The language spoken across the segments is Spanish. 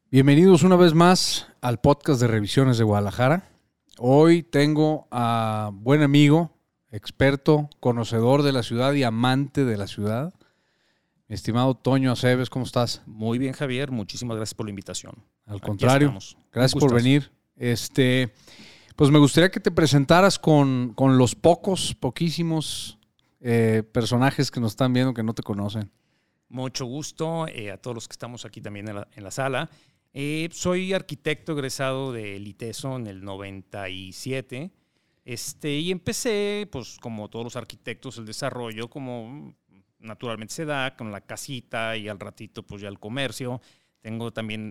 Bienvenidos una vez más al podcast de Revisiones de Guadalajara. Hoy tengo a buen amigo, experto, conocedor de la ciudad y amante de la ciudad, mi estimado Toño Aceves. ¿Cómo estás? Muy bien, Javier. Muchísimas gracias por la invitación. Al contrario, gracias por venir. Pues me gustaría que te presentaras con los poquísimos personajes que nos están viendo que no te conocen. Mucho gusto a todos los que estamos aquí también en la sala. Soy arquitecto egresado del ITESO en el 97 y empecé, pues como todos los arquitectos, el desarrollo como naturalmente se da con la casita y al ratito pues ya el comercio. Tengo también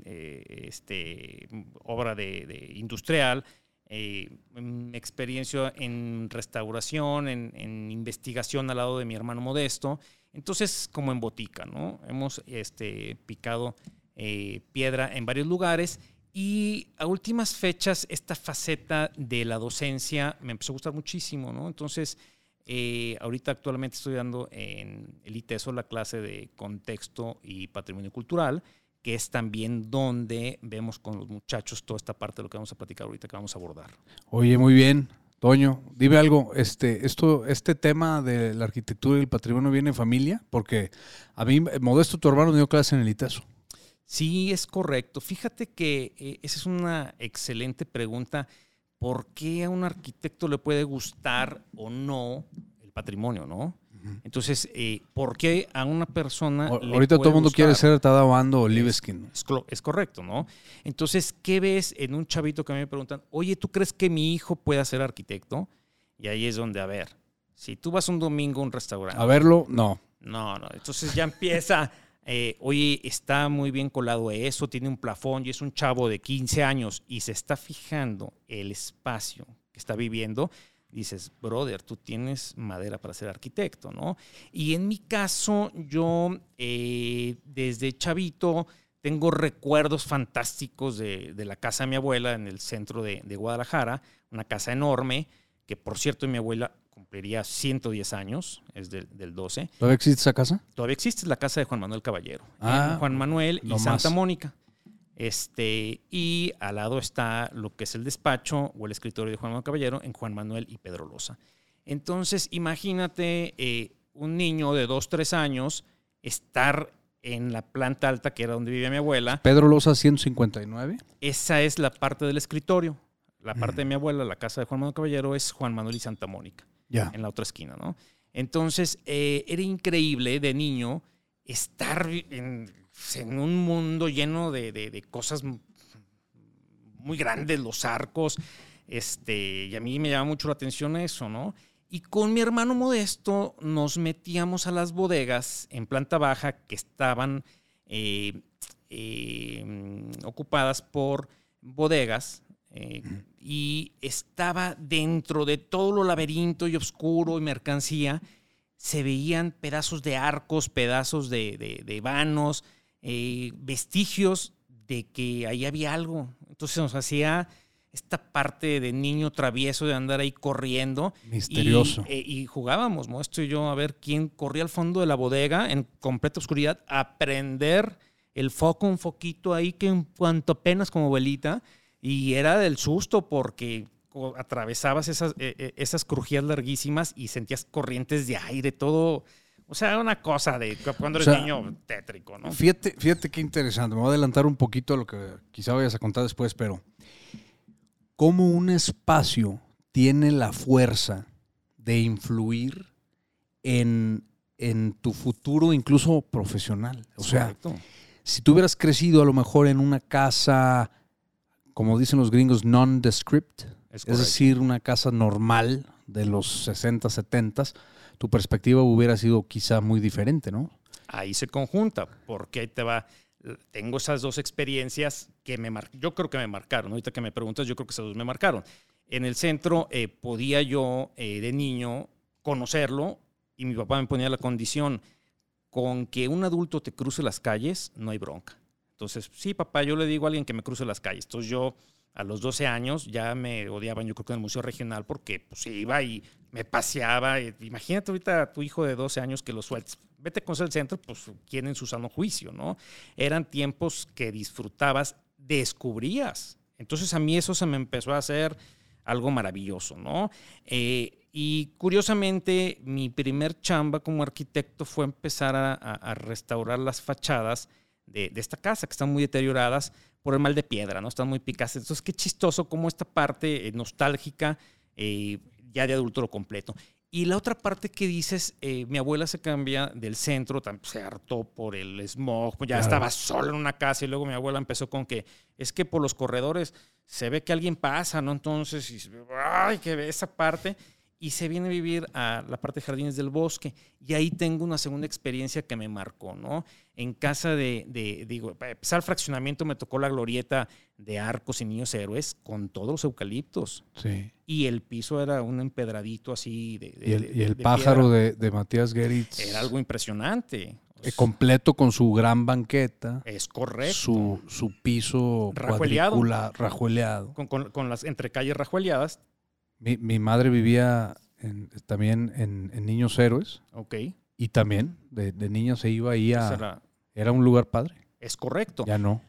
obra de industrial, experiencia en restauración, en investigación al lado de mi hermano Modesto. Entonces, como en botica, ¿no? Hemos picado piedra en varios lugares y a últimas fechas esta faceta de la docencia me empezó a gustar muchísimo, ¿no? Entonces, ahorita actualmente estoy dando en el ITESO la clase de Contexto y Patrimonio Cultural, que es también donde vemos con los muchachos toda esta parte de lo que vamos a platicar ahorita, que vamos a abordar. Oye, muy bien. Toño, dime algo, este tema de la arquitectura y el patrimonio viene en familia, porque a mí, Modesto, tu hermano, dio clase en el ITESO. Sí, es correcto. Fíjate que esa es una excelente pregunta. ¿Por qué a un arquitecto le puede gustar o no el patrimonio, no? Entonces, ¿por qué a una persona ahorita todo el mundo quiere ser Tadao o Libeskind? Es correcto, ¿no? Entonces, ¿qué ves en un chavito que a mí me preguntan, oye, ¿tú crees que mi hijo pueda ser arquitecto? Y ahí es donde, a ver, si tú vas un domingo a un restaurante. A verlo, no. No. Entonces ya empieza, oye, está muy bien colado eso, tiene un plafón y es un chavo de 15 años y se está fijando el espacio que está viviendo. Dices, brother, tú tienes madera para ser arquitecto, ¿no? Y en mi caso, yo desde chavito tengo recuerdos fantásticos de la casa de mi abuela en el centro de Guadalajara, una casa enorme, que por cierto mi abuela cumpliría 110 años, es del 12. ¿Todavía existe esa casa? Todavía existe la casa de Juan Manuel Caballero, en Juan Manuel y Santa Mónica. Y al lado está lo que es el despacho o el escritorio de Juan Manuel Caballero en Juan Manuel y Pedro Loza. Entonces, imagínate un niño de 2, 3 años estar en la planta alta, que era donde vivía mi abuela. Pedro Loza 159. Esa es la parte del escritorio. La parte de mi abuela, la casa de Juan Manuel Caballero, es Juan Manuel y Santa Mónica, en la otra esquina, ¿no? Entonces, era increíble de niño estar en un mundo lleno de cosas muy grandes, los arcos, y a mí me llama mucho la atención eso, ¿no? Y con mi hermano Modesto nos metíamos a las bodegas en planta baja que estaban ocupadas por bodegas y estaba dentro de todo lo laberinto y oscuro y mercancía, se veían pedazos de arcos, pedazos de vanos, vestigios de que ahí había algo. Entonces nos hacía esta parte de niño travieso de andar ahí corriendo. Misterioso. Y jugábamos, Modesto y yo, a ver quién corría al fondo de la bodega en completa oscuridad, a prender el foco, un foquito ahí que en cuanto apenas como velita, y era del susto porque atravesabas esas crujías larguísimas y sentías corrientes de aire, todo. O sea, una cosa de cuando eres niño tétrico, ¿no? Fíjate qué interesante. Me voy a adelantar un poquito a lo que quizá vayas a contar después, pero ¿cómo un espacio tiene la fuerza de influir en tu futuro, incluso profesional? O sea, si tú hubieras crecido a lo mejor en una casa, como dicen los gringos, nondescript, es decir, una casa normal de los 60, 70, tu perspectiva hubiera sido quizá muy diferente, ¿no? Ahí se conjunta, porque ahí te va. Tengo esas dos experiencias que yo creo que me marcaron. Ahorita que me preguntas, yo creo que esas dos me marcaron. En el centro podía yo de niño conocerlo y mi papá me ponía la condición: con que un adulto te cruce las calles, no hay bronca. Entonces, sí, papá, yo le digo a alguien que me cruce las calles. Entonces yo a los 12 años ya me odiaban, yo creo que en el Museo Regional, porque pues iba y me paseaba. Imagínate ahorita a tu hijo de 12 años que lo sueltes. Vete a conocer el centro, pues quién en su sano juicio, ¿no? Eran tiempos que disfrutabas descubrías. Entonces a mí eso se me empezó a hacer algo maravilloso, ¿no? Y curiosamente, mi primer chamba como arquitecto fue empezar a restaurar las fachadas de esta casa, que están muy deterioradas por el mal de piedra, ¿no? Están muy picadas. Entonces, qué chistoso cómo esta parte nostálgica, ya de adulto lo completo. Y la otra parte que dices, mi abuela se cambia del centro, se hartó por el smog, pues ya estaba sola en una casa y luego mi abuela empezó con que es que por los corredores se ve que alguien pasa, ¿no? Entonces, ¡ay, que ve esa parte! Y se viene a vivir a la parte de Jardines del Bosque. Y ahí tengo una segunda experiencia que me marcó, ¿no? En casa digo, para empezar el fraccionamiento me tocó la glorieta de Arcos y Niños Héroes con todos los eucaliptos. Sí. Y el piso era un empedradito así Y el pájaro de Matías Geritz. Era algo impresionante. Completo con su gran banqueta. Es correcto. Su piso rajueleado. Con las entrecalles rajueleadas. Mi madre vivía también en Niños Héroes. Ok. Y también de niña se iba ahí era un lugar padre. Es correcto. Ya no.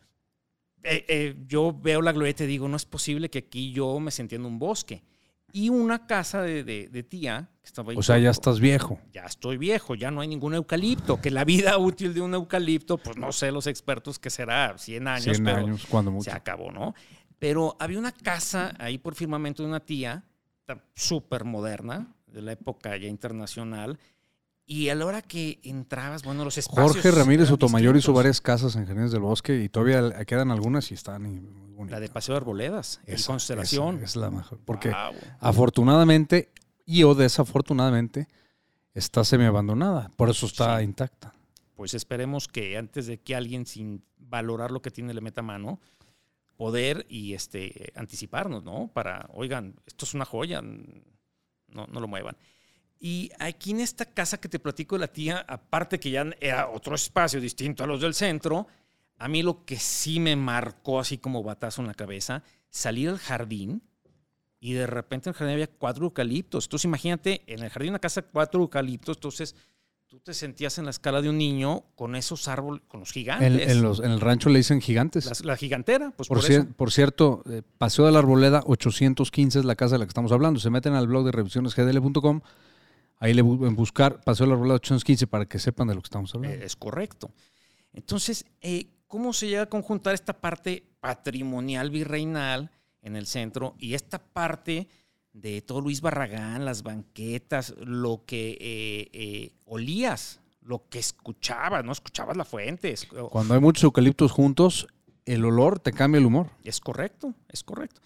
Yo veo la glorieta y digo, no es posible que aquí yo me sentía en un bosque. Y una casa de tía que estaba ahí. O sea, ya estás viejo. Ya estoy viejo, ya no hay ningún eucalipto. Que la vida útil de un eucalipto, pues no sé los expertos que será, 100 años. 100 años, cuando mucho. Se acabó, ¿no? Pero había una casa ahí por firmamento de una tía, súper moderna, de la época ya internacional. Y a la hora que entrabas, bueno, los espacios... Jorge Ramírez Sotomayor distintos. hizo varias casas en Jardines del Bosque y todavía quedan algunas y están muy bonitas. La de Paseo de Arboledas, el Constelación. Esa es la mejor. Porque wow. Afortunadamente o desafortunadamente está semiabandonada. Por eso está intacta. Pues esperemos que antes de que alguien sin valorar lo que tiene le meta mano, poder y anticiparnos, ¿no? Para, oigan, esto es una joya, no lo muevan. Y aquí en esta casa que te platico de la tía, aparte que ya era otro espacio distinto a los del centro, a mí lo que sí me marcó así como batazo en la cabeza, salir al jardín y de repente en el jardín había 4 eucaliptos. Entonces imagínate, en el jardín de una casa 4 eucaliptos, entonces tú te sentías en la escala de un niño con esos árboles, con los gigantes. En el rancho le dicen gigantes. La gigantera, pues por cierto, Paseo de la Arboleda 815 es la casa de la que estamos hablando. Se meten al blog de revisionesgdl.com. Ahí le pueden buscar Paseo de la Arboleda 815 para que sepan de lo que estamos hablando. Es correcto. Entonces, ¿cómo se llega a conjuntar esta parte patrimonial virreinal en el centro y esta parte de todo Luis Barragán, las banquetas, lo que olías, lo que escuchabas, ¿no? Escuchabas la fuente. Cuando hay muchos eucaliptos juntos, el olor te cambia el humor. Es correcto, es correcto.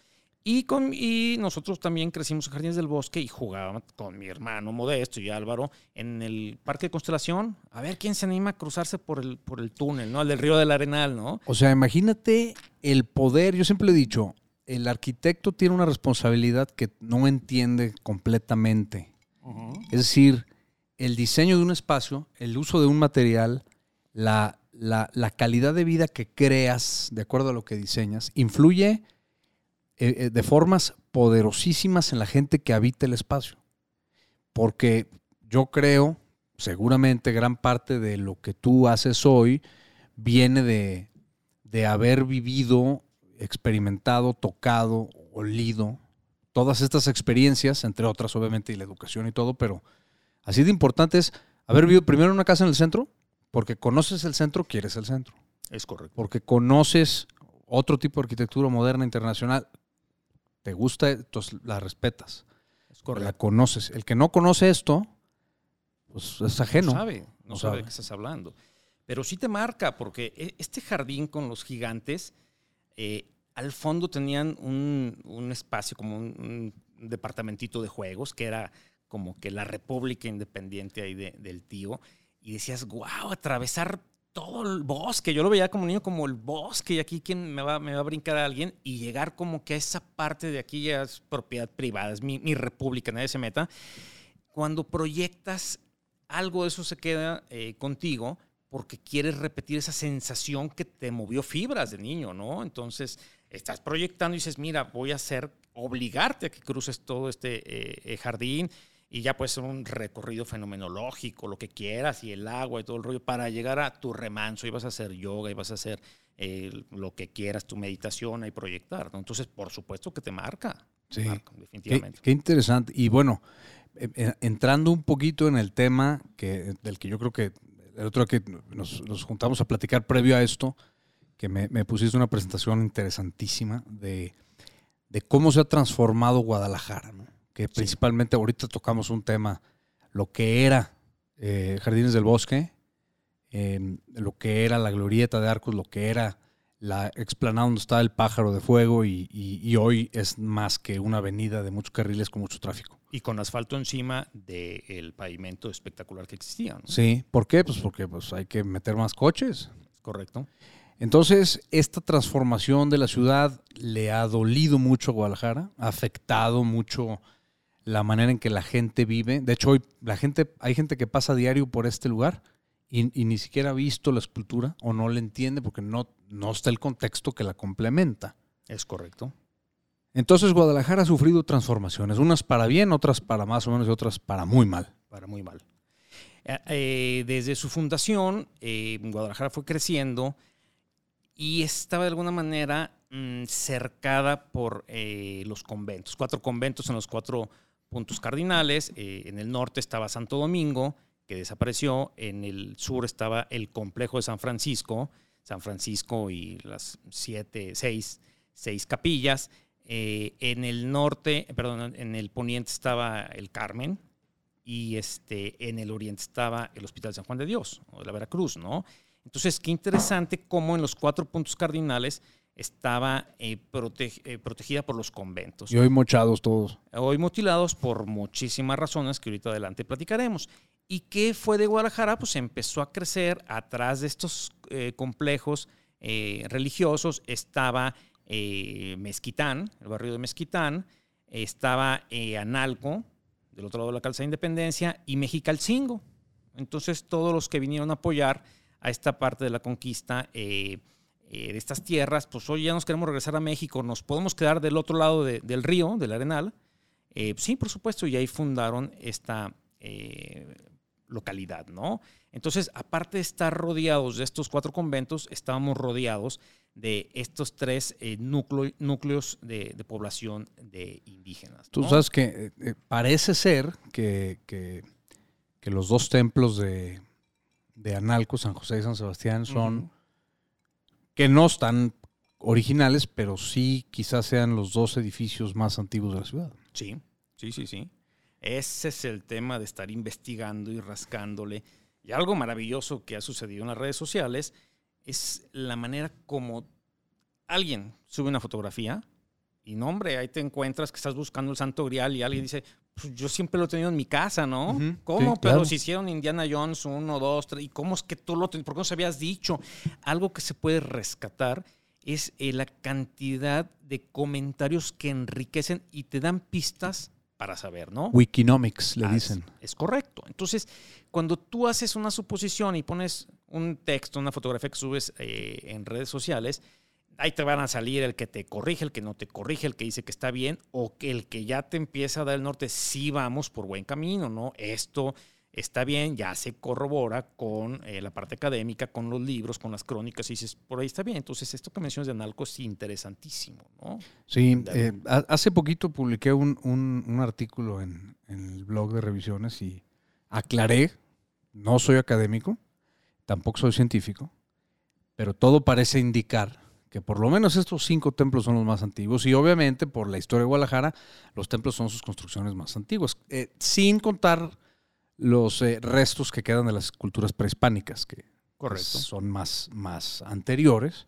Y nosotros también crecimos en Jardines del Bosque y jugábamos con mi hermano Modesto y Álvaro en el Parque de Constelación. A ver quién se anima a cruzarse por el túnel, ¿no? El del Río del Arenal, ¿no? O sea, imagínate el poder. Yo siempre lo he dicho, el arquitecto tiene una responsabilidad que no entiende completamente. Uh-huh. Es decir, el diseño de un espacio, el uso de un material, la calidad de vida que creas de acuerdo a lo que diseñas, influye de formas poderosísimas en la gente que habita el espacio. Porque yo creo, seguramente gran parte de lo que tú haces hoy viene de haber vivido, experimentado, tocado, olido, todas estas experiencias, entre otras obviamente y la educación y todo, pero así de importante es haber vivido primero en una casa en el centro, porque conoces el centro, quieres el centro. Es correcto. Porque conoces otro tipo de arquitectura moderna, internacional, te gusta, entonces la respetas. Es correcto. La conoces. El que no conoce esto, pues es ajeno. No sabe de qué estás hablando. Pero sí te marca, porque este jardín con los gigantes, al fondo tenían un espacio, como un departamentito de juegos, que era como que la República Independiente ahí del tío. Y decías, wow, atravesar todo el bosque. Yo lo veía como niño como el bosque y aquí quién me va a brincar a alguien y llegar como que a esa parte de aquí ya es propiedad privada, es mi república, nadie se meta. Cuando proyectas algo de eso se queda contigo porque quieres repetir esa sensación que te movió fibras de niño, ¿no? Entonces estás proyectando y dices, mira, voy a obligarte a que cruces todo este jardín. Y ya puede ser un recorrido fenomenológico, lo que quieras, y el agua y todo el rollo, para llegar a tu remanso. Y vas a hacer yoga, y vas a hacer lo que quieras, tu meditación y proyectar, ¿no? Entonces, por supuesto que te marca. Sí, marca, definitivamente. Qué interesante. Y bueno, entrando un poquito en el tema del que yo creo que el otro que nos juntamos a platicar previo a esto, que me pusiste una presentación interesantísima de cómo se ha transformado Guadalajara, ¿no? Que sí. Principalmente ahorita tocamos un tema, lo que era Jardines del Bosque, lo que era la Glorieta de Arcos, lo que era la explanada donde estaba el Pájaro de Fuego y hoy es más que una avenida de muchos carriles con mucho tráfico. Y con asfalto encima del pavimento espectacular que existía, ¿no? Sí, ¿por qué? Pues porque hay que meter más coches. Correcto. Entonces, esta transformación de la ciudad le ha dolido mucho a Guadalajara, ha afectado mucho la manera en que la gente vive. De hecho, hoy hay gente que pasa diario por este lugar y ni siquiera ha visto la escultura o no la entiende porque no está el contexto que la complementa. Es correcto. Entonces, Guadalajara ha sufrido transformaciones, unas para bien, otras para más o menos y otras para muy mal. Para muy mal. Desde su fundación, Guadalajara fue creciendo y estaba de alguna manera cercada por los conventos. 4 conventos en los 4 puntos cardinales. En el norte estaba Santo Domingo, que desapareció. En el sur estaba el complejo de San Francisco y las 6 capillas. En el norte, en el poniente estaba el Carmen y en el oriente estaba el Hospital de San Juan de Dios, o de la Veracruz, ¿no? Entonces, qué interesante cómo en los 4 puntos cardinales estaba protegida por los conventos. Y hoy mochados todos. Hoy mutilados por muchísimas razones que ahorita adelante platicaremos. ¿Y qué fue de Guadalajara? Pues empezó a crecer atrás de estos complejos religiosos. Estaba Mezquitán, el barrio de Mezquitán. Estaba Analco, del otro lado de la calzada de Independencia, y Mexicalcingo. Entonces, todos los que vinieron a apoyar a esta parte de la conquista de estas tierras, pues hoy ya nos queremos regresar a México, nos podemos quedar del otro lado del río, del Arenal. Sí, por supuesto, y ahí fundaron esta localidad, ¿no? Entonces, aparte de estar rodeados de estos 4 conventos, estábamos rodeados de estos 3 núcleos de población de indígenas, ¿no? Tú sabes que parece ser que los 2 templos de Analco, San José y San Sebastián son que no están originales, pero sí quizás sean los 2 edificios más antiguos de la ciudad. Sí. Ese es el tema de estar investigando y rascándole. Y algo maravilloso que ha sucedido en las redes sociales es la manera como alguien sube una fotografía y, no, hombre, ahí te encuentras que estás buscando el Santo Grial y alguien dice, pues yo siempre lo he tenido en mi casa, ¿no? ¿Cómo? Sí, Pero claro. si hicieron Indiana Jones 1, 2, 3, ¿y cómo es que tú lo tenías? ¿Por qué no se habías dicho? Algo que se puede rescatar es la cantidad de comentarios que enriquecen y te dan pistas para saber, ¿no? Wikinomics, le dicen. Es correcto. Entonces, cuando tú haces una suposición y pones un texto, una fotografía que subes en redes sociales, ahí te van a salir el que te corrige, el que no te corrige, el que dice que está bien, o que el que ya te empieza a dar el norte, sí vamos por buen camino, ¿no? Esto está bien, ya se corrobora con la parte académica, con los libros, con las crónicas, y dices, por ahí está bien. Entonces, esto que mencionas de Analco es interesantísimo, ¿no? Sí, hace poquito publiqué un artículo en el blog de revisiones y aclaré, no soy académico, tampoco soy científico, pero todo parece indicar que por lo menos estos 5 templos son los más antiguos y obviamente por la historia de Guadalajara, los templos son sus construcciones más antiguas, sin contar los restos que quedan de las culturas prehispánicas, que pues, son más anteriores,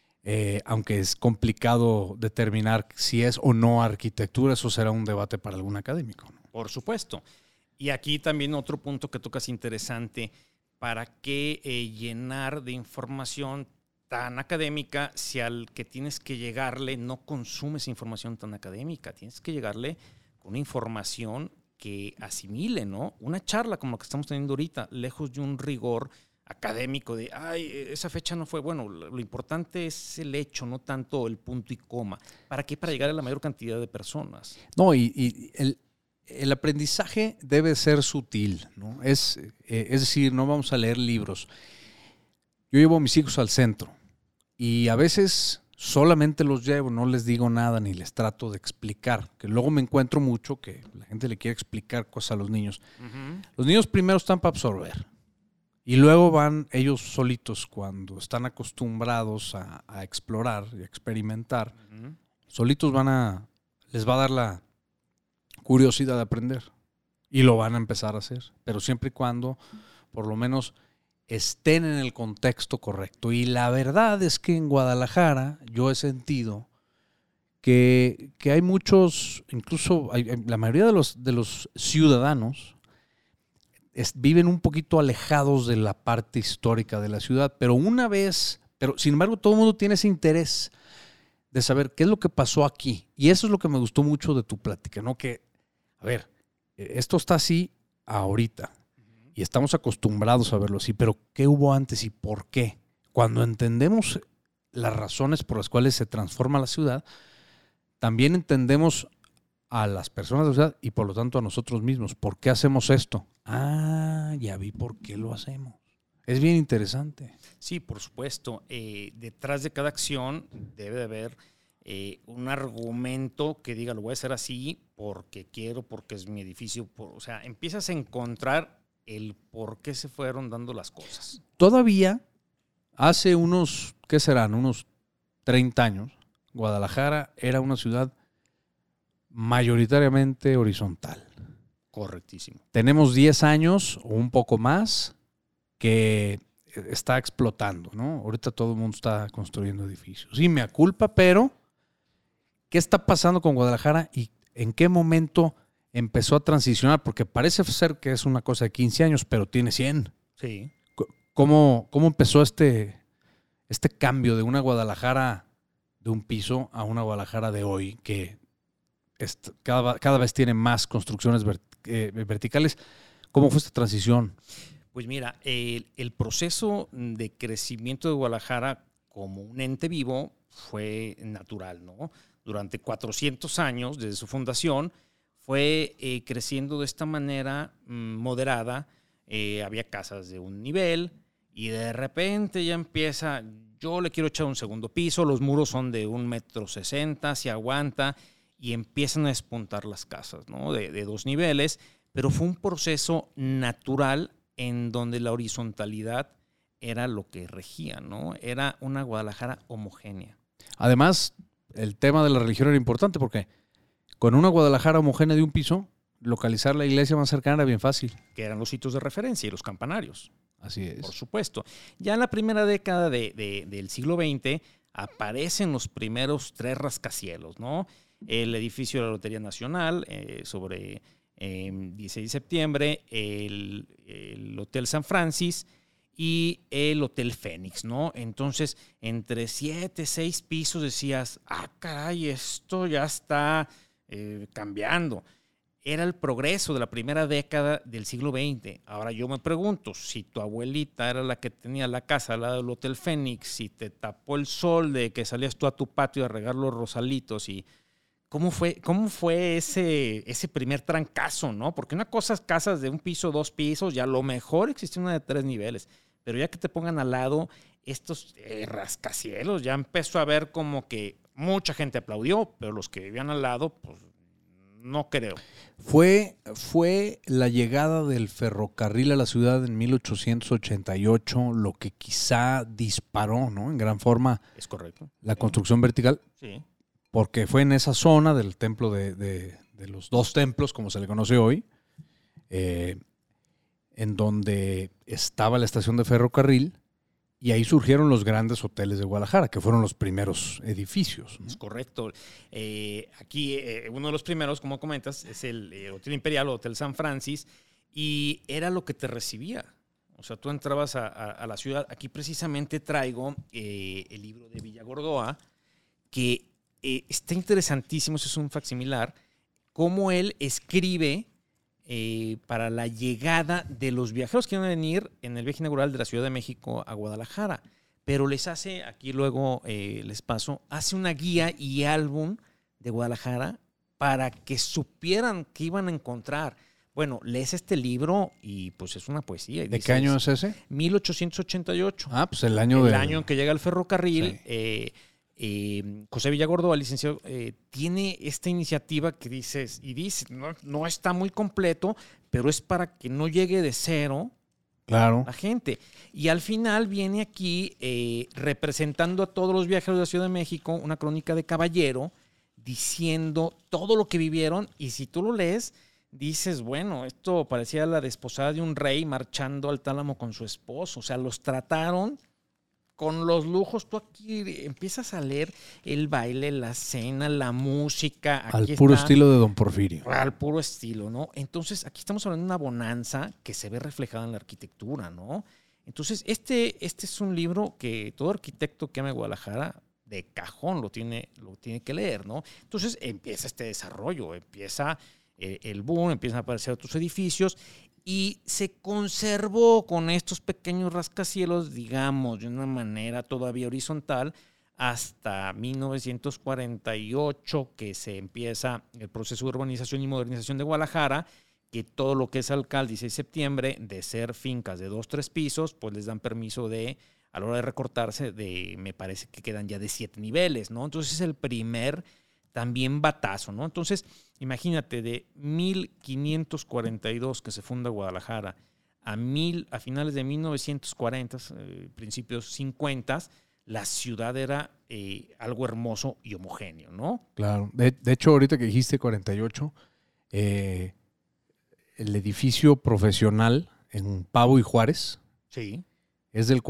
aunque es complicado determinar si es o no arquitectura, eso será un debate para algún académico, ¿no? Por supuesto. Y aquí también otro punto que tocas interesante, ¿para qué llenar de información tan académica si al que tienes que llegarle no consumes información tan académica? Tienes que llegarle con una información que asimile, ¿no? Una charla como la que estamos teniendo ahorita, lejos de un rigor académico de, ay, esa fecha no fue, bueno, lo importante es el hecho, no tanto el punto y coma. ¿Para qué? Para llegar a la mayor cantidad de personas. No, y el aprendizaje debe ser sutil, ¿no? Es decir, no vamos a leer libros. Yo llevo a mis hijos al centro Y a veces solamente los llevo, no les digo nada ni les trato de explicar, que luego me encuentro mucho que la gente le quiere explicar cosas a los niños. Ujú. Los niños primero están para absorber y luego van ellos solitos cuando están acostumbrados a explorar y a experimentar. Ujú. Solitos les va a dar la curiosidad de aprender y lo van a empezar a hacer, pero siempre y cuando por lo menos estén en el contexto correcto. Y la verdad es que en Guadalajara yo he sentido que hay muchos, incluso la mayoría de los ciudadanos viven un poquito alejados de la parte histórica de la ciudad, pero sin embargo todo el mundo tiene ese interés de saber qué es lo que pasó aquí. Y eso es lo que me gustó mucho de tu plática, ¿no? Que, a ver, esto está así ahorita y estamos acostumbrados a verlo así, pero ¿qué hubo antes y por qué? Cuando entendemos las razones por las cuales se transforma la ciudad, también entendemos a las personas de la ciudad y por lo tanto a nosotros mismos. ¿Por qué hacemos esto? Ah, ya vi por qué lo hacemos. Es bien interesante. Sí, por supuesto. Detrás de cada acción debe de haber un argumento que diga, lo voy a hacer así porque quiero, porque es mi edificio. O sea, empiezas a encontrar el por qué se fueron dando las cosas. Todavía hace unos, ¿qué serán? Unos 30 años, Guadalajara era una ciudad mayoritariamente horizontal. Correctísimo. Tenemos 10 años o un poco más que está explotando, ¿no? Ahorita todo el mundo está construyendo edificios. Sí, me culpa, pero ¿qué está pasando con Guadalajara y en qué momento empezó a transicionar? Porque parece ser que es una cosa de 15 años, pero tiene 100. Sí. ¿Cómo empezó este cambio de una Guadalajara de un piso a una Guadalajara de hoy que cada vez tiene más construcciones verticales? ¿Cómo fue esta transición? Pues mira, el proceso de crecimiento de Guadalajara como un ente vivo fue natural, ¿no? Durante 400 años, desde su fundación, fue creciendo de esta manera moderada. Había casas de un nivel y de repente ya empieza, yo le quiero echar un segundo piso, los muros son de 1,60 m, se aguanta y empiezan a despuntar las casas, ¿no? De 2 niveles, pero fue un proceso natural en donde la horizontalidad era lo que regía, ¿no? Era una Guadalajara homogénea. Además, el tema de la religión era importante porque con una Guadalajara homogénea de un piso, localizar la iglesia más cercana era bien fácil. Que eran los sitios de referencia y los campanarios. Así es. Por supuesto. Ya en la primera década del siglo XX aparecen los primeros 3 rascacielos, ¿no? El edificio de la Lotería Nacional sobre 16 de septiembre, el Hotel San Francis y el Hotel Fénix, ¿no? Entonces, entre 7, 6 pisos decías, caray, esto ya está cambiando. Era el progreso de la primera década del siglo XX. Ahora yo me pregunto, si tu abuelita era la que tenía la casa al lado del Hotel Fénix y te tapó el sol de que salías tú a tu patio a regar los rosalitos y ¿cómo fue ese primer trancazo, no? Porque una cosa es casas de 1 piso, 2 pisos, ya a lo mejor existe una de 3 niveles, pero ya que te pongan al lado estos rascacielos, ya empezó a ver como que mucha gente aplaudió, pero los que vivían al lado, pues no creo. Fue la llegada del ferrocarril a la ciudad en 1888 lo que quizá disparó, ¿no? En gran forma. Es correcto. La construcción vertical. Sí. Porque fue en esa zona del templo de los 2 templos, como se le conoce hoy, en donde estaba la estación de ferrocarril, y ahí surgieron los grandes hoteles de Guadalajara, que fueron los primeros edificios, ¿no? Es correcto. Aquí uno de los primeros, como comentas, es el Hotel Imperial, Hotel San Francis, y era lo que te recibía. O sea, tú entrabas a la ciudad. Aquí precisamente traigo el libro de Villagordoa, que está interesantísimo, eso es un facsimilar, cómo él escribe para la llegada de los viajeros que van a venir en el viaje inaugural de la Ciudad de México a Guadalajara. Pero les hace, aquí luego les paso, hace una guía y álbum de Guadalajara para que supieran qué iban a encontrar. Bueno, lees este libro y pues es una poesía. Y ¿De qué año es ese? 1888. Ah, pues el año en que llega el ferrocarril. Sí. José Villagordo, el licenciado, tiene esta iniciativa que dice, no está muy completo, pero es para que no llegue de cero Claro. la gente. Y al final viene aquí representando a todos los viajeros de la Ciudad de México una crónica de caballero diciendo todo lo que vivieron, y si tú lo lees, dices, bueno, esto parecía la desposada de un rey marchando al tálamo con su esposo. O sea, los trataron con los lujos. Tú aquí empiezas a leer el baile, la cena, la música. Al puro estilo de Don Porfirio. Al puro estilo, ¿no? Entonces, aquí estamos hablando de una bonanza que se ve reflejada en la arquitectura, ¿no? Entonces, este es un libro que todo arquitecto que ama Guadalajara de cajón lo tiene que leer, ¿no? Entonces, empieza este desarrollo, empieza el boom, empiezan a aparecer otros edificios y se conservó con estos pequeños rascacielos, digamos, de una manera todavía horizontal, hasta 1948, que se empieza el proceso de urbanización y modernización de Guadalajara, que todo lo que es Alcalde 16 de septiembre, de ser fincas de 2-3 pisos, pues les dan permiso de, a la hora de recortarse, me parece que quedan ya de 7 niveles, ¿no? Entonces es el primer también batazo, ¿no? Entonces, imagínate, de 1542 que se funda Guadalajara a finales de 1940, principios 50, la ciudad era algo hermoso y homogéneo, ¿no? Claro. De hecho, ahorita que dijiste 48, el edificio profesional en Pavo y Juárez sí, es del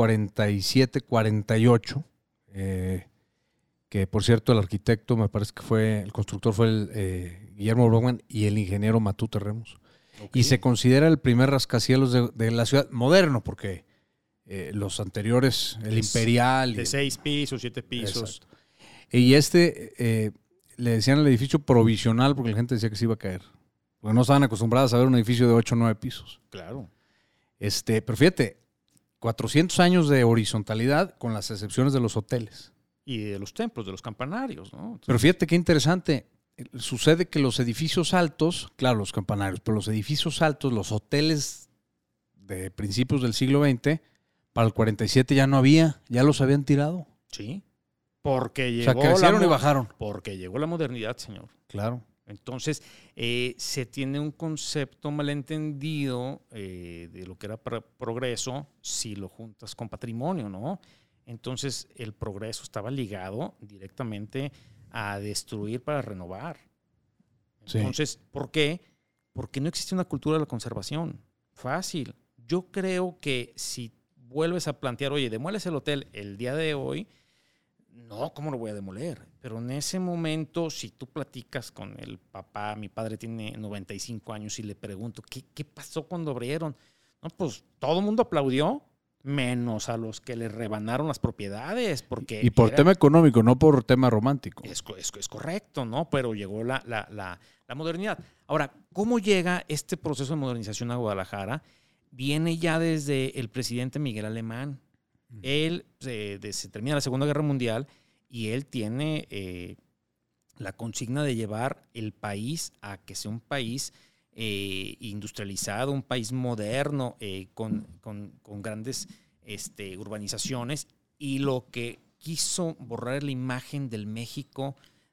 47-48, que por cierto el arquitecto, me parece que el constructor fue el Guillermo Brockman y el ingeniero Matute Remos. Okay. Y se considera el primer rascacielos de la ciudad moderno, porque los anteriores, el Imperial. De 6 pisos, 7 pisos. Exacto. Y le decían el edificio provisional porque la gente decía que se iba a caer. Porque no estaban acostumbrados a ver un edificio de 8 o 9 pisos. Claro. Pero fíjate, 400 años de horizontalidad con las excepciones de los hoteles. Y de los templos, de los campanarios, ¿no? Entonces, pero fíjate qué interesante. Sucede que los edificios altos, claro, los campanarios, pero los edificios altos, los hoteles de principios del siglo XX, para el 47 ya no había, ya los habían tirado. Sí. Porque llegó. O sea, crecieron y bajaron. Porque llegó la modernidad, señor. Claro. Entonces, se tiene un concepto malentendido de lo que era progreso si lo juntas con patrimonio, ¿no? Entonces, el progreso estaba ligado directamente a destruir para renovar. Entonces, sí. ¿Por qué? Porque no existe una cultura de la conservación. Fácil. Yo creo que si vuelves a plantear, oye, demueles el hotel el día de hoy, no, ¿cómo lo voy a demoler? Pero en ese momento, si tú platicas con el papá, mi padre tiene 95 años y le pregunto, ¿qué pasó cuando abrieron? No, pues todo el mundo aplaudió, menos a los que le rebanaron las propiedades. Porque y por tema económico, no por tema romántico. Es correcto, ¿no? Pero llegó la modernidad. Ahora, ¿cómo llega este proceso de modernización a Guadalajara? Viene ya desde el presidente Miguel Alemán. Él se termina la Segunda Guerra Mundial y él tiene la consigna de llevar el país a que sea un país industrializado, un país moderno, con grandes urbanizaciones, y lo que quiso borrar la imagen del México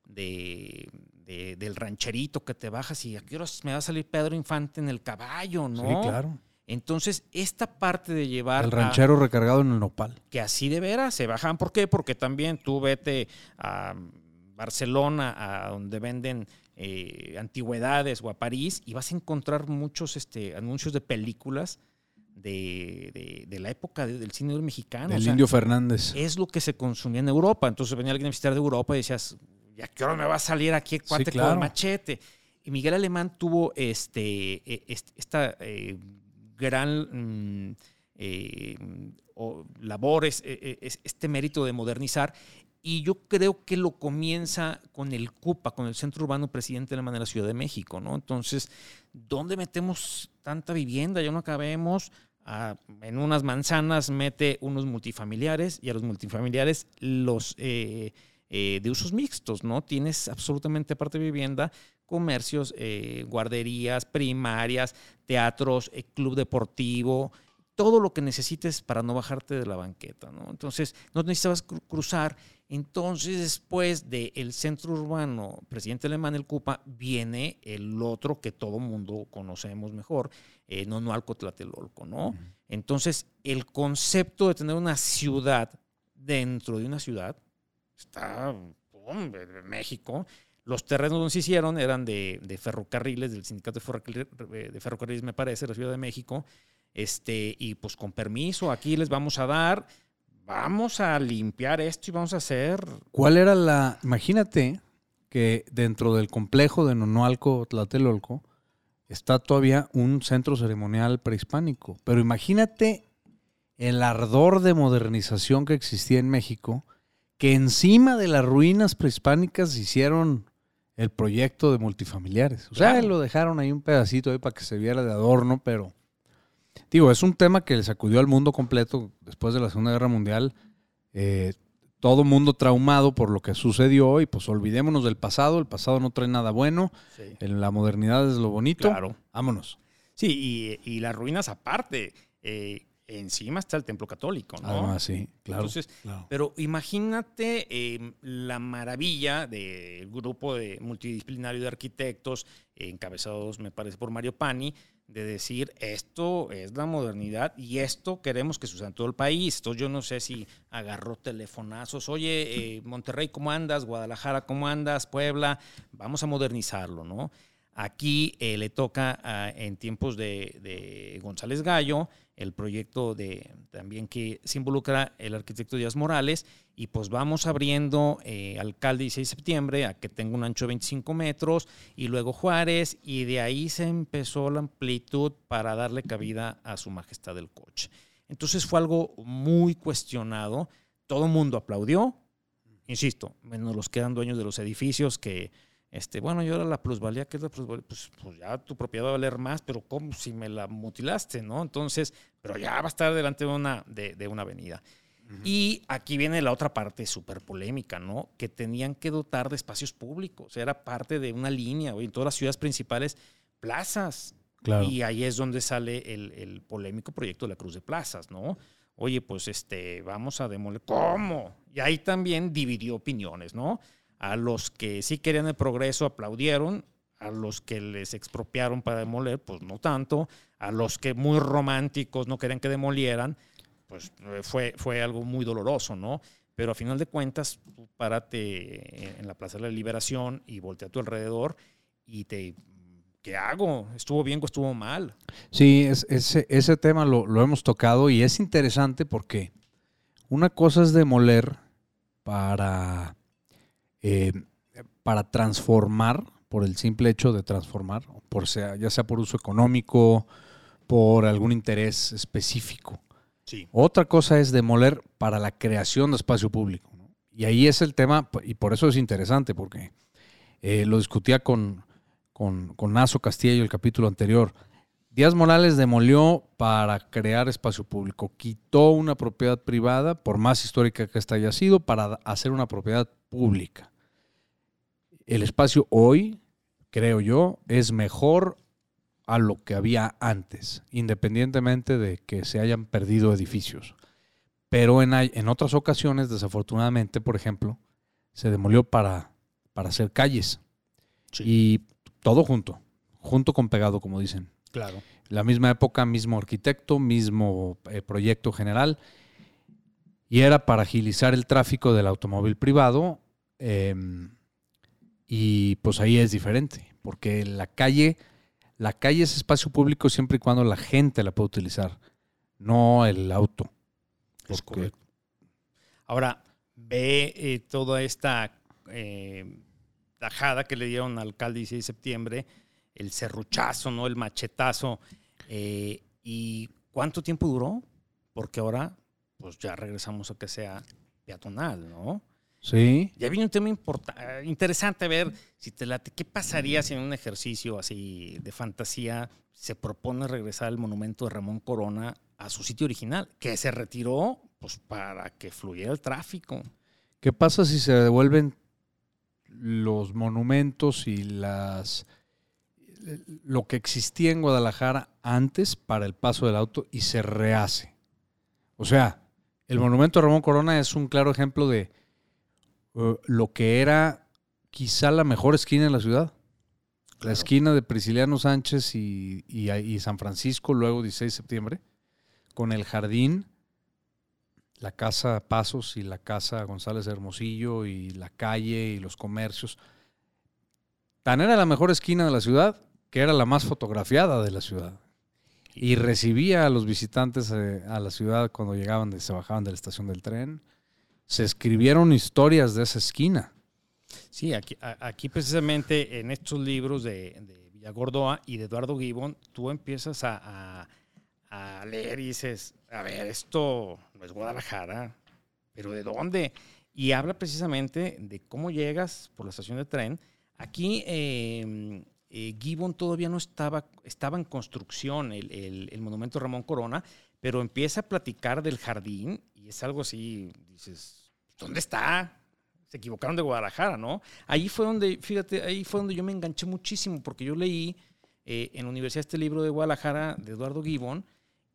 del rancherito que te bajas y a qué horas me va a salir Pedro Infante en el caballo, ¿no? Sí, claro. Entonces, esta parte de llevar... El ranchero recargado en el nopal. Que así de veras se bajan. ¿Por qué? Porque también tú vete a Barcelona, a donde venden antigüedades, o a París, y vas a encontrar muchos anuncios de películas de la época del cine mexicano. Del Indio Fernández. Es lo que se consumía en Europa. Entonces venía alguien a visitar de Europa y decías, ¿ya qué hora me va a salir aquí cuate con el machete? Y Miguel Alemán tuvo esta gran labor, este mérito de modernizar, y yo creo que lo comienza con el CUPA, con el Centro Urbano Presidente Alemán de la Ciudad de México, ¿no? Entonces, ¿dónde metemos tanta vivienda? Ya no cabemos. En unas manzanas mete unos multifamiliares, y a los multifamiliares los de usos mixtos, ¿no? Tienes absolutamente, aparte de vivienda, comercios, guarderías, primarias, teatros, club deportivo, todo lo que necesites para no bajarte de la banqueta, ¿no? Entonces, no necesitabas cruzar. Entonces, después del centro urbano Presidente Alemán, el Cupa, viene el otro que todo mundo conocemos mejor, Nonualco Tlatelolco, ¿no? Uh-huh. Entonces, el concepto de tener una ciudad dentro de una ciudad está en México. Los terrenos donde se hicieron eran de ferrocarriles, del sindicato de ferrocarriles, me parece, de la Ciudad de México. Y pues con permiso, aquí les vamos a dar, vamos a limpiar esto y vamos a hacer... ¿Cuál era la...? Imagínate que dentro del complejo de Nonualco Tlatelolco está todavía un centro ceremonial prehispánico. Pero imagínate el ardor de modernización que existía en México, que encima de las ruinas prehispánicas hicieron el proyecto de multifamiliares. O sea, claro, lo dejaron ahí un pedacito ahí para que se viera de adorno, pero... Digo, es un tema que le sacudió al mundo completo después de la Segunda Guerra Mundial. Todo mundo traumado por lo que sucedió y pues olvidémonos del pasado. El pasado no trae nada bueno. Sí. La modernidad es lo bonito. Claro. Vámonos. Sí, y las ruinas aparte. Encima está el templo católico, ¿no? Además, sí, claro. Entonces, claro. Pero imagínate la maravilla del grupo multidisciplinario de arquitectos, encabezados, me parece, por Mario Pani, de decir, esto es la modernidad y esto queremos que suceda en todo el país. Entonces, yo no sé si agarró telefonazos. Oye, Monterrey, ¿cómo andas? Guadalajara, ¿cómo andas? Puebla, vamos a modernizarlo, ¿no? Aquí le toca en tiempos de González Gallo, el proyecto también que se involucra el arquitecto Díaz Morales, y pues vamos abriendo Alcalde 16 de septiembre a que tenga un ancho de 25 metros, y luego Juárez, y de ahí se empezó la amplitud para darle cabida a su majestad el coche. Entonces fue algo muy cuestionado, todo el mundo aplaudió, insisto, menos los que eran dueños de los edificios que... bueno, y ahora la plusvalía, ¿qué es la plusvalía? Pues ya tu propiedad va a valer más, pero ¿cómo si me la mutilaste, no? Entonces, pero ya va a estar delante de una avenida. Uh-huh. Y aquí viene la otra parte súper polémica, ¿no? Que tenían que dotar de espacios públicos. Era parte de una línea, en todas las ciudades principales, plazas. Claro. Y ahí es donde sale el polémico proyecto de la Cruz de Plazas, ¿no? Oye, pues vamos a demoler. ¿Cómo? Y ahí también dividió opiniones, ¿no? A los que sí querían el progreso aplaudieron, a los que les expropiaron para demoler, pues no tanto, a los que muy románticos no querían que demolieran, pues fue algo muy doloroso, ¿no? Pero a final de cuentas, tú párate en la Plaza de la Liberación y voltea a tu alrededor y ¿qué hago? ¿Estuvo bien o estuvo mal? Sí, ese tema lo hemos tocado y es interesante porque una cosa es demoler para transformar, por el simple hecho de transformar, ya sea por uso económico, por algún interés específico. Sí. Otra cosa es demoler para la creación de espacio público, ¿no? Y ahí es el tema, y por eso es interesante, porque lo discutía con Naso Castillo el capítulo anterior. Díaz Morales demolió para crear espacio público, quitó una propiedad privada, por más histórica que esta haya sido, para hacer una propiedad pública. El espacio hoy, creo yo, es mejor a lo que había antes, independientemente de que se hayan perdido edificios. Pero en otras ocasiones, desafortunadamente, por ejemplo, se demolió para hacer calles. Sí. Y todo junto con pegado, como dicen. Claro. La misma época, mismo arquitecto, mismo proyecto general. Y era para agilizar el tráfico del automóvil privado. Y pues ahí es diferente, porque la calle es espacio público siempre y cuando la gente la pueda utilizar, no el auto. Es correcto. Ahora, ve toda esta tajada que le dieron al alcalde 16 de septiembre, el serruchazo, ¿no? El machetazo. ¿Y cuánto tiempo duró? Porque ahora pues ya regresamos a que sea peatonal, ¿no? Sí. Ya viene un tema interesante, a ver si te late. ¿Qué pasaría si en un ejercicio así de fantasía se propone regresar el monumento de Ramón Corona a su sitio original, que se retiró pues para que fluyera el tráfico? ¿Qué pasa si se devuelven los monumentos y lo que existía en Guadalajara antes para el paso del auto y se rehace. O sea, el monumento a Ramón Corona es un claro ejemplo de lo que era quizá la mejor esquina de la ciudad. Claro. La esquina de Prisciliano Sánchez y San Francisco, luego 16 de septiembre, con el jardín, la casa Pasos y la casa González Hermosillo y la calle y los comercios. Tan era la mejor esquina de la ciudad que era la más fotografiada de la ciudad. Y recibía a los visitantes a la ciudad cuando llegaban, se bajaban de la estación del tren. Se escribieron historias de esa esquina. Sí, aquí precisamente en estos libros de Villagordoa y de Eduardo Gibbon, tú empiezas a leer y dices, a ver, esto no es Guadalajara, pero ¿de dónde? Y habla precisamente de cómo llegas por la estación de tren. Aquí Gibbon todavía no estaba en construcción el monumento Ramón Corona, pero empieza a platicar del jardín y es algo así, dices, ¿dónde está? Se equivocaron de Guadalajara, ¿no? Ahí fue donde yo me enganché muchísimo, porque yo leí en la universidad este libro de Guadalajara de Eduardo Gibbon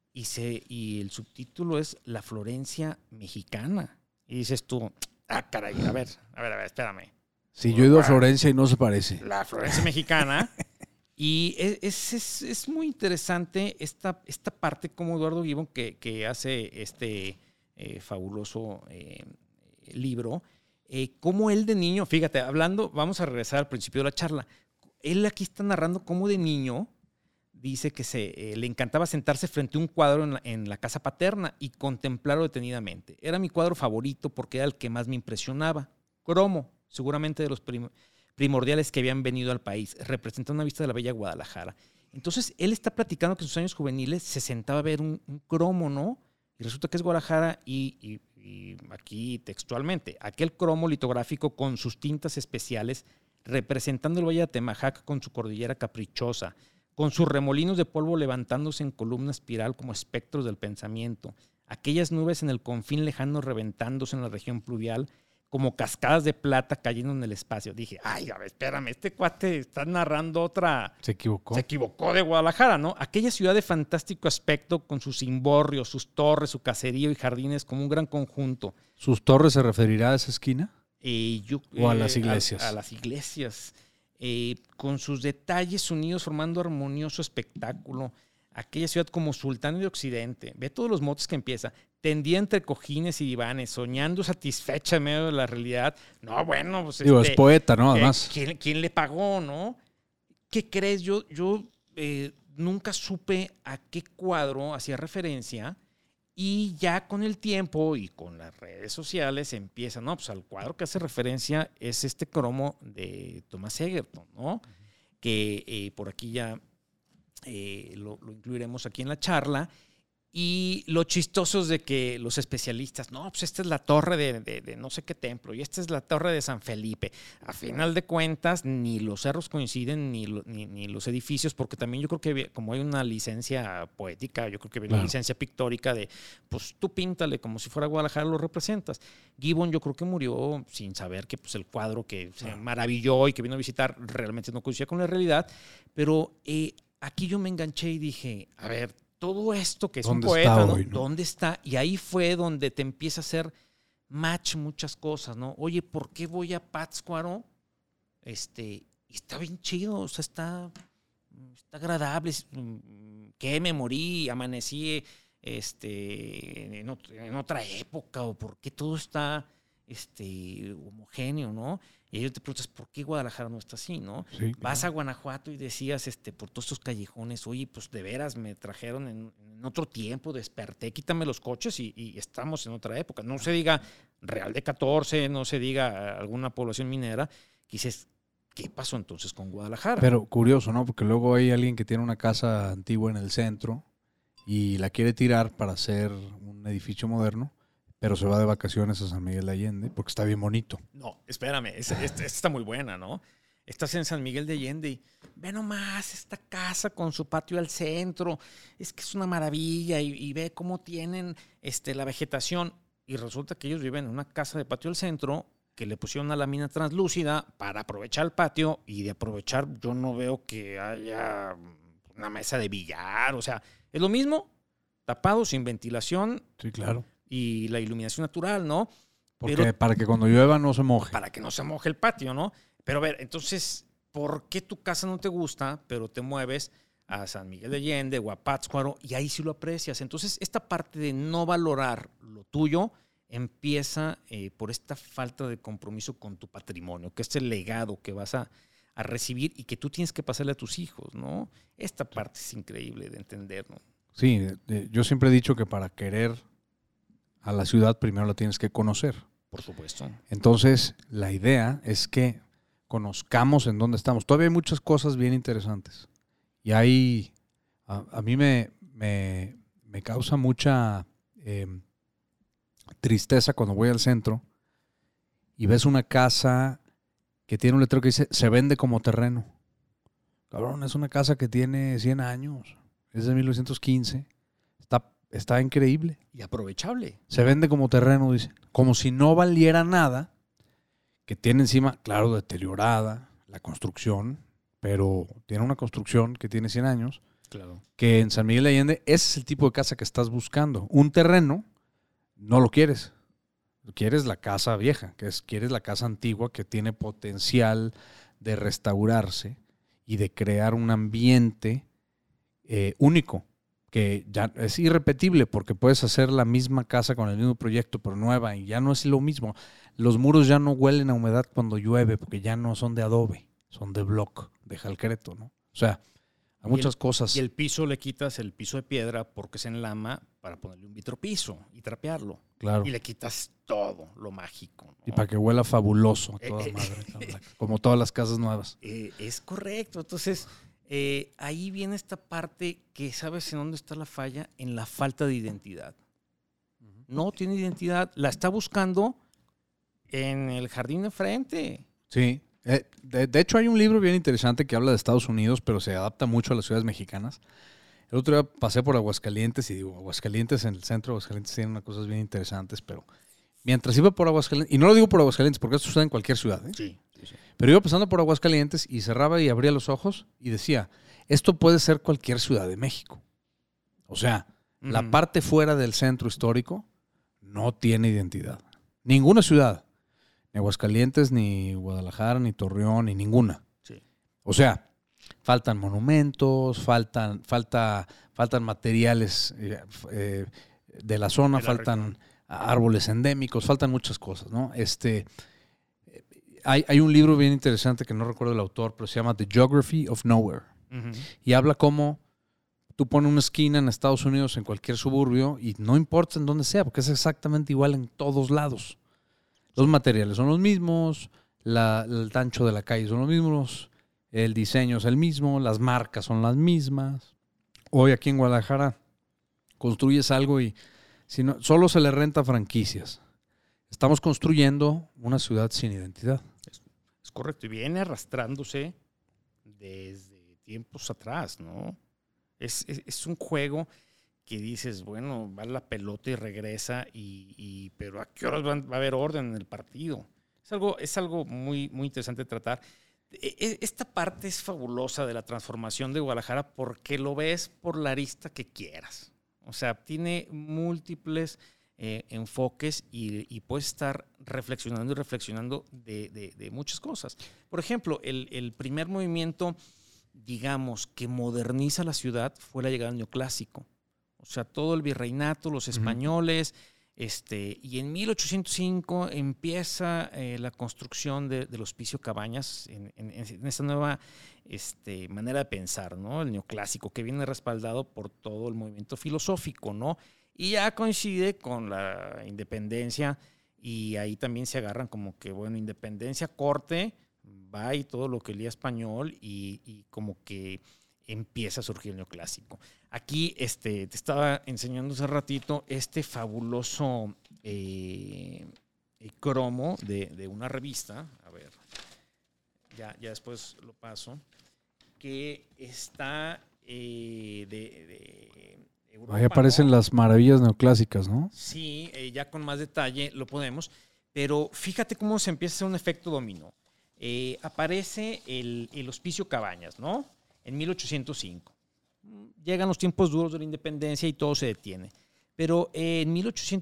y el subtítulo es La Florencia Mexicana. Y dices tú, caray, a ver, espérame. Sí, yo he ido a Florencia y no se parece. La Florencia Mexicana. Y es muy interesante esta parte como Eduardo Gibbon que hace este fabuloso libro, cómo él de niño, fíjate, vamos a regresar al principio de la charla, él aquí está narrando cómo de niño dice que le encantaba sentarse frente a un cuadro en la casa paterna y contemplarlo detenidamente. Era mi cuadro favorito porque era el que más me impresionaba. Cromo, seguramente de los primordiales que habían venido al país, representando una vista de la bella Guadalajara. Entonces, él está platicando que en sus años juveniles se sentaba a ver un cromo, ¿no? Y resulta que es Guadalajara y aquí textualmente, aquel cromo litográfico con sus tintas especiales representando el Valle de Atemajac con su cordillera caprichosa, con sus remolinos de polvo levantándose en columna espiral como espectros del pensamiento, aquellas nubes en el confín lejano reventándose en la región pluvial como cascadas de plata cayendo en el espacio. Dije, ay, a ver, espérame, este cuate está narrando otra... Se equivocó de Guadalajara, ¿no? Aquella ciudad de fantástico aspecto con sus cimborrios, sus torres, su caserío y jardines como un gran conjunto. ¿Sus torres se referirá a esa esquina? ¿O a las iglesias? A las iglesias. Con sus detalles unidos formando armonioso espectáculo. Aquella ciudad como sultán de Occidente. Ve todos los motes que empieza. Tendía entre cojines y divanes, soñando satisfecha en medio de la realidad. No, bueno, pues digo, es poeta, ¿no? Además. ¿Quién le pagó, no? ¿Qué crees? Yo nunca supe a qué cuadro hacía referencia y ya con el tiempo y con las redes sociales empieza, no, pues al cuadro que hace referencia es este cromo de Thomas Egerton, ¿no? Que por aquí ya lo incluiremos aquí en la charla. Y lo chistoso es de que los especialistas, no, pues esta es la torre de no sé qué templo y esta es la torre de San Felipe. A final de cuentas, ni los cerros coinciden ni los edificios, porque también yo creo que como hay una licencia poética, yo creo que hay una licencia pictórica de, pues tú píntale como si fuera Guadalajara, lo representas. Gibbon yo creo que murió sin saber que pues, el cuadro que se maravilló y que vino a visitar realmente no coincidía con la realidad, pero aquí yo me enganché y dije, a ver, todo esto que es un poeta, ¿no? ¿Dónde está? Y ahí fue donde te empieza a hacer match muchas cosas, ¿no? Oye, ¿por qué voy a Pátzcuaro? Y está bien chido, o sea, está agradable. ¿Qué? Me morí, amanecí en otra época, o por qué todo está homogéneo, ¿no? Y ahí te preguntas, ¿por qué Guadalajara no está así, no? Sí, claro. Vas a Guanajuato y decías, por todos estos callejones, oye, pues de veras me trajeron en otro tiempo, desperté, quítame los coches y estamos en otra época. No se diga Real de 14, no se diga alguna población minera, que dices, ¿qué pasó entonces con Guadalajara? Pero curioso, ¿no? Porque luego hay alguien que tiene una casa antigua en el centro y la quiere tirar para hacer un edificio moderno, pero se va de vacaciones a San Miguel de Allende porque está bien bonito. No, espérame, esta está muy buena, ¿no? Estás en San Miguel de Allende y ve nomás esta casa con su patio al centro. Es que es una maravilla y ve cómo tienen la vegetación. Y resulta que ellos viven en una casa de patio al centro que le pusieron una lámina translúcida para aprovechar el patio, y de aprovechar yo no veo que haya una mesa de billar, o sea, es lo mismo, tapado, sin ventilación. Sí, claro. Y la iluminación natural, ¿no? Porque para que cuando llueva no se moje. Para que no se moje el patio, ¿no? Pero a ver, entonces, ¿por qué tu casa no te gusta, pero te mueves a San Miguel de Allende o a Pátzcuaro y ahí sí lo aprecias? Entonces, esta parte de no valorar lo tuyo empieza por esta falta de compromiso con tu patrimonio, que es el legado que vas a recibir y que tú tienes que pasarle a tus hijos, ¿no? Esta parte es increíble de entender, ¿no? Sí, yo siempre he dicho que para querer a la ciudad primero la tienes que conocer. Por supuesto. Entonces, la idea es que conozcamos en dónde estamos. Todavía hay muchas cosas bien interesantes. Y hay, a mí me causa mucha tristeza cuando voy al centro y ves una casa que tiene un letrero que dice, se vende como terreno. Cabrón, es una casa que tiene 100 años. Es de 1915. Está increíble. Y aprovechable. Se vende como terreno, dice. Como si no valiera nada. Que tiene encima, claro, deteriorada la construcción. Pero tiene una construcción que tiene 100 años. Claro. Que en San Miguel de Allende, ese es el tipo de casa que estás buscando. Un terreno, no lo quieres. Quieres la casa vieja. Quieres la casa antigua que tiene potencial de restaurarse y de crear un ambiente único. Que ya es irrepetible porque puedes hacer la misma casa con el mismo proyecto pero nueva y ya no es lo mismo. Los muros ya no huelen a humedad cuando llueve porque ya no son de adobe, son de block, de jalcreto, ¿no? O sea, hay muchas cosas. Y el piso le quitas el piso de piedra porque se enlama para ponerle un vitropiso y trapearlo. Claro. Y le quitas todo lo mágico, ¿no? Y para que huela fabuloso, toda madre, como todas las casas nuevas. Es correcto. Entonces, ahí viene esta parte que sabes en dónde está la falla, en la falta de identidad. No tiene identidad, la está buscando en el jardín de frente. Sí, de hecho hay un libro bien interesante que habla de Estados Unidos, pero se adapta mucho a las ciudades mexicanas. El otro día pasé por Aguascalientes y digo, Aguascalientes, en el centro de Aguascalientes tienen unas cosas bien interesantes, pero mientras iba por Aguascalientes, y no lo digo por Aguascalientes porque esto sucede en cualquier ciudad, ¿eh? Sí. Pero iba pasando por Aguascalientes y cerraba y abría los ojos y decía, esto puede ser cualquier ciudad de México. O sea, la parte fuera del centro histórico no tiene identidad. Ninguna ciudad. Ni Aguascalientes, ni Guadalajara, ni Torreón, ni ninguna. Sí. O sea, faltan monumentos, faltan materiales de la zona, faltan árboles endémicos, faltan muchas cosas, ¿no? Hay un libro bien interesante que no recuerdo el autor, pero se llama The Geography of Nowhere. Y habla cómo tú pones una esquina en Estados Unidos, en cualquier suburbio, y no importa en dónde sea, porque es exactamente igual en todos lados. Los materiales son los mismos, el ancho de la calle son los mismos, el diseño es el mismo, las marcas son las mismas. Hoy aquí en Guadalajara construyes algo y solo se le renta franquicias. Estamos construyendo una ciudad sin identidad. Es correcto, y viene arrastrándose desde tiempos atrás, ¿no? Es un juego que dices, bueno, va la pelota y regresa, pero ¿a qué horas va a haber orden en el partido? Es algo muy, muy interesante de tratar. Esta parte es fabulosa de la transformación de Guadalajara porque lo ves por la arista que quieras. O sea, tiene múltiples enfoques y puedes estar reflexionando y reflexionando de muchas cosas. Por ejemplo, el primer movimiento, digamos, que moderniza la ciudad fue la llegada del neoclásico. O sea, todo el virreinato, los españoles, y en 1805 empieza la construcción del Hospicio Cabañas en esta nueva manera de pensar, ¿no? El neoclásico, que viene respaldado por todo el movimiento filosófico, ¿no? Y ya coincide con la independencia y ahí también se agarran como que, bueno, independencia, corte, va y todo lo que leía español y como que empieza a surgir el neoclásico. Aquí te estaba enseñando hace ratito este fabuloso cromo de una revista, a ver, ya después lo paso, que está de Europa, ahí aparecen, ¿no?, las maravillas neoclásicas, ¿no? Sí, ya con más detalle lo podemos, Pero fíjate cómo se empieza a hacer un efecto dominó. Aparece el Hospicio Cabañas, ¿no? En 1805. Llegan los tiempos duros de la independencia y todo se detiene. Pero en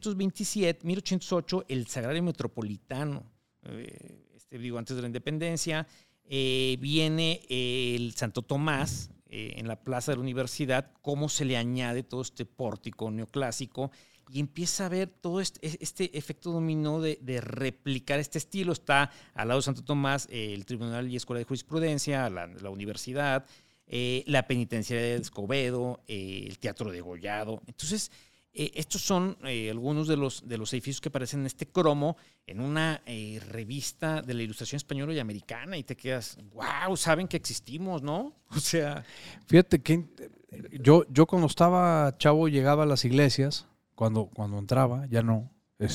1808, el Sagrario Metropolitano, antes de la independencia, viene el Santo Tomás en la plaza de la universidad, cómo se le añade todo este pórtico neoclásico y empieza a ver todo este efecto dominó de replicar este estilo. Está al lado de Santo Tomás el Tribunal y Escuela de Jurisprudencia, la universidad, la penitenciaria de Escobedo, el Teatro de Degollado. Entonces, estos son algunos de los edificios que aparecen en este cromo en una revista de la Ilustración española y americana y te quedas, wow, saben que existimos, ¿no? O sea... Fíjate que yo cuando estaba chavo llegaba a las iglesias, cuando entraba, ya no,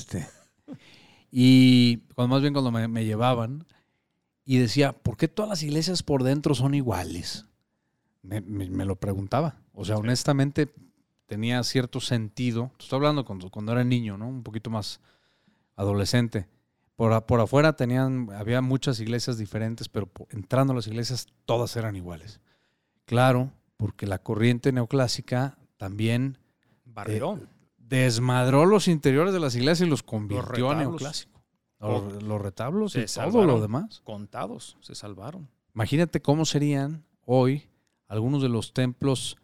y cuando me llevaban y decía, ¿por qué todas las iglesias por dentro son iguales? Me lo preguntaba, o sea, honestamente... tenía cierto sentido. Estoy hablando cuando era niño, ¿no? Un poquito más adolescente. Por afuera había muchas iglesias diferentes, pero entrando a las iglesias todas eran iguales. Claro, porque la corriente neoclásica también barrió. Desmadró los interiores de las iglesias y los convirtió a neoclásico. Los retablos y todo lo demás. Contados, se salvaron. Imagínate cómo serían hoy algunos de los templos...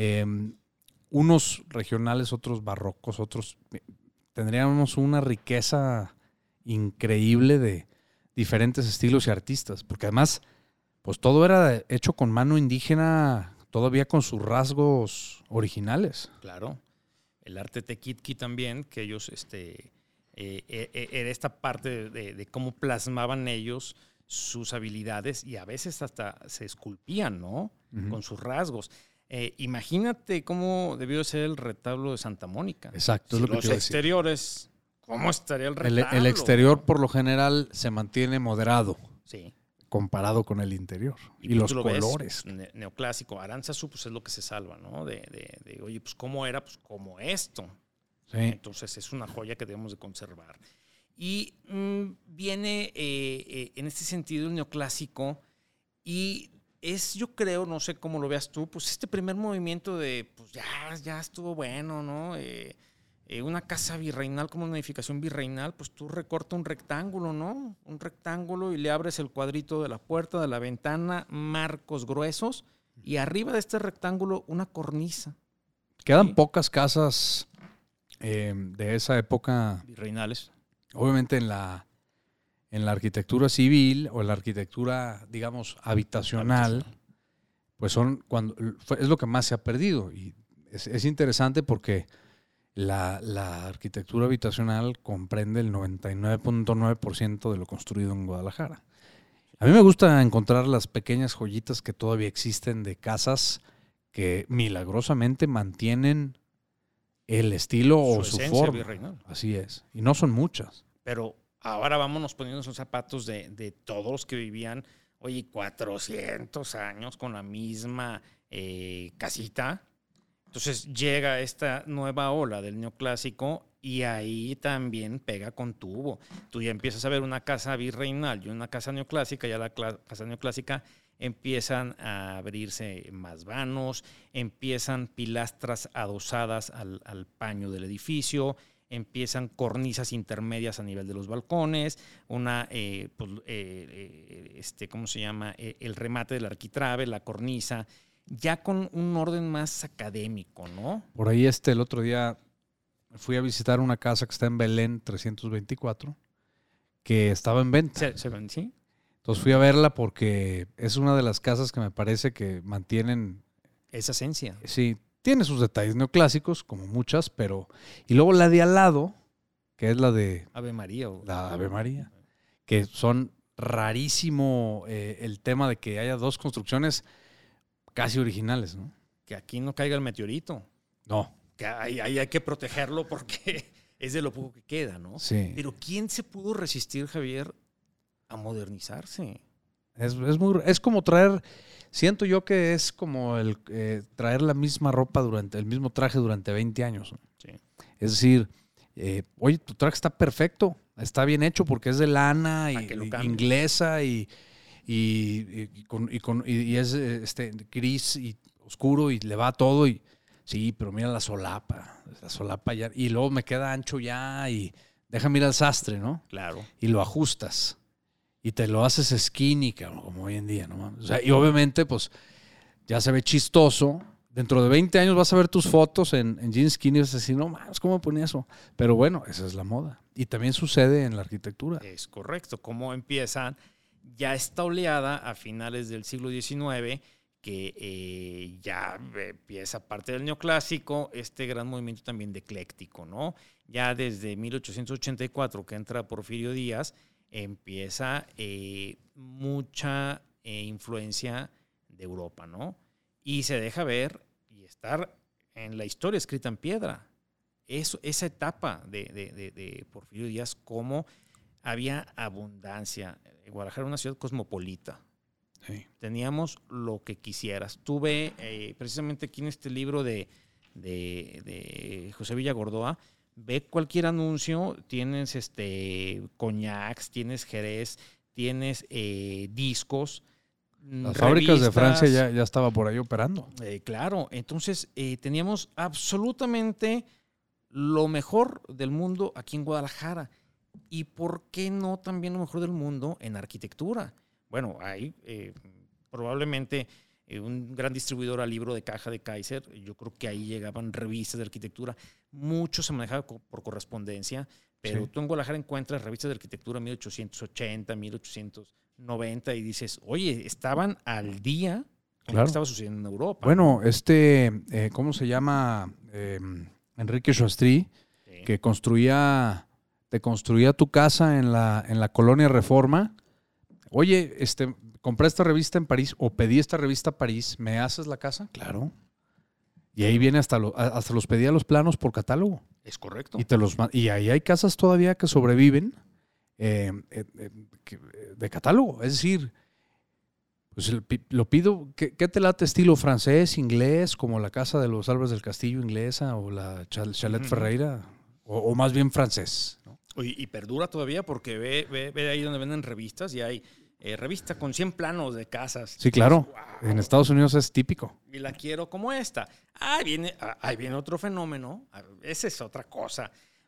unos regionales, otros barrocos, otros... Tendríamos una riqueza increíble de diferentes estilos y artistas, porque además, pues todo era hecho con mano indígena, todavía con sus rasgos originales. Claro. El arte tequitqui también, que ellos, era esta parte de cómo plasmaban ellos sus habilidades y a veces hasta se esculpían, ¿no? Uh-huh. Con sus rasgos. Imagínate cómo debió ser el retablo de Santa Mónica. Exacto. Si es lo los que exteriores, ¿cómo estaría el retablo? El exterior, por lo general, se mantiene moderado. Sí. Comparado con el interior. Y los colores. Ves, neoclásico. Aránzazu, pues es lo que se salva, ¿no? Oye, pues ¿cómo era? Pues como esto. Sí. Entonces es una joya que debemos de conservar. Y viene en este sentido el neoclásico y... yo creo, no sé cómo lo veas tú, pues este primer movimiento de, pues ya estuvo bueno, ¿no? Una casa virreinal como una edificación virreinal, pues tú recortas un rectángulo, ¿no? Un rectángulo y le abres el cuadrito de la puerta, de la ventana, marcos gruesos y arriba de este rectángulo una cornisa. Quedan pocas casas de esa época. Virreinales. Obviamente en la arquitectura civil o en la arquitectura, digamos, habitacional, pues es lo que más se ha perdido. Y es interesante porque la arquitectura habitacional comprende el 99.9% de lo construido en Guadalajara. A mí me gusta encontrar las pequeñas joyitas que todavía existen de casas que milagrosamente mantienen el estilo o su forma. Virreinal. Así es. Y no son muchas. Pero ahora vámonos poniendo esos zapatos de todos los que vivían, 400 años con la misma casita. Entonces llega esta nueva ola del neoclásico y ahí también pega con tubo. Tú ya empiezas a ver una casa virreinal y una casa neoclásica, ya la casa neoclásica empiezan a abrirse más vanos, empiezan pilastras adosadas al paño del edificio, empiezan cornisas intermedias a nivel de los balcones, ¿cómo se llama? El remate del arquitrabe, la cornisa, ya con un orden más académico, ¿no? Por ahí el otro día fui a visitar una casa que está en Belén 324, que estaba en venta. ¿Sí? Entonces fui a verla porque es una de las casas que me parece que mantienen... esa esencia. Sí. Tiene sus detalles neoclásicos, como muchas, pero... Y luego la de al lado, que es la de... Ave María. La Ave María. Que son rarísimo el tema de que haya dos construcciones casi originales, ¿no? Que aquí no caiga el meteorito. No. Que ahí hay que protegerlo porque es de lo poco que queda, ¿no? Sí. Pero ¿quién se pudo resistir, Javier, a modernizarse? Es como traer... Siento yo que es como traer la misma ropa el mismo traje durante 20 años, ¿no? Sí. Es decir, oye, tu traje está perfecto, Está bien hecho porque es de lana y que lo cambie. inglesa y es gris y oscuro y le va todo. Y sí, pero mira la solapa ya. Y luego me queda ancho ya y déjame ir al sastre, ¿no? Claro. Y lo ajustas. Y te lo haces skinny, como hoy en día, ¿no? O sea, y obviamente, pues, ya se ve chistoso. Dentro de 20 años vas a ver tus fotos en jeans skinny y vas a decir, no mames, ¿cómo ponía eso? Pero bueno, esa es la moda. Y también sucede en la arquitectura. Es correcto. ¿Cómo empiezan? Ya esta oleada a finales del siglo XIX, que ya empieza parte del neoclásico, este gran movimiento también de ecléctico, ¿no? Ya desde 1884 que entra Porfirio Díaz, empieza mucha influencia de Europa, ¿no? Y se deja ver y estar en la historia escrita en piedra. Esa etapa de Porfirio Díaz, cómo había abundancia. Guadalajara era una ciudad cosmopolita. Sí. Teníamos lo que quisieras. Tuve precisamente aquí en este libro de José Villagordoa, ve cualquier anuncio, tienes coñacs, tienes jerez, tienes discos. Las fábricas de Francia ya estaba por ahí operando. Claro, entonces teníamos absolutamente lo mejor del mundo aquí en Guadalajara. ¿Y por qué no también lo mejor del mundo en arquitectura? Bueno, hay probablemente un gran distribuidor al libro de caja de Kaiser. Yo creo que ahí llegaban revistas de arquitectura. Mucho se manejaba por correspondencia, pero tú en Guadalajara encuentras revistas de arquitectura 1880, 1890 y dices, oye, estaban al día con lo que estaba sucediendo en Europa. Bueno, ¿cómo se llama? Enrique Chastry, que te construía tu casa en la colonia Reforma. Oye, compré esta revista en París o pedí esta revista a París, ¿me haces la casa? Claro. Y ahí viene hasta los pedía los planos por catálogo. Es correcto. Y ahí hay casas todavía que sobreviven de catálogo. Es decir, pues lo pido, ¿qué te late estilo francés, inglés, como la casa de los Álvarez del Castillo inglesa o la Chalet Ferreira? O más bien francés, ¿no? Y perdura todavía porque ve ahí donde venden revistas y hay revista con 100 planos de casas. Sí, claro. Wow. En Estados Unidos es típico. Y la quiero como esta. Ahí viene otro fenómeno. Esa es otra cosa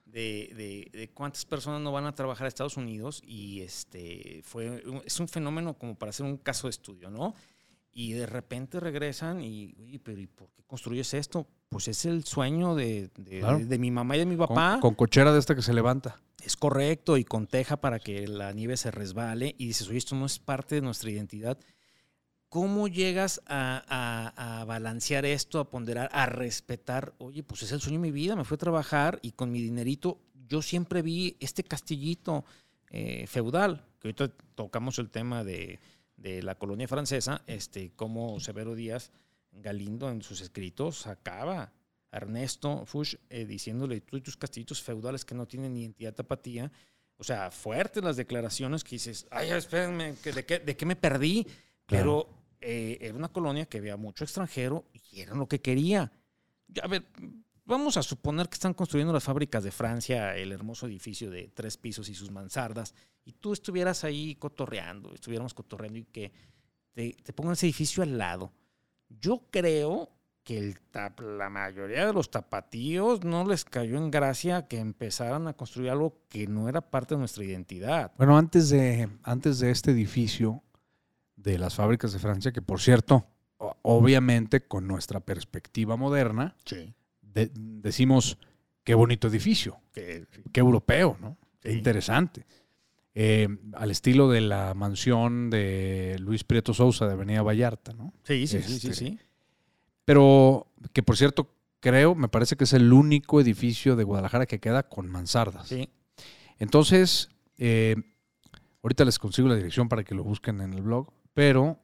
de cuántas personas no van a trabajar a Estados Unidos y es un fenómeno como para hacer un caso de estudio, ¿no? Y de repente regresan y, oye, pero ¿y por qué construyes esto? Pues es el sueño de mi mamá y de mi papá. Con cochera de esta que se levanta. Es correcto, y con teja para que la nieve se resbale. Y dices, oye, esto no es parte de nuestra identidad. ¿Cómo llegas a balancear esto, a ponderar, a respetar? Oye, pues es el sueño de mi vida. Me fui a trabajar y con mi dinerito yo siempre vi este castillito feudal, que ahorita tocamos el tema de la colonia francesa, cómo Severo Díaz Galindo en sus escritos sacaba a Ernesto Fuchs diciéndole, tú y tus castillitos feudales que no tienen ni identidad tapatía. O sea, fuertes las declaraciones que dices, ay, espérenme, ¿de qué me perdí? Claro. Pero era una colonia que había mucho extranjero y era lo que quería. A ver, vamos a suponer que están construyendo las fábricas de Francia, el hermoso edificio de 3 pisos y sus mansardas, y tú estuvieras ahí estuviéramos cotorreando y que te pongan ese edificio al lado. Yo creo que la mayoría de los tapatíos no les cayó en gracia que empezaran a construir algo que no era parte de nuestra identidad. Bueno, antes de este edificio de las fábricas de Francia, que por cierto, obviamente con nuestra perspectiva moderna, sí. Decimos, qué bonito edificio, qué europeo, ¿no? Qué interesante. Al estilo de la mansión de Luis Prieto Sousa de Avenida Vallarta, ¿no? Sí. Pero que, por cierto, me parece que es el único edificio de Guadalajara que queda con mansardas. Sí. Entonces, ahorita les consigo la dirección para que lo busquen en el blog, pero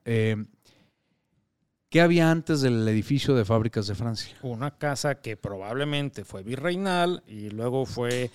¿qué había antes del edificio de Fábricas de Francia? Una casa que probablemente fue virreinal y luego fue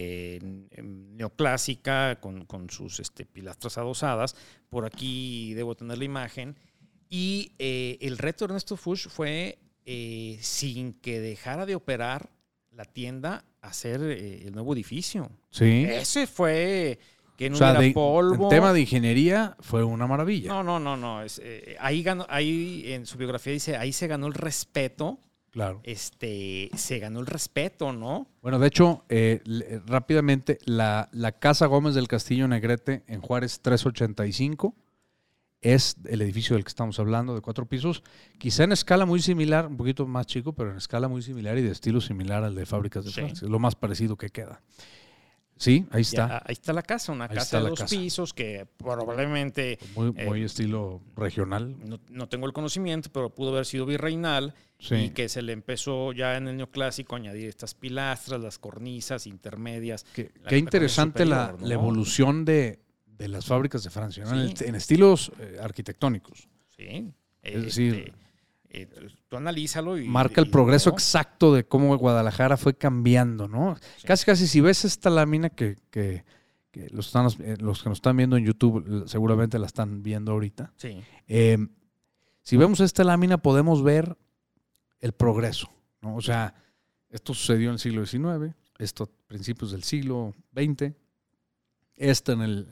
neoclásica con sus pilastras adosadas. Por aquí debo tener la imagen. Y el reto de Ernesto Fuchs fue, sin que dejara de operar la tienda, hacer el nuevo edificio. Sí. Ese fue que no O sea, hubiera polvo. en tema de ingeniería fue una maravilla. No. Ahí ganó, ahí en su biografía dice, ahí se ganó el respeto. Claro. Se ganó el respeto, ¿no? Bueno, de hecho, rápidamente, la Casa Gómez del Castillo Negrete en Juárez 385 es el edificio del que estamos hablando, de 4 pisos, quizá en escala muy similar, un poquito más chico, pero en escala muy similar y de estilo similar al de Fábricas de Francia. Es lo más parecido que queda. Sí, ahí está. Ya, ahí está la casa, una casa de 2 pisos que probablemente... Muy estilo regional. No tengo el conocimiento, pero pudo haber sido virreinal. Sí. Y que se le empezó ya en el neoclásico a añadir estas pilastras, las cornisas intermedias. Qué interesante superior, ¿no? La evolución de las fábricas de Francia, ¿no? Sí. En estilos arquitectónicos. Sí. Es decir, tú analízalo y... Marca el progreso exacto de cómo Guadalajara fue cambiando, ¿no? Sí. Casi si ves esta lámina que los que nos están viendo en YouTube seguramente la están viendo ahorita. Sí. Si vemos esta lámina podemos ver el progreso, ¿no? O sea, esto sucedió en el siglo XIX, esto a principios del siglo XX, esto en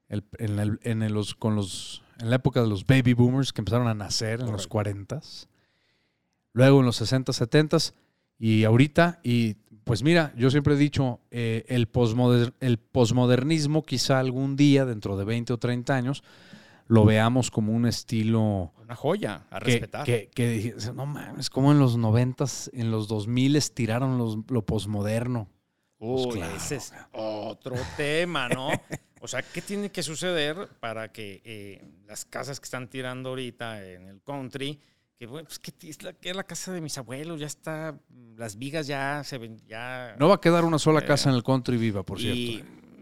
la época de los baby boomers que empezaron a nacer en los 40s, luego en los 60s, 70s y ahorita, y pues mira, yo siempre he dicho, el posmodernismo quizá algún día, dentro de 20 o 30 años, lo veamos como un estilo... Una joya a respetar. Que no mames, como en los 90s, en los 2000s tiraron lo posmoderno. Uy, pues claro, ese es otro tema, ¿no? O sea, ¿qué tiene que suceder para que las casas que están tirando ahorita en el country, que bueno, pues que es la casa de mis abuelos, ya está, las vigas ya se ven, ya... No va a quedar una sola casa en el country viva, por cierto.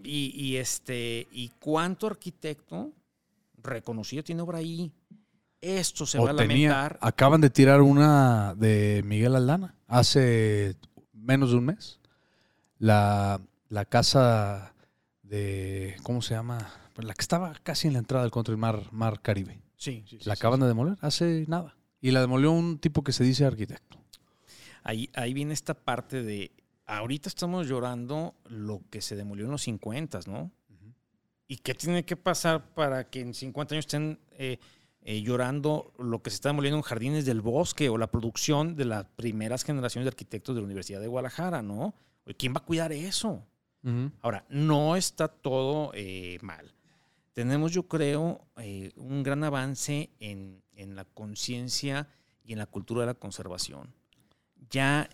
¿Y cuánto arquitecto reconocido tiene obra ahí? Esto se va a lamentar. Acaban de tirar una de Miguel Aldana hace menos de un mes. La casa de, ¿cómo se llama? La que estaba casi en la entrada del country, Mar Caribe. Sí. La acaban de demoler hace nada. Y la demolió un tipo que se dice arquitecto. Ahí viene esta parte de, ahorita estamos llorando lo que se demolió en los 50s, ¿no? Uh-huh. ¿Y qué tiene que pasar para que en 50 años estén llorando lo que se está demoliendo en Jardines del Bosque o la producción de las primeras generaciones de arquitectos de la Universidad de Guadalajara, ¿no? ¿Quién va a cuidar eso? Uh-huh. Ahora, no está todo mal. Tenemos, yo creo, un gran avance en la conciencia y en la cultura de la conservación. Ya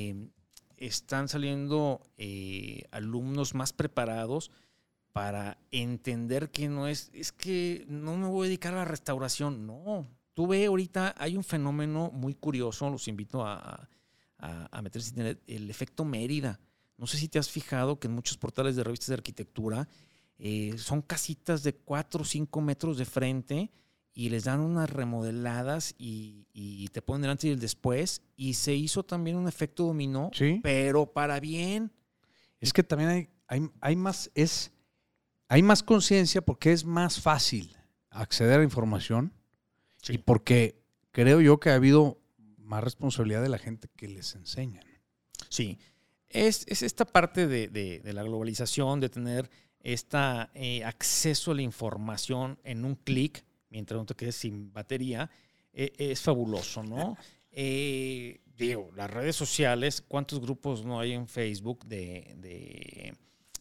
están saliendo alumnos más preparados para entender que no es que no me voy a dedicar a la restauración. No, tú ve ahorita, hay un fenómeno muy curioso, los invito a meterse en internet, el efecto Mérida. No sé si te has fijado que en muchos portales de revistas de arquitectura son casitas de 4 o 5 metros de frente y les dan unas remodeladas y te ponen el antes y el después. Y se hizo también un efecto dominó, ¿sí? Pero para bien. Es que también hay más conciencia porque es más fácil acceder a la información, sí. Y porque creo yo que ha habido más responsabilidad de la gente que les enseñan. Sí, es esta parte de la globalización, de tener acceso a la información en un clic, mientras no te quedes sin batería, es fabuloso, ¿no? Digo, las redes sociales, ¿cuántos grupos no hay en Facebook que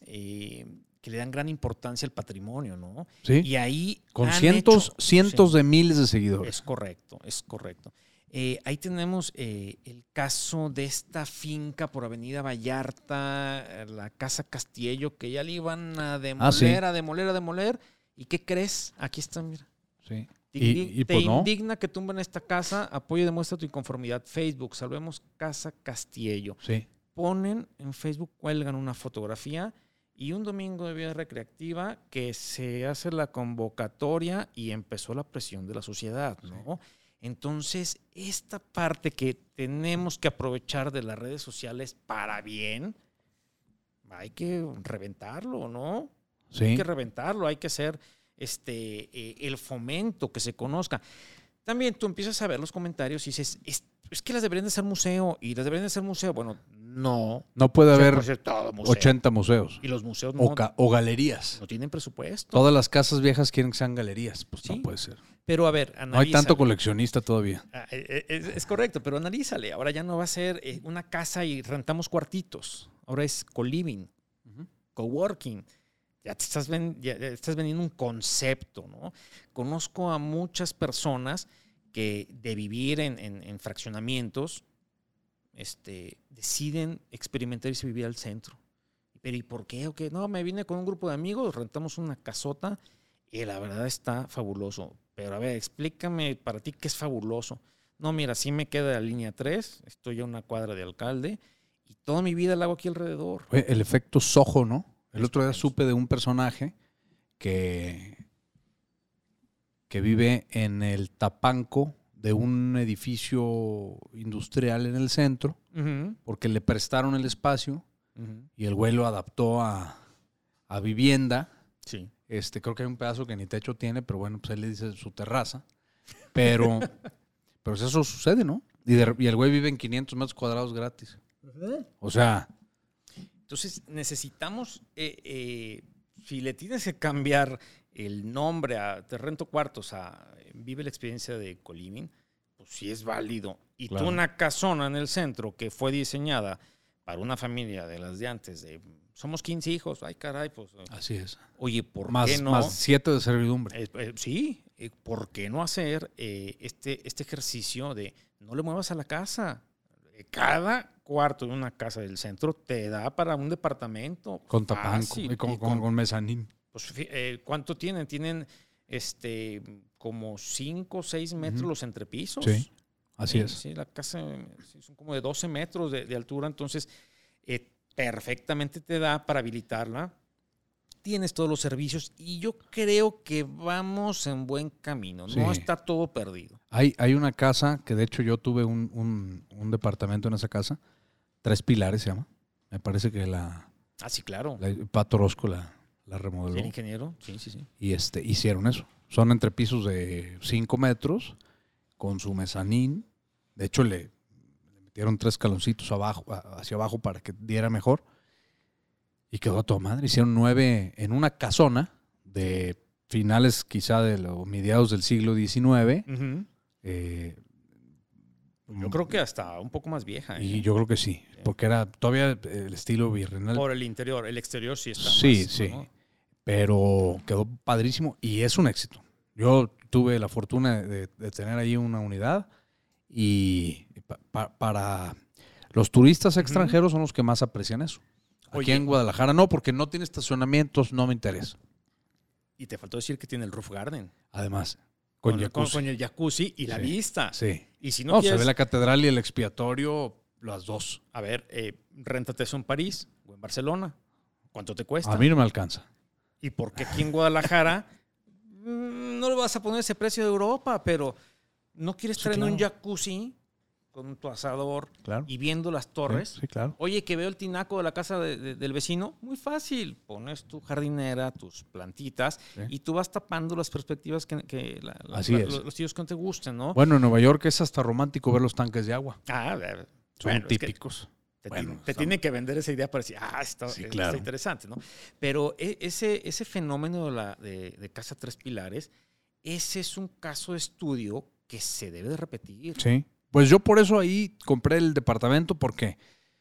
le dan gran importancia al patrimonio, ¿no? Sí. Y ahí con cientos sí. de miles de seguidores. Es correcto. Ahí tenemos el caso de esta finca por Avenida Vallarta, la Casa Castillo, que ya le iban a demoler, sí. a demoler. ¿Y qué crees? Aquí está, mira. Sí. Te pues indigna que tumben esta casa, apoya y demuestra tu inconformidad. Facebook, Salvemos Casa Castillo. Sí. Ponen en Facebook, cuelgan una fotografía y un domingo de vida recreativa que se hace la convocatoria y empezó la presión de la sociedad, ¿no? Sí. Entonces, esta parte que tenemos que aprovechar de las redes sociales para bien, hay que reventarlo, ¿no? Sí. Hay que reventarlo, hay que hacer el fomento, que se conozca. También tú empiezas a ver los comentarios y dices, Es que las deberían de ser museo. Y las deberían de ser museo. Bueno, no. No puede O sea, haber puede ser todo museo. 80 museos. Y los museos O galerías. no tienen presupuesto. Todas las casas viejas quieren que sean galerías. Pues Sí. no puede ser. Pero a ver, No hay tanto coleccionista todavía. Es correcto, pero analízale. Ahora ya no va a ser una casa y rentamos cuartitos. Ahora es co-living, coworking. Ya estás vendiendo un concepto, ¿no? Conozco a muchas personas que de vivir en fraccionamientos deciden experimentar y se vivir al centro. Pero ¿y por qué? Okay, no, me vine con un grupo de amigos, rentamos una casota y la verdad está fabuloso. Pero a ver, explícame para ti qué es fabuloso. No, mira, sí me queda la línea 3, estoy a una cuadra de Alcalde y toda mi vida la hago aquí alrededor. Oye, el efecto Soho, ¿no? El otro día Estupendo. supe de un personaje que vive en el tapanco de un edificio industrial en el centro, Uh-huh. porque le prestaron el espacio Uh-huh. y el güey lo adaptó a vivienda. Sí. Creo que hay un pedazo que ni techo tiene, pero bueno, pues él le dice su terraza. Pero eso sucede, ¿no? Y el güey vive en 500 metros cuadrados gratis. O sea, Entonces necesitamos, si le tienes que cambiar el nombre a Te Rento Cuartos a Vive la experiencia de co-living, pues sí es válido. Y claro. tú una casona en el centro que fue diseñada para una familia de las de antes, somos 15 hijos, ay caray, pues. Así es. Oye, ¿por Más, qué no? más 7 de servidumbre. Sí, ¿por qué no hacer este ejercicio de no le muevas a la casa? Cada cuarto de una casa del centro te da para un departamento. Con tapanco fácil. y con mezanín. Pues, ¿cuánto tienen? Tienen como 5 o 6 metros los entrepisos. Sí, así es. Sí, la casa son como de 12 metros de altura, entonces perfectamente te da para habilitarla. Tienes todos los servicios y yo creo que vamos en buen camino. Sí. No está todo perdido. Hay una casa que de hecho yo tuve un departamento en esa casa. 3 Pilares se llama. Me parece que Sí, claro. Pato Orozco la remodeló. ¿El ingeniero? Sí. Y hicieron eso. Son entrepisos de 5 metros con su mezanín. De hecho, le metieron 3 escaloncitos hacia abajo para que diera mejor. Y quedó a toda madre. Hicieron 9 en una casona de finales quizá de los mediados del siglo XIX. Uh-huh. Yo creo que hasta un poco más vieja. Y yo creo que sí, porque era todavía el estilo virreinal. Por el interior. El exterior sí está Sí, más, sí. ¿no? Pero quedó padrísimo y es un éxito. Yo tuve la fortuna de tener ahí una unidad y para los turistas extranjeros son los que más aprecian eso. Aquí Oye, en Guadalajara no, porque no tiene estacionamientos, no me interesa. y te faltó decir que tiene el roof garden. Además, con jacuzzi. Con el jacuzzi y la Sí, vista. Sí. Y si No, no se quieres, ve la catedral y el expiatorio, las dos. a ver, réntate eso en París o en Barcelona. ¿Cuánto te cuesta? A mí no me alcanza. ¿Y por qué aquí en Guadalajara no le vas a poner ese precio de Europa? Pero no quieres Sí, estar en claro. un jacuzzi con tu asador Claro. y viendo las torres. Sí, claro. Oye, que veo el tinaco de la casa del vecino. Muy fácil. Pones tu jardinera, tus plantitas Sí. y tú vas tapando las perspectivas que Así es. los tíos que no te gusten, ¿no? Bueno, en Nueva York es hasta romántico ver los tanques de agua. A ver, Son bueno, es que típicos. te Bueno, tiene que vender esa idea para decir, está Sí, claro. interesante, ¿no? Pero ese fenómeno de Casa Tres Pilares, ese es un caso de estudio que se debe de repetir. Sí. Pues yo por eso ahí compré el departamento porque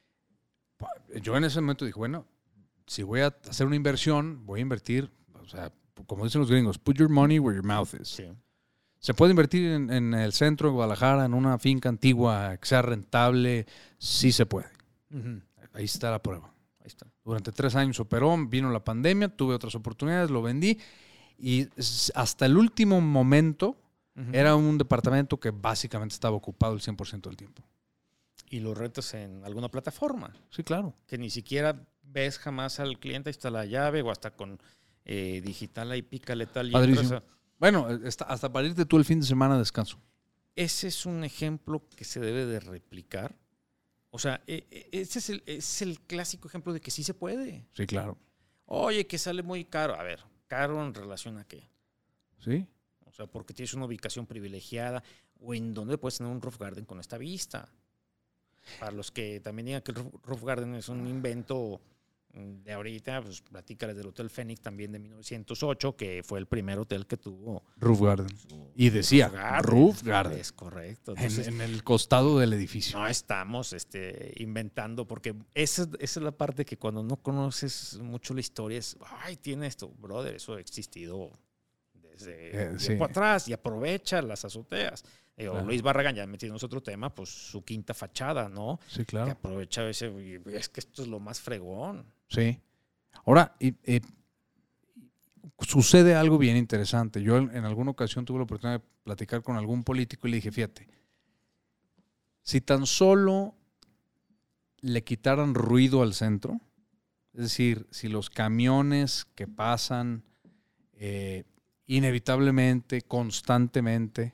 yo en ese momento dije, bueno, si voy a hacer una inversión, voy a invertir, o sea, como dicen los gringos, put your money where your mouth is. Sí. Se puede invertir en el centro de Guadalajara, en una finca antigua que sea rentable, sí se puede. Uh-huh. Ahí está la prueba. Ahí está. Durante 3 años operó, vino la pandemia, tuve otras oportunidades, lo vendí y hasta el último momento Uh-huh. era un departamento que básicamente estaba ocupado el 100% del tiempo. Y lo rentas en alguna plataforma, Sí, claro. que ni siquiera ves jamás al cliente, ahí está la llave, o hasta con digital ahí pícale tal y Padrísimo. entras Bueno, hasta para irte tú el fin de semana de descanso. Ese es un ejemplo que se debe de replicar. O sea, ese es el clásico ejemplo de que sí se puede. Sí, claro. Oye, que sale muy caro. A ver, ¿caro en relación a qué? Sí. O sea, porque tienes una ubicación privilegiada o en donde puedes tener un roof garden con esta vista. Para los que también digan que el roof garden es un invento de ahorita, pues platícales del Hotel Fénix también de 1908, que fue el primer hotel que tuvo Roof Garden. Y decía Roof Garden. Es correcto. Entonces, En el costado del edificio. No estamos inventando, porque esa es la parte que cuando no conoces mucho la historia es, ay, tiene esto, brother, eso ha existido desde tiempo atrás y aprovecha las azoteas. Claro. Luis Barragán, ya metiéndonos otro tema, pues su quinta fachada, ¿no? Sí, claro. Que aprovecha ese, es que esto es lo más fregón. Sí. Ahora, sucede algo bien interesante. Yo en alguna ocasión tuve la oportunidad de platicar con algún político y le dije, fíjate, si tan solo le quitaran ruido al centro, es decir, si los camiones que pasan inevitablemente, constantemente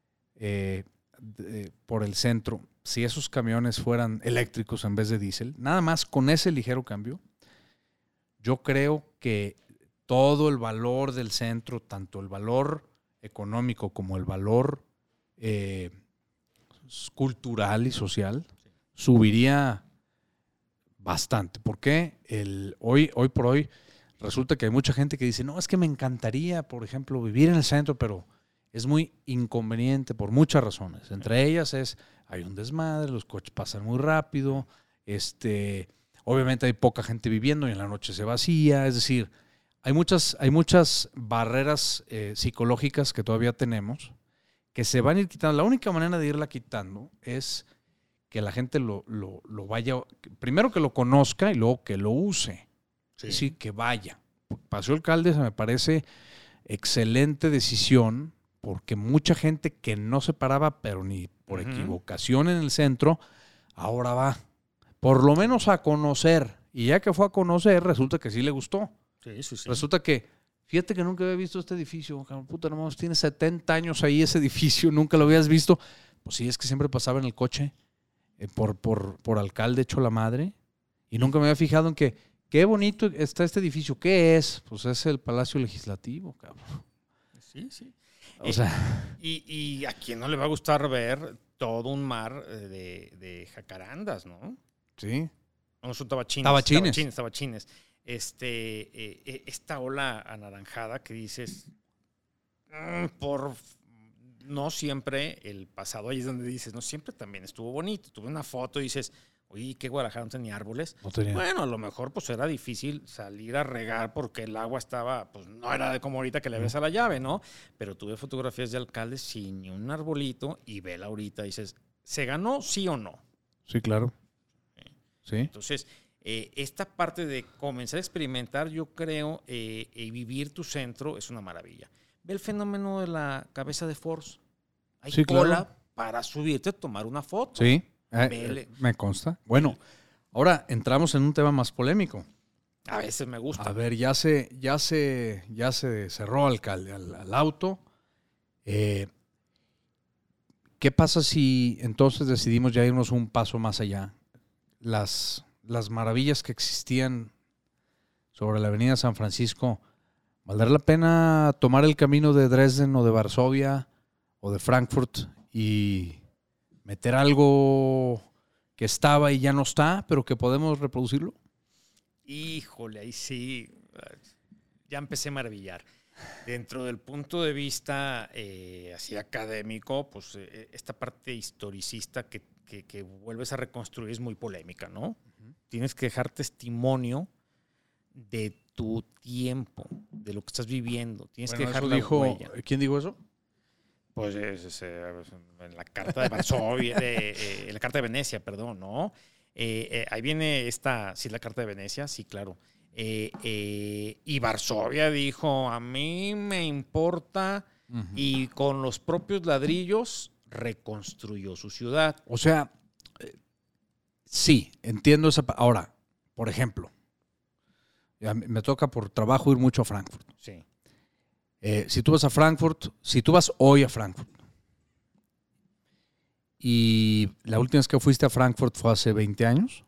por el centro, si esos camiones fueran eléctricos en vez de diésel, nada más con ese ligero cambio, yo creo que todo el valor del centro, tanto el valor económico como el valor cultural y social, subiría bastante. ¿Por qué? Hoy por hoy resulta que hay mucha gente que dice, no, es que me encantaría, por ejemplo, vivir en el centro, pero es muy inconveniente por muchas razones. Entre ellas hay un desmadre, los coches pasan muy rápido, obviamente hay poca gente viviendo y en la noche se vacía. Es decir, hay muchas barreras psicológicas que todavía tenemos que se van a ir quitando. La única manera de irla quitando es que la gente lo vaya, primero que lo conozca y luego que lo use. Sí. Es decir, que vaya. Paseo Alcalde me parece excelente decisión, porque mucha gente que no se paraba, pero ni por equivocación en el centro, ahora va, por lo menos a conocer. Y ya que fue a conocer, resulta que sí le gustó. Sí. Resulta que, fíjate que nunca había visto este edificio. Puta, no, tiene 70 años ahí ese edificio, nunca lo habías visto. Pues sí, es que siempre pasaba en el coche por Alcalde hecho la madre. Y nunca me había fijado en que, qué bonito está este edificio. ¿Qué es? Pues es el Palacio Legislativo, cabrón. Sí. O sea, y a quién no le va a gustar ver todo un mar de jacarandas, ¿no? Sí. No, son tabachines. Tabachines. Esta ola anaranjada que dices, no siempre el pasado, ahí es donde dices, no siempre también estuvo bonito. Tuve una foto y dices, oye, ¿qué Guadalajara no tenía árboles? No tenía. Bueno, a lo mejor pues era difícil salir a regar porque el agua estaba, pues no era como ahorita que le ves a la llave, ¿no? Pero tuve fotografías de alcaldes sin ni un arbolito y vela ahorita y dices, ¿se ganó sí o no? Sí, claro. Sí. Entonces, esta parte de comenzar a experimentar, yo creo, y vivir tu centro es una maravilla. Ve el fenómeno de la cabeza de Force. Hay cola para subirte a tomar una foto. Sí. Me consta. Bueno, ahora entramos en un tema más polémico. A veces me gusta. A ver, ya se cerró alcalde al auto. ¿Qué pasa si entonces decidimos ya irnos un paso más allá? Las maravillas que existían sobre la avenida San Francisco, ¿valdrá la pena tomar el camino de Dresden o de Varsovia o de Frankfurt y meter algo que estaba y ya no está, pero que podemos reproducirlo? Híjole, ahí sí, ya empecé a maravillar. Dentro del punto de vista así académico, pues esta parte historicista que vuelves a reconstruir es muy polémica, ¿no? Uh-huh. Tienes que dejar testimonio de tu tiempo, de lo que estás viviendo. Tienes que dejar la huella. ¿Quién dijo eso? Pues en la Carta de Varsovia, en la Carta de Venecia, perdón, ¿no? Ahí viene sí, la Carta de Venecia, sí, claro. Y Varsovia dijo, a mí me importa, y con los propios ladrillos reconstruyó su ciudad. O sea, sí, entiendo esa. Ahora, por ejemplo, me toca por trabajo ir mucho a Frankfurt. Sí. Si tú vas hoy a Frankfurt, y la última vez que fuiste a Frankfurt fue hace 20 años,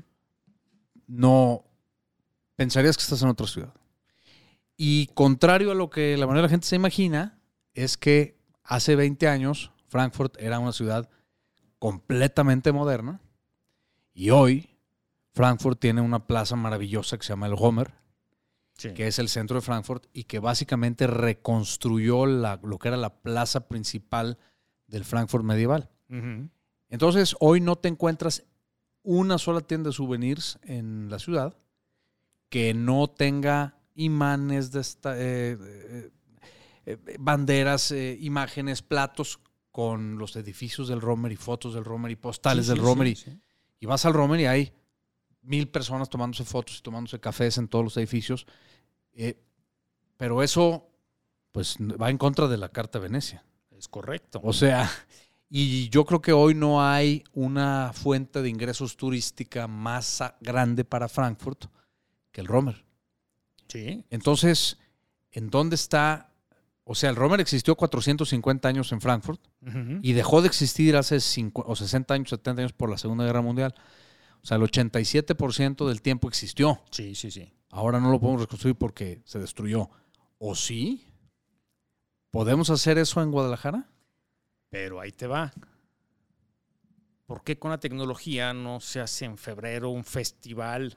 no pensarías que estás en otra ciudad. Y contrario a lo que la mayoría de la gente se imagina, es que hace 20 años Frankfurt era una ciudad completamente moderna y hoy Frankfurt tiene una plaza maravillosa que se llama el Homer, Sí. que es el centro de Frankfurt y que básicamente reconstruyó lo que era la plaza principal del Frankfurt medieval. Ujú. Entonces, hoy no te encuentras una sola tienda de souvenirs en la ciudad que no tenga imanes de banderas, imágenes, platos con los edificios del Romer y fotos del Romer y postales del Romer. Sí. Y vas al Romer y hay 1000 personas tomándose fotos y tomándose cafés en todos los edificios. Pero eso, pues, va en contra de la Carta de Venecia. Es correcto. O sea, y yo creo que hoy no hay una fuente de ingresos turística más grande para Frankfurt que el Romer. Sí. Entonces, ¿en dónde está? O sea, el Romer existió 450 años en Frankfurt Ujú. y dejó de existir hace 60 años, 70 años por la Segunda Guerra Mundial. O sea, el 87% del tiempo existió. Sí. Ahora no lo podemos reconstruir porque se destruyó. ¿O sí? ¿Podemos hacer eso en Guadalajara? Pero ahí te va. ¿Por qué con la tecnología no se hace en febrero un festival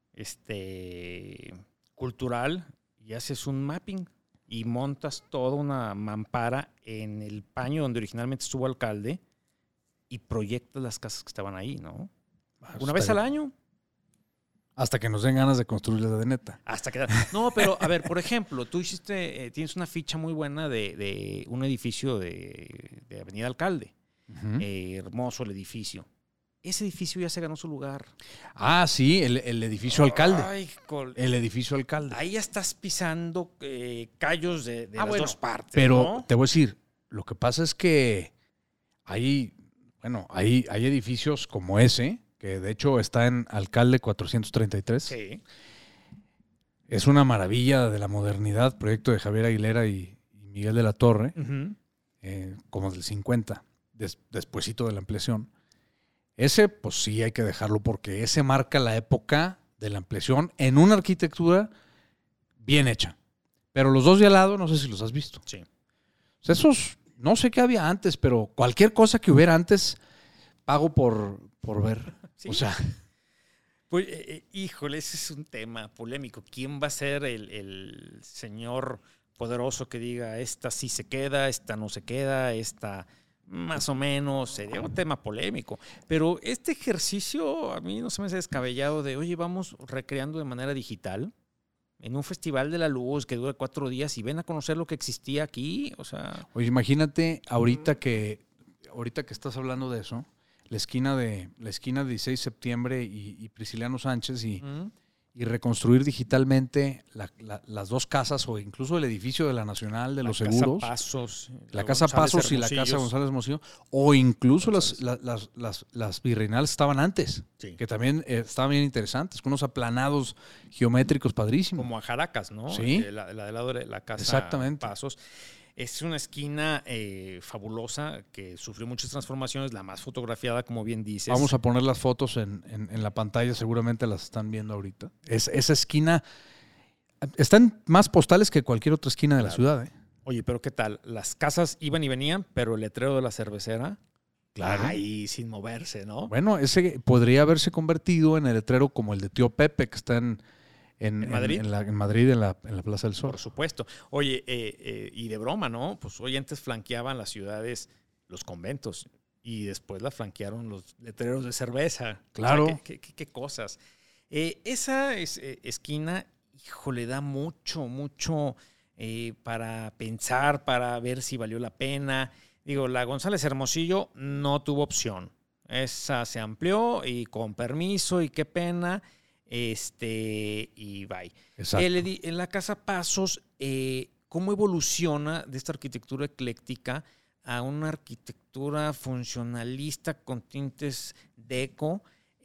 cultural y haces un mapping y montas toda una mampara en el paño donde originalmente estuvo alcalde y proyectas las casas que estaban ahí, ¿no? Una vez al año. Hasta que nos den ganas de construirlas de neta. Hasta que... No, pero a ver, por ejemplo, tú tienes una ficha muy buena de un edificio de Avenida Alcalde. Uh-huh. Hermoso el edificio. Ese edificio ya se ganó su lugar. Ah, sí, el edificio alcalde. Ay, El edificio alcalde. ahí ya estás pisando callos de las bueno, dos partes. Pero ¿no? te voy a decir, lo que pasa es que hay edificios como ese, que de hecho está en Alcalde 433. Sí. Es una maravilla de la modernidad, proyecto de Javier Aguilera y Miguel de la Torre, Uh-huh. como del 50, despuesito de la ampliación. Ese, pues sí, hay que dejarlo porque ese marca la época de la ampliación en una arquitectura bien hecha. Pero los dos de al lado, no sé si los has visto. Sí. O sea, esos, no sé qué había antes, pero cualquier cosa que hubiera antes, pago por ver. Sí. O sea, Pues, híjole, ese es un tema polémico. ¿Quién va a ser el señor poderoso que diga esta sí se queda, esta no se queda, esta más o menos? Sería un tema polémico. Pero este ejercicio a mí no se me hace descabellado de, oye, vamos recreando de manera digital en un festival de la luz que dura 4 días y ven a conocer lo que existía aquí. O sea, oye, imagínate ahorita que estás hablando de eso, la esquina de 16 de septiembre y Prisciliano Sánchez y reconstruir digitalmente las dos casas o incluso el edificio de la Nacional de los Seguros. La Casa Pasos y la Casa González Hermosillo. O incluso las virreinales estaban antes, sí, que también estaban bien interesantes, con unos aplanados geométricos padrísimos. como a Jaracas, ¿no? Sí. La del lado de la Casa Exactamente. Pasos. Es una esquina fabulosa que sufrió muchas transformaciones, la más fotografiada, como bien dices. Vamos a poner las fotos en la pantalla, seguramente las están viendo ahorita. Esa esquina está en más postales que cualquier otra esquina de la ciudad. Oye, pero ¿qué tal? Las casas iban y venían, pero el letrero de la cervecera, claro, ahí sin moverse, ¿no? Bueno, ese podría haberse convertido en el letrero como el de Tío Pepe, que está en Madrid. En Madrid, en la Plaza del Sol. Por supuesto. Oye, y de broma, ¿no? Pues hoy antes flanqueaban las ciudades los conventos y después la flanquearon los letreros de cerveza. Claro. O sea, ¿qué cosas? Esa esquina, híjole, da mucho para pensar, para ver si valió la pena. Digo, la González Hermosillo no tuvo opción. Esa se amplió y con permiso y qué pena. Y bye. Exacto. En la Casa Pasos, ¿cómo evoluciona de esta arquitectura ecléctica a una arquitectura funcionalista con tintes deco?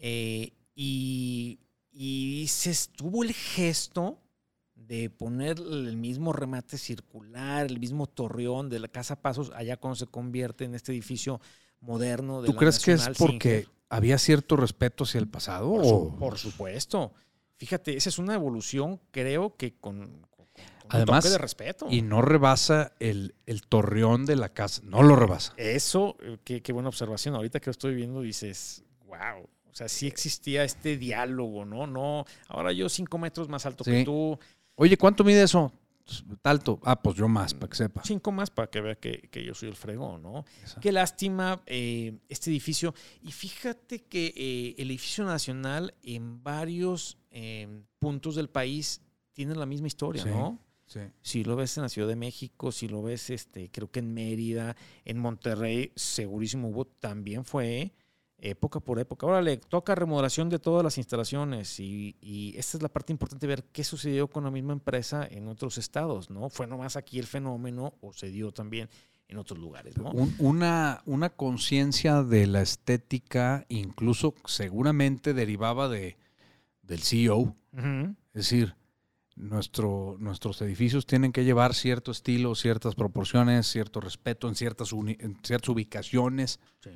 Y tuvo el gesto de poner el mismo remate circular, el mismo torreón de la Casa Pasos, allá cuando se convierte en este edificio moderno de ¿Tú la crees que es Nacional porque Singer? había cierto respeto hacia el pasado? Por supuesto. Fíjate, esa es una evolución, creo que con Además, toque de respeto. Y no rebasa el torreón de la casa. No lo rebasa. Eso, qué buena observación. Ahorita que lo estoy viendo dices, wow. O sea, sí existía este diálogo, ¿no? No, ahora yo 5 metros más alto que tú. Oye, ¿cuánto mide eso? Alto. Pues yo más, para que sepa. 5 más para que vea que yo soy el fregón, ¿no? Exacto. Qué lástima este edificio. Y fíjate que el edificio nacional en varios puntos del país tiene la misma historia, ¿no? Sí. Si lo ves en la Ciudad de México, si lo ves creo que en Mérida, en Monterrey, segurísimo hubo, también fue época por época. Ahora le toca remodelación de todas las instalaciones y esta es la parte importante, ver qué sucedió con la misma empresa en otros estados, ¿no? ¿Fue nomás aquí el fenómeno o se dio también en otros lugares, ¿no? Una conciencia de la estética, incluso seguramente derivaba del CEO. Uh-huh. Es decir, nuestros edificios tienen que llevar cierto estilo, ciertas proporciones, cierto respeto en ciertas ubicaciones. Sí.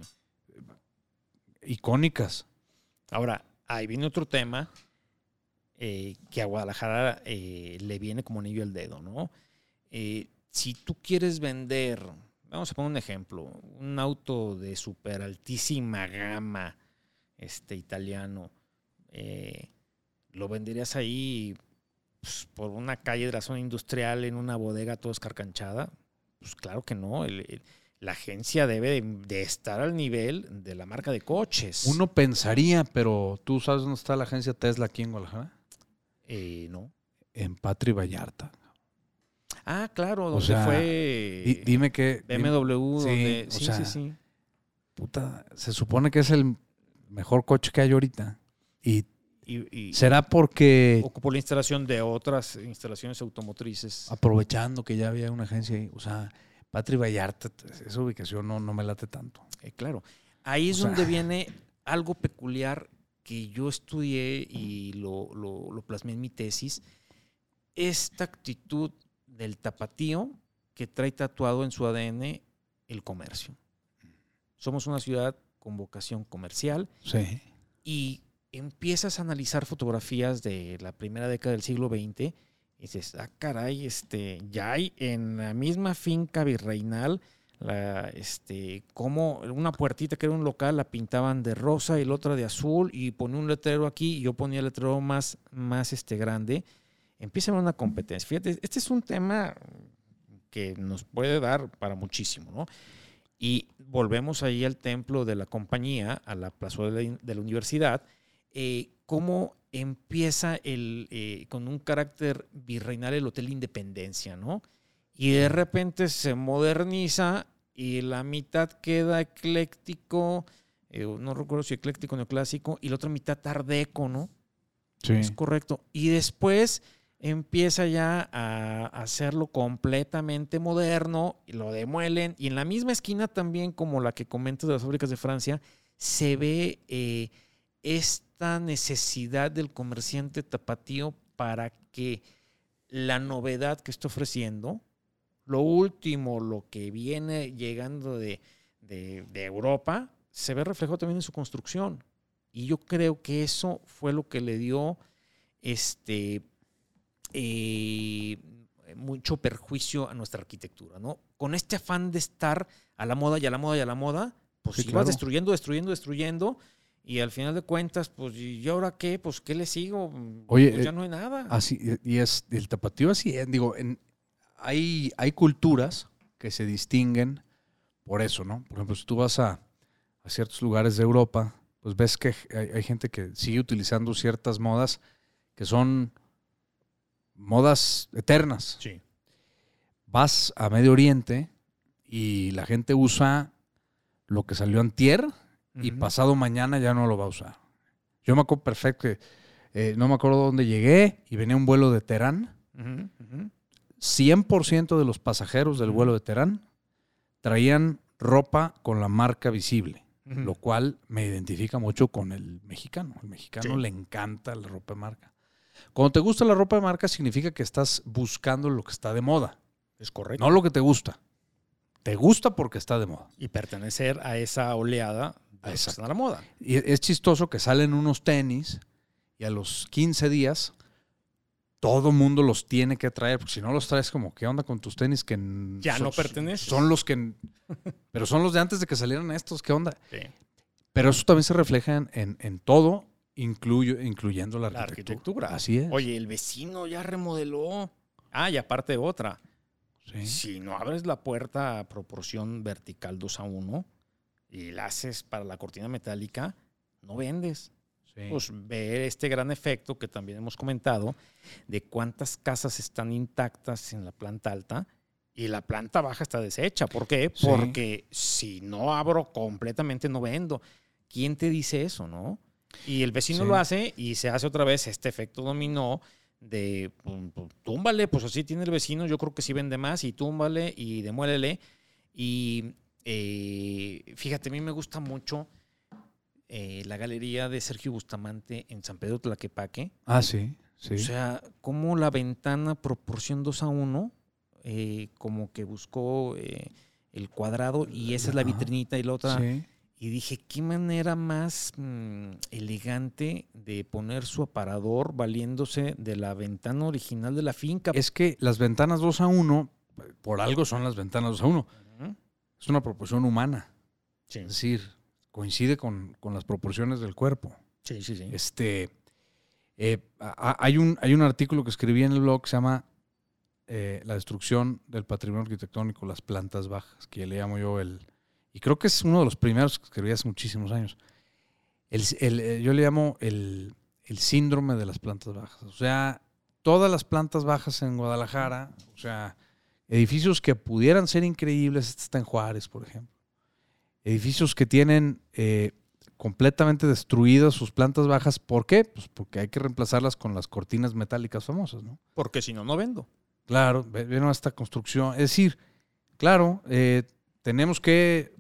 Icónicas. Ahora, ahí viene otro tema que a Guadalajara le viene como anillo al dedo, ¿no? Si tú quieres vender, vamos a poner un ejemplo, un auto de súper altísima gama italiano, ¿lo venderías ahí pues, por una calle de la zona industrial en una bodega toda escarcanchada? Pues claro que no. La agencia debe de estar al nivel de la marca de coches. Uno pensaría, pero ¿tú sabes dónde está la agencia Tesla aquí en Guadalajara? No. En Patria y Vallarta. Ah, claro, donde fue dime que BMW. Sí. Puta, se supone que es el mejor coche que hay ahorita. Y será porque ocupó la instalación de otras instalaciones automotrices. Aprovechando que ya había una agencia ahí. O sea, Patria y Vallarta, esa ubicación no me late tanto. Claro. Ahí es donde viene algo peculiar que yo estudié y lo plasmé en mi tesis. Esta actitud del tapatío que trae tatuado en su ADN el comercio. Somos una ciudad con vocación comercial. Sí. Y empiezas a analizar fotografías de la primera década del siglo XX y dices, caray, ya hay en la misma finca virreinal como una puertita que era un local la pintaban de rosa y la otra de azul y ponía un letrero aquí y yo ponía el letrero más grande. Empieza a haber una competencia. Fíjate, este es un tema que nos puede dar para muchísimo, ¿no? Y volvemos ahí al templo de la compañía, a la plazuela de la universidad, cómo empieza con un carácter virreinal el Hotel Independencia, ¿no? Y de repente se moderniza y la mitad queda ecléctico, no recuerdo si ecléctico o neoclásico, y la otra mitad art deco, ¿no? Sí. Es correcto. Y después empieza ya a hacerlo completamente moderno, y lo demuelen, y en la misma esquina también, como la que comentas de las fábricas de Francia, se ve esta necesidad del comerciante tapatío para que la novedad que está ofreciendo, lo último, lo que viene llegando de Europa, se ve reflejado también en su construcción. Y yo creo que eso fue lo que le dio mucho perjuicio a nuestra arquitectura, ¿no? Con este afán de estar a la moda y a la moda y a la moda, pues sí, ibas claro. destruyendo y al final de cuentas, pues ¿y ahora qué? Pues ¿qué le sigo? Oye, pues ya no hay nada. Así, y es el tapatío así es, digo, hay culturas que se distinguen por eso, ¿no? Por ejemplo, si tú vas a ciertos lugares de Europa, pues ves que hay gente que sigue utilizando ciertas modas que son modas eternas. Sí. Vas a Medio Oriente y la gente usa lo que salió antier y pasado mañana ya no lo va a usar. Yo me acuerdo perfecto que no me acuerdo dónde llegué y venía un vuelo de Teherán. 100% de los pasajeros del vuelo de Teherán traían ropa con la marca visible, lo cual me identifica mucho con el mexicano. El mexicano le encanta la ropa de marca. Cuando te gusta la ropa de marca significa que estás buscando lo que está de moda. Es correcto. No lo que te gusta. Te gusta porque está de moda. Y pertenecer a esa oleada de que está a la moda. Y es chistoso que salen unos tenis y a los 15 días todo mundo los tiene que traer, porque si no los traes como, ¿qué onda con tus tenis? Que ya no pertenecen. Son los que... Pero son los de antes de que salieran estos, ¿qué onda? Sí. Pero eso también se refleja en todo, incluyendo la arquitectura. Así es. Oye, el vecino ya remodeló. Ah, y aparte otra. Sí. Si no abres la puerta a proporción vertical 2:1 y la haces para la cortina metálica, no vendes. Sí. Pues ver este gran efecto que también hemos comentado de cuántas casas están intactas en la planta alta y la planta baja está deshecha. ¿Por qué? Sí. Porque si no abro completamente no vendo. ¿Quién te dice eso, no? Y el vecino lo hace y se hace otra vez este efecto dominó de túmbale, pues así tiene el vecino, yo creo que sí vende más y túmbale y demuélele. Y fíjate, a mí me gusta mucho la galería de Sergio Bustamante en San Pedro Tlaquepaque. Ah, sí, sí. O sea, como la ventana proporción 2:1, como que buscó el cuadrado y esa es la vitrinita y la otra. Sí. Y dije, qué manera más elegante de poner su aparador valiéndose de la ventana original de la finca. Es que las ventanas 2:1, por algo son las ventanas 2:1. Uh-huh. Es una proporción humana. Sí. Es decir, coincide con las proporciones del cuerpo. Sí, sí, sí. Hay un artículo que escribí en el blog que se llama La destrucción del patrimonio arquitectónico, las plantas bajas, que le llamo yo y creo que es uno de los primeros que escribí hace muchísimos años. Yo le llamo el síndrome de las plantas bajas. O sea, todas las plantas bajas en Guadalajara, o sea, edificios que pudieran ser increíbles, este está en Juárez, por ejemplo. Edificios que tienen completamente destruidas sus plantas bajas. ¿Por qué? Pues porque hay que reemplazarlas con las cortinas metálicas famosas, ¿no? Porque si no, no vendo. Claro, vieron esta construcción. Es decir, claro, tenemos que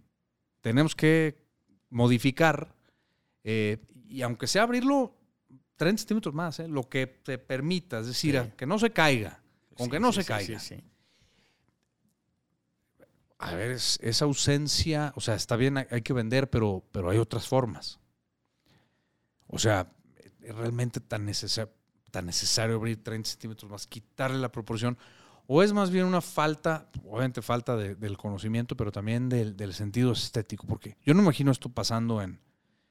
modificar, y aunque sea abrirlo 30 centímetros más, lo que te permita, es decir, Sí. que no se caiga, con que no se caiga. Sí. A ver, esa ausencia, o sea, está bien, hay que vender, pero hay otras formas. O sea, es realmente tan necesario abrir 30 centímetros más, quitarle la proporción, o es más bien una falta, obviamente falta del conocimiento, pero también del sentido estético, porque yo no imagino esto pasando en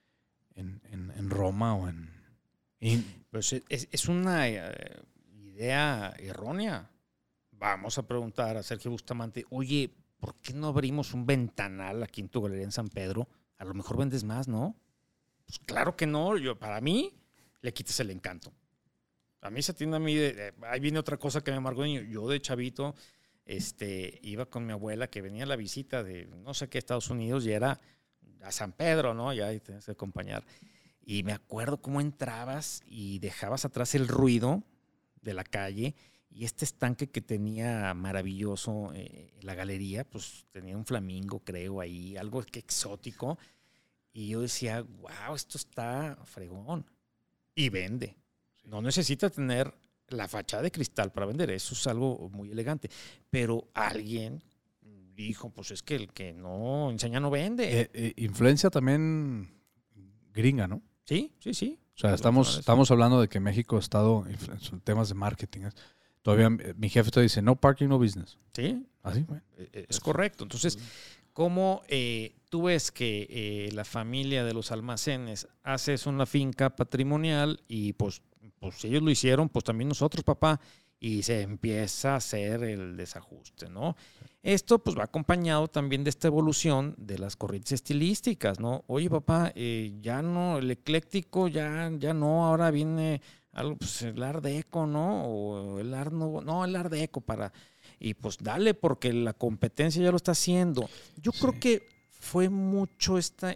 Roma o Pues es una idea errónea. Vamos a preguntar a Sergio Bustamante, oye, ¿por qué no abrimos un ventanal aquí en tu galería en San Pedro? A lo mejor vendes más, ¿no? Pues claro que no. Para mí, le quitas el encanto. A mí se tiende a mí, ahí viene otra cosa que me amargó. Yo de chavito iba con mi abuela que venía a la visita de no sé qué Estados Unidos y era a San Pedro, ¿no? Ya ahí tenías que acompañar. Y me acuerdo cómo entrabas y dejabas atrás el ruido de la calle y este estanque que tenía maravilloso la galería, pues tenía un flamingo, creo, ahí, algo que exótico. Y yo decía, wow, esto está fregón. Y vende. No necesita tener la fachada de cristal para vender, eso es algo muy elegante. Pero alguien dijo, pues es que el que no enseña no vende. Influencia también gringa, ¿no? Sí. O sea, estamos hablando de que México ha estado en temas de marketing. Todavía mi jefe te dice, no parking, no business. Sí. Así, bueno. Es correcto. Entonces, ¿cómo tú ves que la familia de los almacenes hace eso en la finca patrimonial y pues si ellos lo hicieron, pues también nosotros, papá, y se empieza a hacer el desajuste, ¿no? Esto pues va acompañado también de esta evolución de las corrientes estilísticas, ¿no? Oye, papá, ya no, el ecléctico ya no, ahora viene algo, pues el Art Deco, ¿no? O el Art Nouveau, no, el Art Deco y pues dale, porque la competencia ya lo está haciendo. Yo creo que fue mucho esta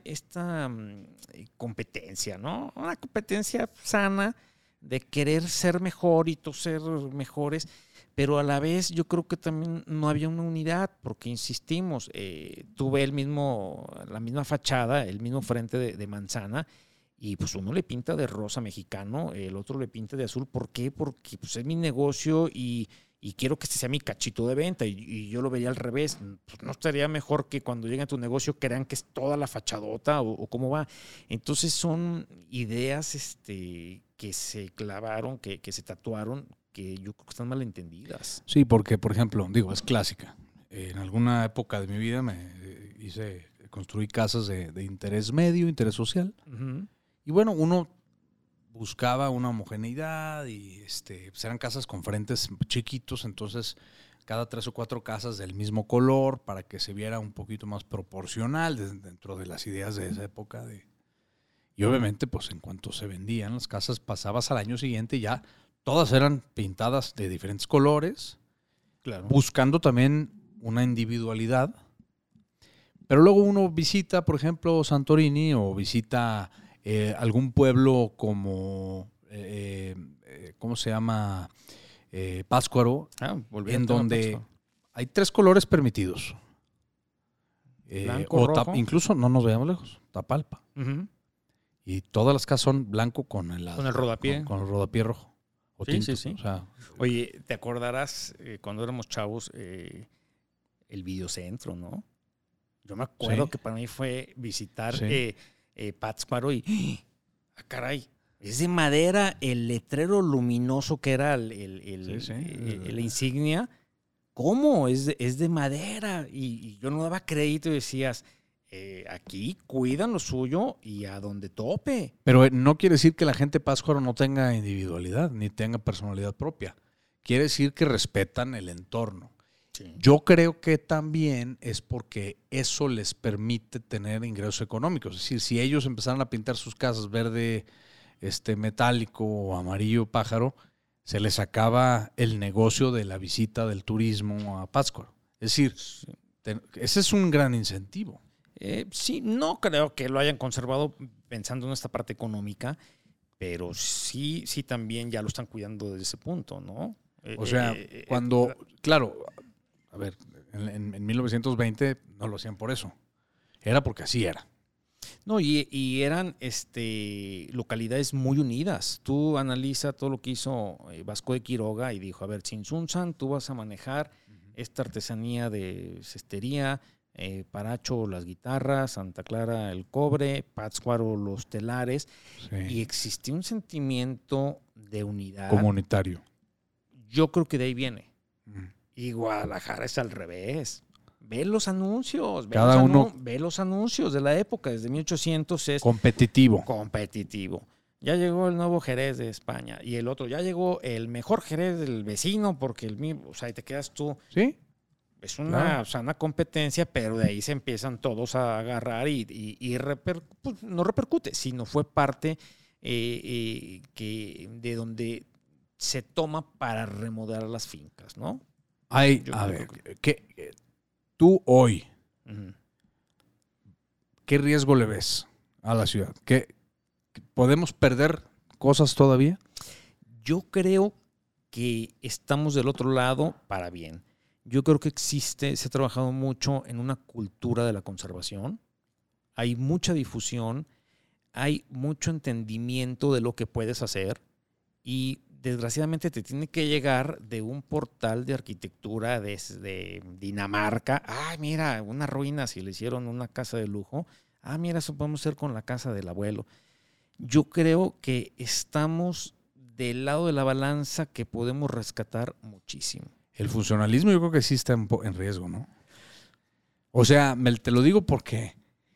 competencia, ¿no? Una competencia sana de querer ser mejor y todos ser mejores, pero a la vez yo creo que también no había una unidad, porque insistimos, tuve la misma fachada, el mismo frente de manzana, y pues uno le pinta de rosa mexicano, el otro le pinta de azul. ¿Por qué? Porque pues es mi negocio y quiero que este sea mi cachito de venta, y yo lo vería al revés. Pues no estaría mejor que cuando lleguen a tu negocio crean que es toda la fachadota o cómo va. Entonces son ideas que se clavaron, que se tatuaron, que yo creo que están mal entendidas. Sí, porque, por ejemplo, digo, es clásica. En alguna época de mi vida construí casas de interés medio, interés social. Uh-huh. Y bueno, uno buscaba una homogeneidad y pues eran casas con frentes chiquitos, entonces cada 3 o 4 casas del mismo color para que se viera un poquito más proporcional dentro de las ideas de esa época. Y obviamente, pues en cuanto se vendían las casas, pasabas al año siguiente y ya todas eran pintadas de diferentes colores, Claro. buscando también una individualidad. Pero luego uno visita, por ejemplo, Santorini o visita algún pueblo como, ¿cómo se llama? Pátzcuaro, en donde hay 3 colores permitidos. Blanco, rojo. Incluso, no nos veamos lejos, Tapalpa. Uh-huh. Y todas las casas son blanco con el rodapié. Con el rodapié rojo. O Sí, tinto, sí, sí. O sea, oye, ¿te acordarás cuando éramos chavos el videocentro, no? Yo me acuerdo que para mí fue visitar Pátzcuaro y caray, es de madera el letrero luminoso que era la insignia. ¿Cómo? Es de madera. Y yo no daba crédito y decías, aquí cuidan lo suyo y a donde tope. Pero no quiere decir que la gente de Pátzcuaro no tenga individualidad ni tenga personalidad propia. Quiere decir que respetan el entorno. Sí. Yo creo que también es porque eso les permite tener ingresos económicos. Es decir, si ellos empezaran a pintar sus casas verde metálico o amarillo pájaro, se les acaba el negocio de la visita del turismo a Pátzcuaro. Es decir, ese es un gran incentivo. Sí, no creo que lo hayan conservado pensando en esta parte económica, pero sí también ya lo están cuidando desde ese punto, ¿no? O sea, cuando, claro, a ver, en 1920 no lo hacían por eso. Era porque así era. No, y eran localidades muy unidas. Tú analiza todo lo que hizo Vasco de Quiroga y dijo, a ver, Tzintzuntzan, tú vas a manejar esta artesanía de cestería, Paracho las guitarras, Santa Clara el cobre, Pátzcuaro los telares. Sí. Y existía un sentimiento de unidad. Comunitario. Yo creo que de ahí viene. Y Guadalajara es al revés. Ve los anuncios. Ve los anuncios de la época, desde 1800 es... Competitivo. Ya llegó el nuevo Jerez de España y el otro, ya llegó el mejor Jerez del vecino porque el mismo, o sea, ahí te quedas tú. Sí. Es una sana competencia, pero de ahí se empiezan todos a agarrar y pues, no repercute, sino fue parte de donde se toma para remodelar las fincas, ¿no? A ver, tú hoy, ¿qué riesgo le ves a la ciudad? ¿Podemos perder cosas todavía? Yo creo que estamos del otro lado para bien. Yo creo que se ha trabajado mucho en una cultura de la conservación. Hay mucha difusión, hay mucho entendimiento de lo que puedes hacer y desgraciadamente te tiene que llegar de un portal de arquitectura de Dinamarca. Ay, mira, unas ruinas y le hicieron una casa de lujo. Ah, mira, eso podemos hacer con la casa del abuelo. Yo creo que estamos del lado de la balanza que podemos rescatar muchísimo. El funcionalismo yo creo que sí está en riesgo, ¿no? O sea, te lo digo porque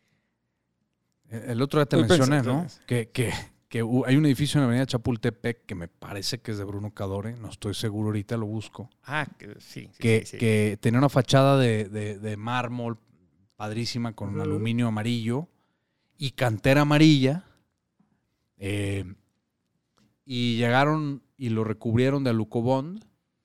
el otro día te mencioné, ¿no? Que hay un edificio en la avenida Chapultepec que me parece que es de Bruno Cadore, no estoy seguro, ahorita lo busco. Sí. Que tenía una fachada de mármol padrísima con aluminio amarillo y cantera amarilla. Y llegaron y lo recubrieron de alucobond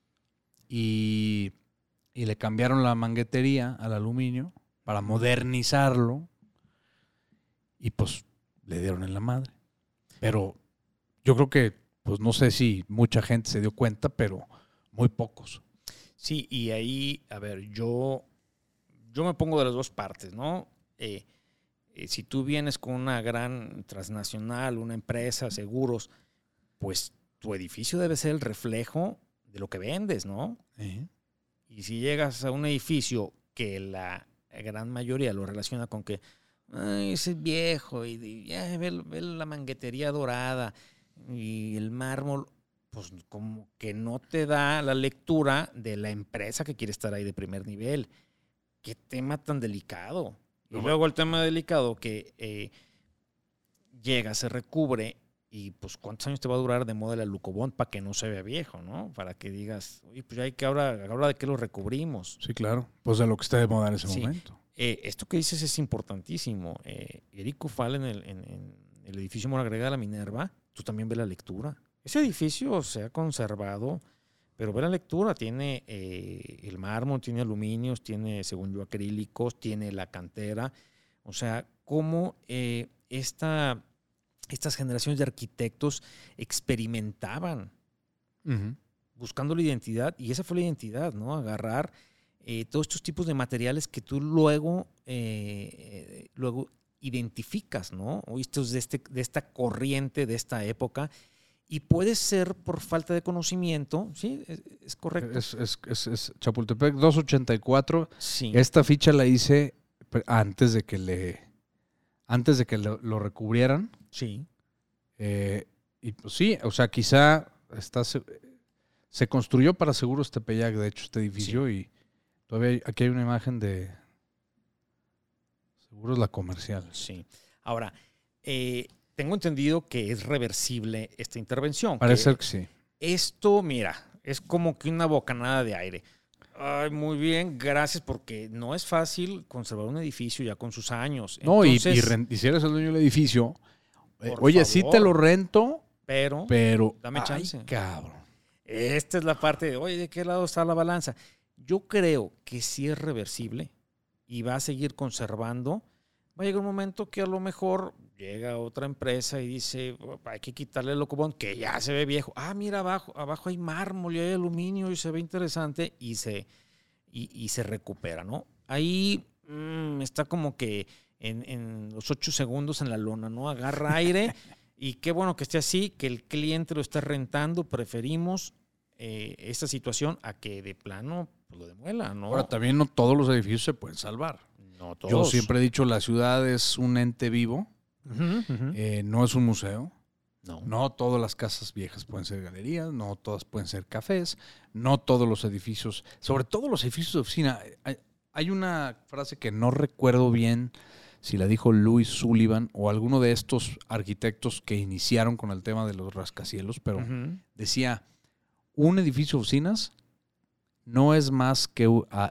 y le cambiaron la manguetería al aluminio para modernizarlo y pues le dieron en la madre. Pero yo creo que, pues no sé si mucha gente se dio cuenta, pero muy pocos. Sí, y ahí, a ver, yo me pongo de las dos partes, ¿no? Si tú vienes con una gran transnacional, una empresa, seguros, pues tu edificio debe ser el reflejo de lo que vendes, ¿no? Y si llegas a un edificio que la gran mayoría lo relaciona con que ese es viejo y ve la manguetería dorada y el mármol, pues como que no te da la lectura de la empresa que quiere estar ahí de primer nivel. Qué tema tan delicado. Y luego el tema delicado que llega, se recubre y pues ¿cuántos años te va a durar de moda el Alucobond para que no se vea viejo, ¿no? Para que digas, oye, pues ya hay que ahora de qué lo recubrimos. Sí, claro. Pues de lo que esté de moda en ese momento. Esto que dices es importantísimo. Eric Ufal en el edificio Mora Griega de la Minerva, tú también ves la lectura. Ese edificio se ha conservado, pero ve la lectura. Tiene el mármol, tiene aluminios, tiene, según yo, acrílicos, tiene la cantera. O sea, cómo estas generaciones de arquitectos experimentaban buscando la identidad, y esa fue la identidad, ¿no? Agarrar todos estos tipos de materiales que tú luego identificas, ¿no? O estos de esta corriente, de esta época, y puede ser por falta de conocimiento, ¿sí? Es correcto. Es Chapultepec 284. Sí. Esta ficha la hice antes de que lo recubrieran. Sí. Y pues sí, o sea, quizá se construyó para Seguros Tepeyac, de hecho, este edificio, sí. Y todavía aquí hay una imagen de Seguros La Comercial. Sí. Ahora, tengo entendido que es reversible esta intervención. Parece ser que sí. Esto, mira, es como que una bocanada de aire. Ay, muy bien, gracias, porque no es fácil conservar un edificio ya con sus años. No, entonces, y si eres el dueño del edificio, oye, favor, sí te lo rento, pero dame chance. Ay, cabrón. Esta es la parte de, oye, ¿de qué lado está la balanza? Yo creo que sí es reversible y va a seguir conservando. Va a llegar un momento que a lo mejor llega otra empresa y dice, hay que quitarle el Locobond, que ya se ve viejo. Ah, mira, abajo hay mármol y hay aluminio y se ve interesante, y se recupera, ¿no? Ahí está como que en los 8 segundos en la lona, ¿no? Agarra aire y qué bueno que esté así, que el cliente lo está rentando. Preferimos esta situación a que de plano pues, lo demuela, ¿no? Ahora, también no todos los edificios se pueden salvar. No todos. Yo siempre he dicho, la ciudad es un ente vivo, no es un museo. No todas las casas viejas pueden ser galerías, no todas pueden ser cafés, no todos los edificios, sobre todo los edificios de oficina. Hay una frase que no recuerdo bien si la dijo Louis Sullivan o alguno de estos arquitectos que iniciaron con el tema de los rascacielos, pero decía, un edificio de oficinas no es más que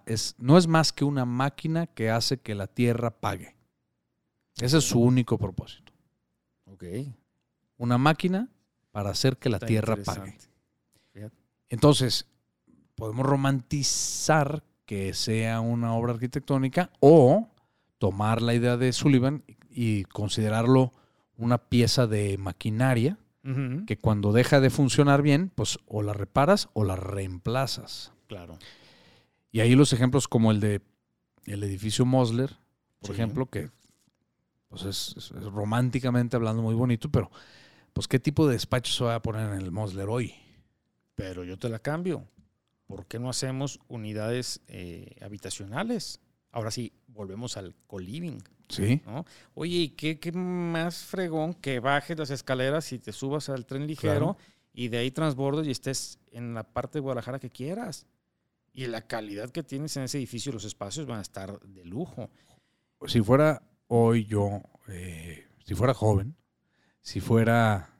una máquina que hace que la tierra pague. Ese es su único propósito. Okay. Una máquina para hacer que la tierra pague. Fíjate. Entonces, podemos romantizar que sea una obra arquitectónica o tomar la idea de Sullivan y considerarlo una pieza de maquinaria que cuando deja de funcionar bien, pues o la reparas o la reemplazas. Claro. Y ahí los ejemplos como el edificio Mosler, por ejemplo, que pues es románticamente hablando muy bonito, pero pues ¿qué tipo de despacho se va a poner en el Mosler hoy? Pero yo te la cambio. ¿Por qué no hacemos unidades habitacionales? Ahora sí, volvemos al co-living. Sí. ¿No? Oye, ¿y qué más fregón que bajes las escaleras y te subas al tren ligero, claro, y de ahí transbordes y estés en la parte de Guadalajara que quieras? Y la calidad que tienes en ese edificio, los espacios van a estar de lujo. Si fuera hoy yo, si fuera joven, si fuera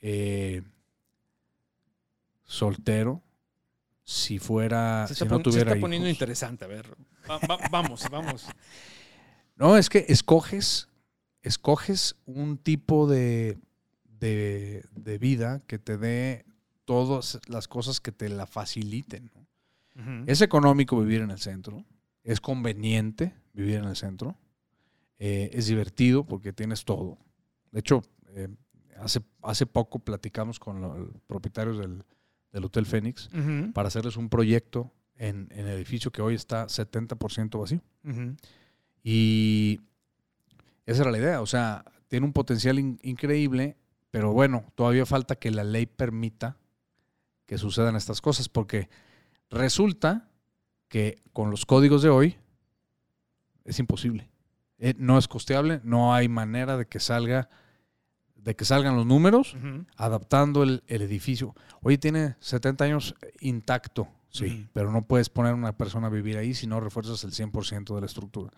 soltero, si no tuviera hijos. Se está poniendo interesante, a ver. Vamos. No, es que escoges un tipo de vida que te dé todas las cosas que te la faciliten, ¿no? Es económico vivir en el centro, es conveniente vivir en el centro, es divertido porque tienes todo. De hecho, hace poco platicamos con los propietarios del Hotel Fénix para hacerles un proyecto en el edificio que hoy está 70% vacío. Y esa era la idea, o sea, tiene un potencial increíble, pero bueno, todavía falta que la ley permita que sucedan estas cosas, porque resulta que con los códigos de hoy es imposible. No es costeable, no hay manera de que salga de que salgan los números, Ujú. adaptando el edificio. Oye, tiene 70 años intacto, sí, pero no puedes poner a una persona a vivir ahí si no refuerzas el 100% de la estructura.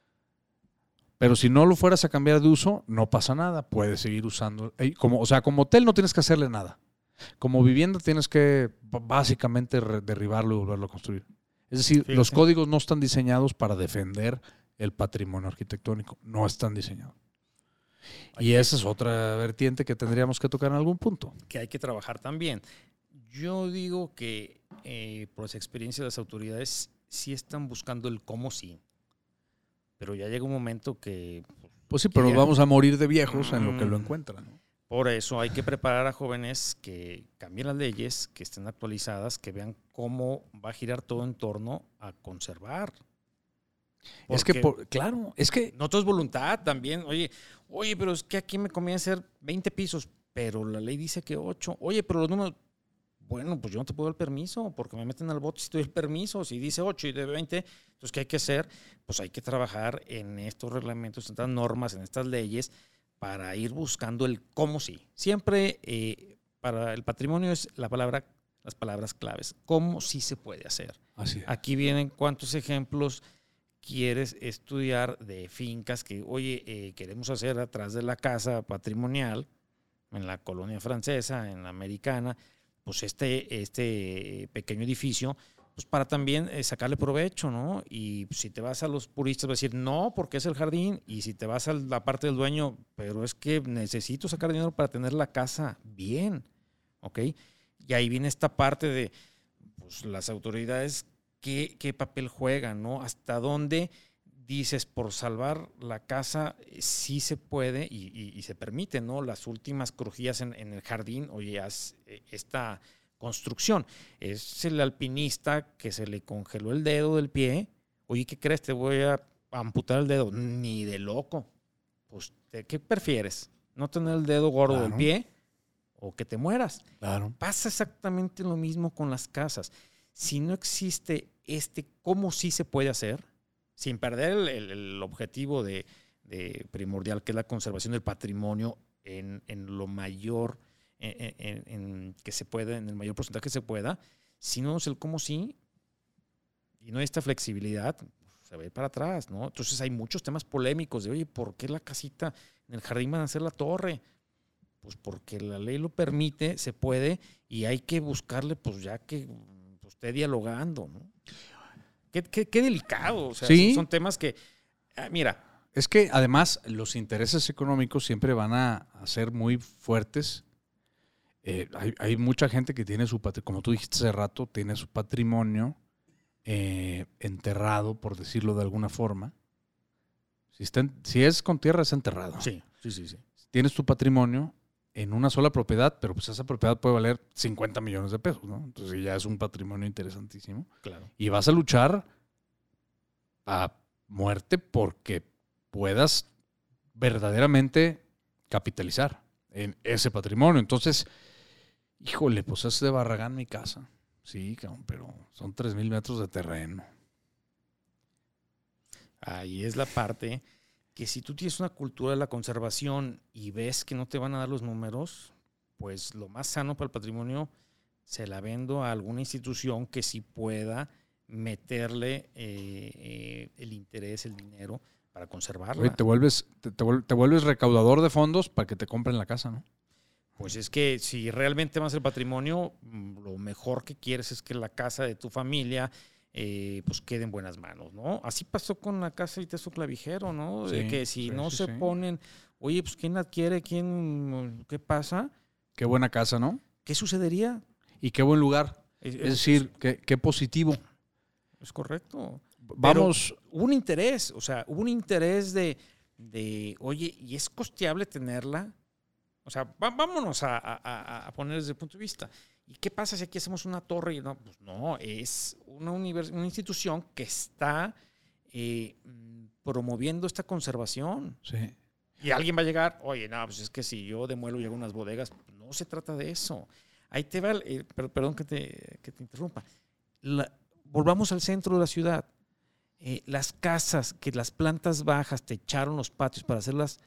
Pero si no lo fueras a cambiar de uso, no pasa nada, puedes seguir usando. Como hotel no tienes que hacerle nada. Como vivienda tienes que básicamente derribarlo y volverlo a construir. Es decir, Fíjate. los códigos no están diseñados para defender el patrimonio arquitectónico, no están diseñados. Y esa es otra vertiente que tendríamos que tocar en algún punto. Que hay que trabajar también. Yo digo que por las experiencias de las autoridades sí están buscando el cómo sí, pero ya llega un momento que... Pues sí, pero nos vamos a morir de viejos en lo que lo encuentran, ¿no? Por eso hay que preparar a jóvenes que cambien las leyes, que estén actualizadas, que vean cómo va a girar todo en torno a conservar. Es que, claro, es que... No todo es voluntad también. Oye, pero es que aquí me conviene hacer 20 pisos, pero la ley dice que 8. Oye, pero los números... Bueno, pues yo no te puedo dar el permiso porque me meten al bote si te doy el permiso. Si dice 8 y de 20, entonces ¿qué hay que hacer? Pues hay que trabajar en estos reglamentos, en estas normas, en estas leyes para ir buscando el cómo sí. Siempre para el patrimonio es las palabras claves. ¿Cómo sí se puede hacer? Así es. Aquí vienen cuántos ejemplos quieres estudiar de fincas que, oye, queremos hacer atrás de la casa patrimonial, en la colonia francesa, en la americana, pues este pequeño edificio, pues para también sacarle provecho, ¿no? Y si te vas a los puristas, vas a decir, no, porque es el jardín, y si te vas a la parte del dueño, pero es que necesito sacar dinero para tener la casa bien, ¿ok? Y ahí viene esta parte de, pues, las autoridades, ¿qué papel juegan, ¿no? Hasta dónde dices, por salvar la casa, sí se puede y se permite, ¿no? Las últimas crujías en el jardín, oye, haz esta construcción. Es el alpinista que se le congeló el dedo del pie. Oye, ¿qué crees? Te voy a amputar el dedo. Ni de loco. Pues, ¿qué prefieres? ¿No tener el dedo gordo del pie o que te mueras? Claro. Pasa exactamente lo mismo con las casas. Si no existe cómo sí se puede hacer, sin perder el objetivo de primordial, que es la conservación del patrimonio en lo mayor que se pueda, en el mayor porcentaje que se pueda, si no es el cómo sí, y no hay esta flexibilidad, se va a ir para atrás, ¿no? Entonces hay muchos temas polémicos de, oye, ¿por qué la casita en el jardín van a hacer la torre? Pues porque la ley lo permite, se puede, y hay que buscarle, pues ya que esté dialogando, ¿no? Qué delicado, o sea, sí. son temas que, mira. Es que además los intereses económicos siempre van a ser muy fuertes. Hay mucha gente que tiene su patrimonio, como tú dijiste hace rato, tiene su patrimonio enterrado, por decirlo de alguna forma. Si es con tierra, es enterrado. Sí. Tienes tu patrimonio en una sola propiedad, pero pues esa propiedad puede valer 50 millones de pesos, ¿no? Entonces ya es un patrimonio interesantísimo. Claro. Y vas a luchar a muerte porque puedas verdaderamente capitalizar en ese patrimonio. Entonces, híjole, pues es de Barragán mi casa. Sí, pero son 3,000 metros de terreno. Ahí es la parte que si tú tienes una cultura de la conservación y ves que no te van a dar los números, pues lo más sano para el patrimonio se la vendo a alguna institución que sí pueda meterle el interés, el dinero para conservarla. Oye, te vuelves recaudador de fondos para que te compren la casa, ¿no? Pues es que si realmente amas el patrimonio, lo mejor que quieres es que la casa de tu familia pues quede en buenas manos, ¿no? Así pasó con la casa de Teso Clavijero, ¿no? Sí, de que si no se ponen, oye, pues ¿quién la adquiere? ¿Qué pasa? Qué buena casa, ¿no? ¿Qué sucedería? Y qué buen lugar. Es decir, qué positivo. Es correcto. Vamos. Pero hubo un interés, hubo un interés de oye, ¿y es costeable tenerla? O sea, vámonos a poner desde el punto de vista. ¿Y qué pasa si aquí hacemos una torre? No, pues no, es una institución que está promoviendo esta conservación. Sí. Y alguien va a llegar, oye, no, pues es que si yo demuelo y hago unas bodegas, no se trata de eso. Ahí te va, perdón que te interrumpa. Volvamos al centro de la ciudad. Las casas que las plantas bajas te echaron los patios para hacerlas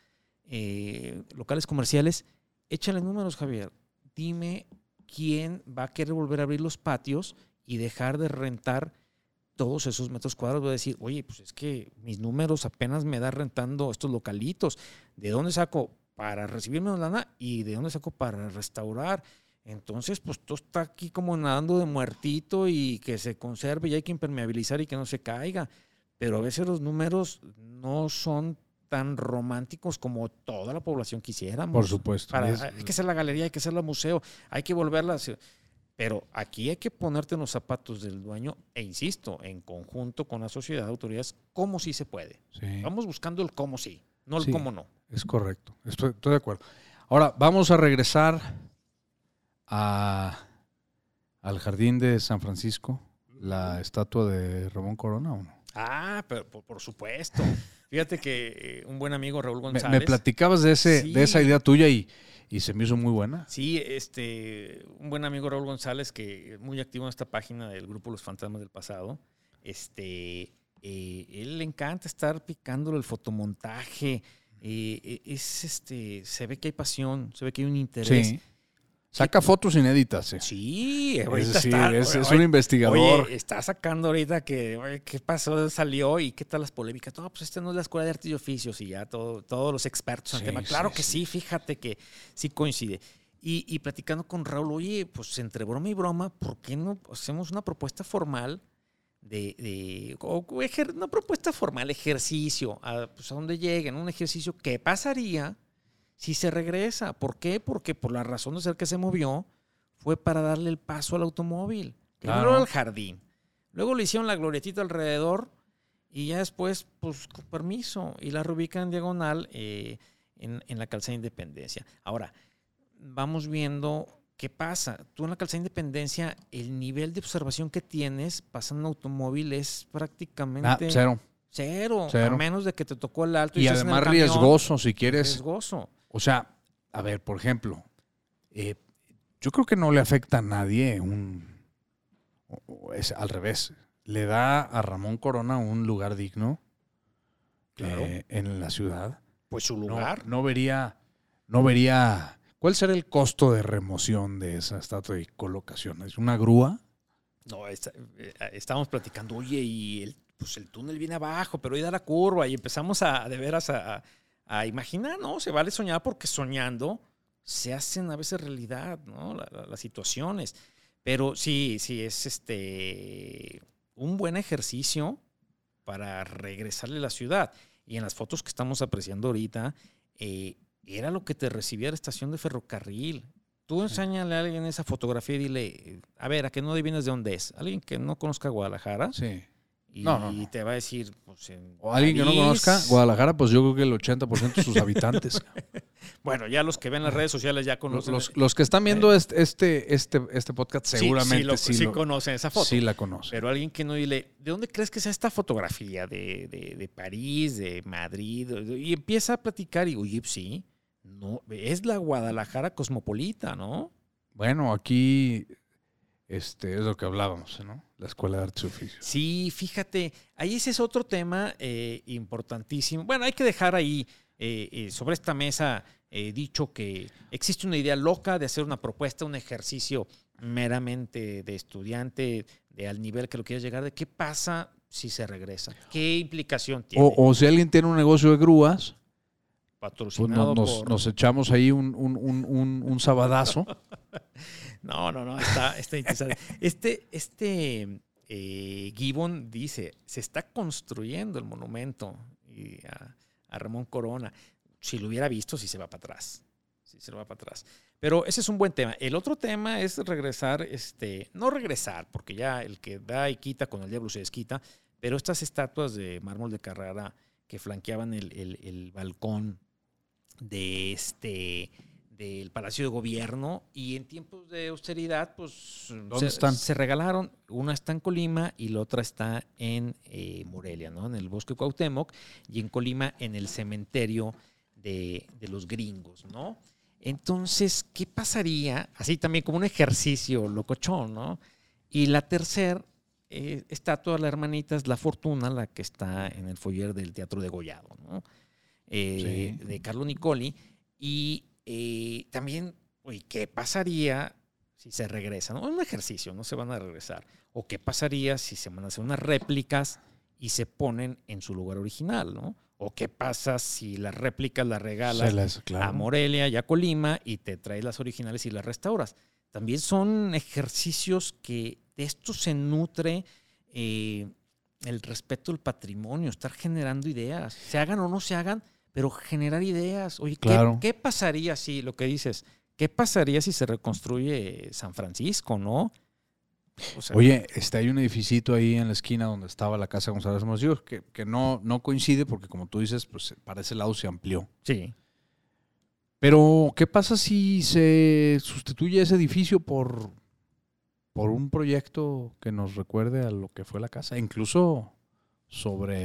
locales comerciales, échale números, Javier. Dime quién va a querer volver a abrir los patios y dejar de rentar todos esos metros cuadrados. Voy a decir, oye, pues es que mis números apenas me da rentando estos localitos. ¿De dónde saco para recibir menos lana y de dónde saco para restaurar? Entonces, pues todo está aquí como nadando de muertito y que se conserve y hay que impermeabilizar y que no se caiga. Pero a veces los números no son tan románticos como toda la población quisiéramos. Por supuesto. Hay que hacer la galería, hay que hacer el museo, hay que volverla. Pero aquí hay que ponerte en los zapatos del dueño e insisto, en conjunto con la sociedad, autoridades, cómo sí se puede. Sí. Vamos buscando el cómo sí, no el cómo no. Es correcto, estoy de acuerdo. Ahora, vamos a regresar al Jardín de San Francisco, la estatua de Ramón Corona, ¿o no? Pero por supuesto. Fíjate que un buen amigo, Raúl González. Me platicabas de esa idea tuya y se me hizo muy buena. Sí, un buen amigo, Raúl González, que es muy activo en esta página del grupo Los Fantasmas del Pasado. Él le encanta estar picándole el fotomontaje. Se ve que hay pasión, se ve que hay un interés. Sí. Saca fotos inéditas. Sí, ahorita es un investigador. Oye, está sacando ahorita qué pasó, salió y qué tal las polémicas. No, pues no es la Escuela de Artes y Oficios y ya todos los expertos en el tema. Claro que sí, fíjate que sí coincide. Y platicando con Raúl, oye, pues entre broma y broma, ¿por qué no hacemos una propuesta formal una propuesta formal, ejercicio, a donde lleguen, un ejercicio? ¿Qué pasaría si se regresa? ¿Por qué? Porque por la razón de ser que se movió fue para darle el paso al automóvil. Primero al jardín. Luego le hicieron la glorietita alrededor y ya después, pues, con permiso. Y la reubican en diagonal en la calzada Independencia. Ahora, vamos viendo qué pasa. Tú en la calzada Independencia, el nivel de observación que tienes pasando un automóvil es prácticamente... Cero. A menos de que te tocó el alto. Y además riesgoso, si quieres. Riesgoso. O sea, a ver, por ejemplo, yo creo que no le afecta a nadie es al revés. Le da a Ramón Corona un lugar digno, claro, en la ciudad. Pues su lugar. No vería. ¿Cuál será el costo de remoción de esa estatua y colocación? ¿Es una grúa? No, estábamos platicando, oye, y el túnel viene abajo, pero ahí da la curva y empezamos de veras a imaginar, ¿no? Se vale soñar porque soñando se hacen a veces realidad, ¿no? Las situaciones. Pero sí, es un buen ejercicio para regresarle a la ciudad. Y en las fotos que estamos apreciando ahorita, era lo que te recibía la estación de ferrocarril. Tú enséñale a alguien esa fotografía y dile, a ver, a que no adivines de dónde es. Alguien que no conozca Guadalajara. Sí. Y te va a decir, pues, o alguien que no conozca Guadalajara, pues yo creo que el 80% de sus habitantes. Bueno, ya los que ven las redes sociales ya conocen. Los que están viendo este podcast seguramente sí conocen esa foto. Sí la conocen. Pero alguien que no, dile, ¿de dónde crees que sea esta fotografía? ¿De París, de Madrid? Y empieza a platicar y, oye, sí, no, es la Guadalajara cosmopolita, ¿no? Bueno, aquí... es lo que hablábamos, ¿no? La Escuela de Artes y Oficios. Sí, fíjate, ahí ese es otro tema importantísimo. Bueno, hay que dejar ahí sobre esta mesa dicho que existe una idea loca de hacer una propuesta, un ejercicio meramente de estudiante, al nivel que lo quieras llegar, de qué pasa si se regresa, qué implicación tiene. O si alguien tiene un negocio de grúas, patrocinado pues nos echamos ahí un sabadazo. No, está interesante. Gibbon dice, se está construyendo el monumento a Ramón Corona. Si lo hubiera visto, sí se va para atrás. Pero ese es un buen tema. El otro tema es regresar, no regresar, porque ya el que da y quita con el diablo se desquita, pero estas estatuas de mármol de Carrara que flanqueaban el balcón del Palacio de Gobierno, y en tiempos de austeridad, pues ¿dónde están? Se regalaron. Una está en Colima y la otra está en Morelia, ¿no? En el Bosque Cuauhtémoc, y en Colima en el cementerio de los gringos, ¿no? Entonces, ¿qué pasaría? Así también como un ejercicio locochón, ¿no? Y la tercera estatua de la hermanita es La Fortuna, la que está en el foyer del Teatro Degollado, ¿no? de Carlo Nicoli. Y también, oye, ¿qué pasaría si se regresan? ¿No? Un ejercicio, no se van a regresar. ¿O qué pasaría si se van a hacer unas réplicas y se ponen en su lugar original, ¿no? ¿O qué pasa si las réplicas las regalas a Morelia y a Colima y te traes las originales y las restauras? También son ejercicios que de esto se nutre el respeto al patrimonio, estar generando ideas, se hagan o no se hagan, pero generar ideas. Oye, ¿qué pasaría si, lo que dices, qué pasaría si se reconstruye San Francisco, no? O sea, oye, hay un edificito ahí en la esquina donde estaba la casa González Hermosillo que no coincide porque, como tú dices, pues para ese lado se amplió. Sí. Pero, ¿qué pasa si se sustituye ese edificio por un proyecto que nos recuerde a lo que fue la casa? Incluso sobre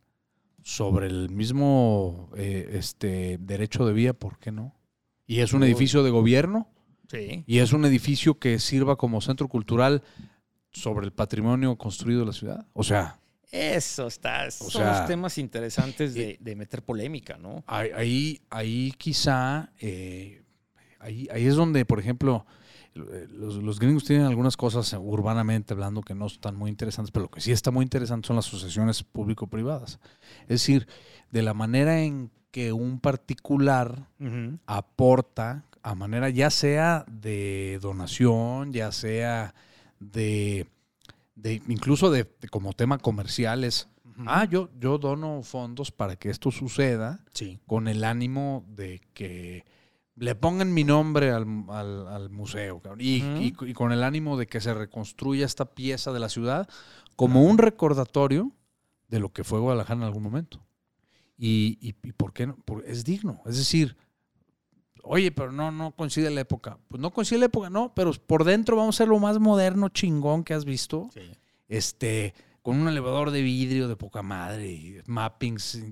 el mismo derecho de vía, ¿por qué no? Y es un edificio de gobierno. Sí. Y es un edificio que sirva como centro cultural sobre el patrimonio construido de la ciudad. O sea... Eso está. Son los temas interesantes de meter polémica, ¿no? Ahí quizá... ahí es donde, por ejemplo, los gringos tienen algunas cosas urbanamente hablando que no están muy interesantes, pero lo que sí está muy interesante son las asociaciones público-privadas. Es decir, de la manera en que un particular aporta a manera ya sea de donación, ya sea de incluso de como tema comercial es, yo dono fondos para que esto suceda, sí, con el ánimo de que le pongan mi nombre al museo, y con el ánimo de que se reconstruya esta pieza de la ciudad como un recordatorio de lo que fue Guadalajara en algún momento. Y ¿por qué no? Es digno, es decir... Oye, pero no coincide la época. Pues no coincide la época, no, pero por dentro vamos a ser lo más moderno, chingón que has visto. Sí. Con un elevador de vidrio de poca madre, y mappings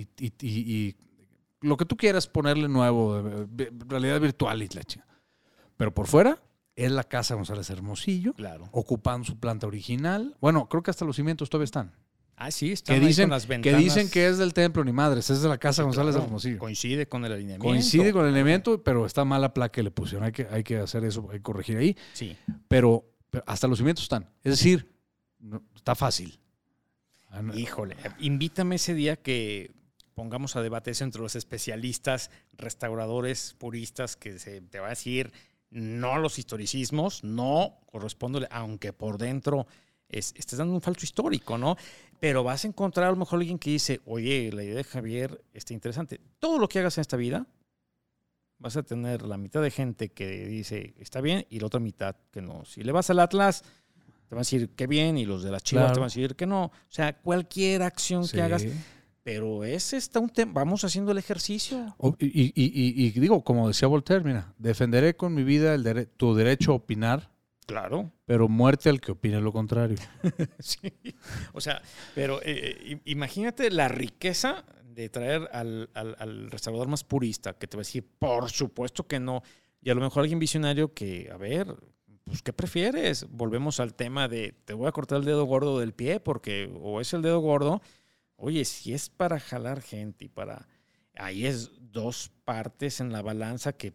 y lo que tú quieras ponerle nuevo, realidad virtual y la chinga. Pero por fuera es la casa González Hermosillo, claro, ocupando su planta original. Bueno, creo que hasta los cimientos todavía están. Ah, sí, están que dicen, con las ventanas. Que dicen que es del templo, ni madres, es de la casa González claro, Hermosillo. Coincide con el alineamiento. Coincide con el alineamiento, pero está mala placa que le pusieron. Hay que hacer eso, hay que corregir ahí. Sí. Pero hasta los cimientos están. Es decir, está fácil. Híjole, invítame ese día que pongamos a debate eso entre los especialistas, restauradores, puristas, que te va a decir no a los historicismos, no corresponde, aunque por dentro estás dando un falso histórico, ¿no? Pero vas a encontrar a lo mejor alguien que dice, oye, la idea de Javier está interesante. Todo lo que hagas en esta vida, vas a tener la mitad de gente que dice, está bien, y la otra mitad que no. Si le vas al Atlas, te van a decir que bien, y los de las Chivas te van a decir que no. O sea, cualquier acción que hagas, pero ese está un tema. Vamos haciendo el ejercicio. Y digo, como decía Voltaire, mira, defenderé con mi vida tu derecho a opinar. Claro. Pero muerte al que opine lo contrario. Sí. O sea, pero imagínate la riqueza de traer al restaurador más purista, que te va a decir, por supuesto que no. Y a lo mejor alguien visionario que, a ver, pues, ¿qué prefieres? Volvemos al tema de, te voy a cortar el dedo gordo del pie, porque o es el dedo gordo. Oye, si es para jalar gente y para... Ahí es dos partes en la balanza que...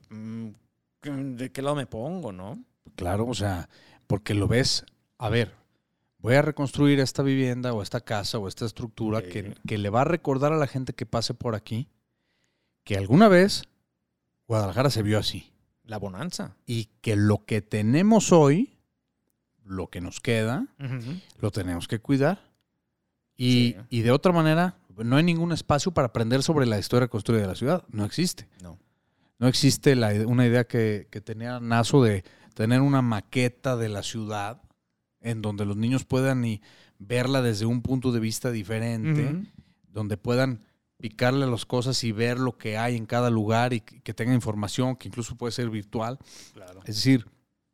¿de qué lado me pongo, no? Claro, o sea, porque lo ves, a ver, voy a reconstruir esta vivienda o esta casa o esta estructura que le va a recordar a la gente que pase por aquí que alguna vez Guadalajara se vio así. La bonanza. Y que lo que tenemos hoy, lo que nos queda, lo tenemos que cuidar. Y de otra manera, no hay ningún espacio para aprender sobre la historia construida de la ciudad. No existe. No existe una idea que tenía Naso de tener una maqueta de la ciudad en donde los niños puedan verla desde un punto de vista diferente, donde puedan picarle las cosas y ver lo que hay en cada lugar y que tenga información que incluso puede ser virtual. Claro. Es decir,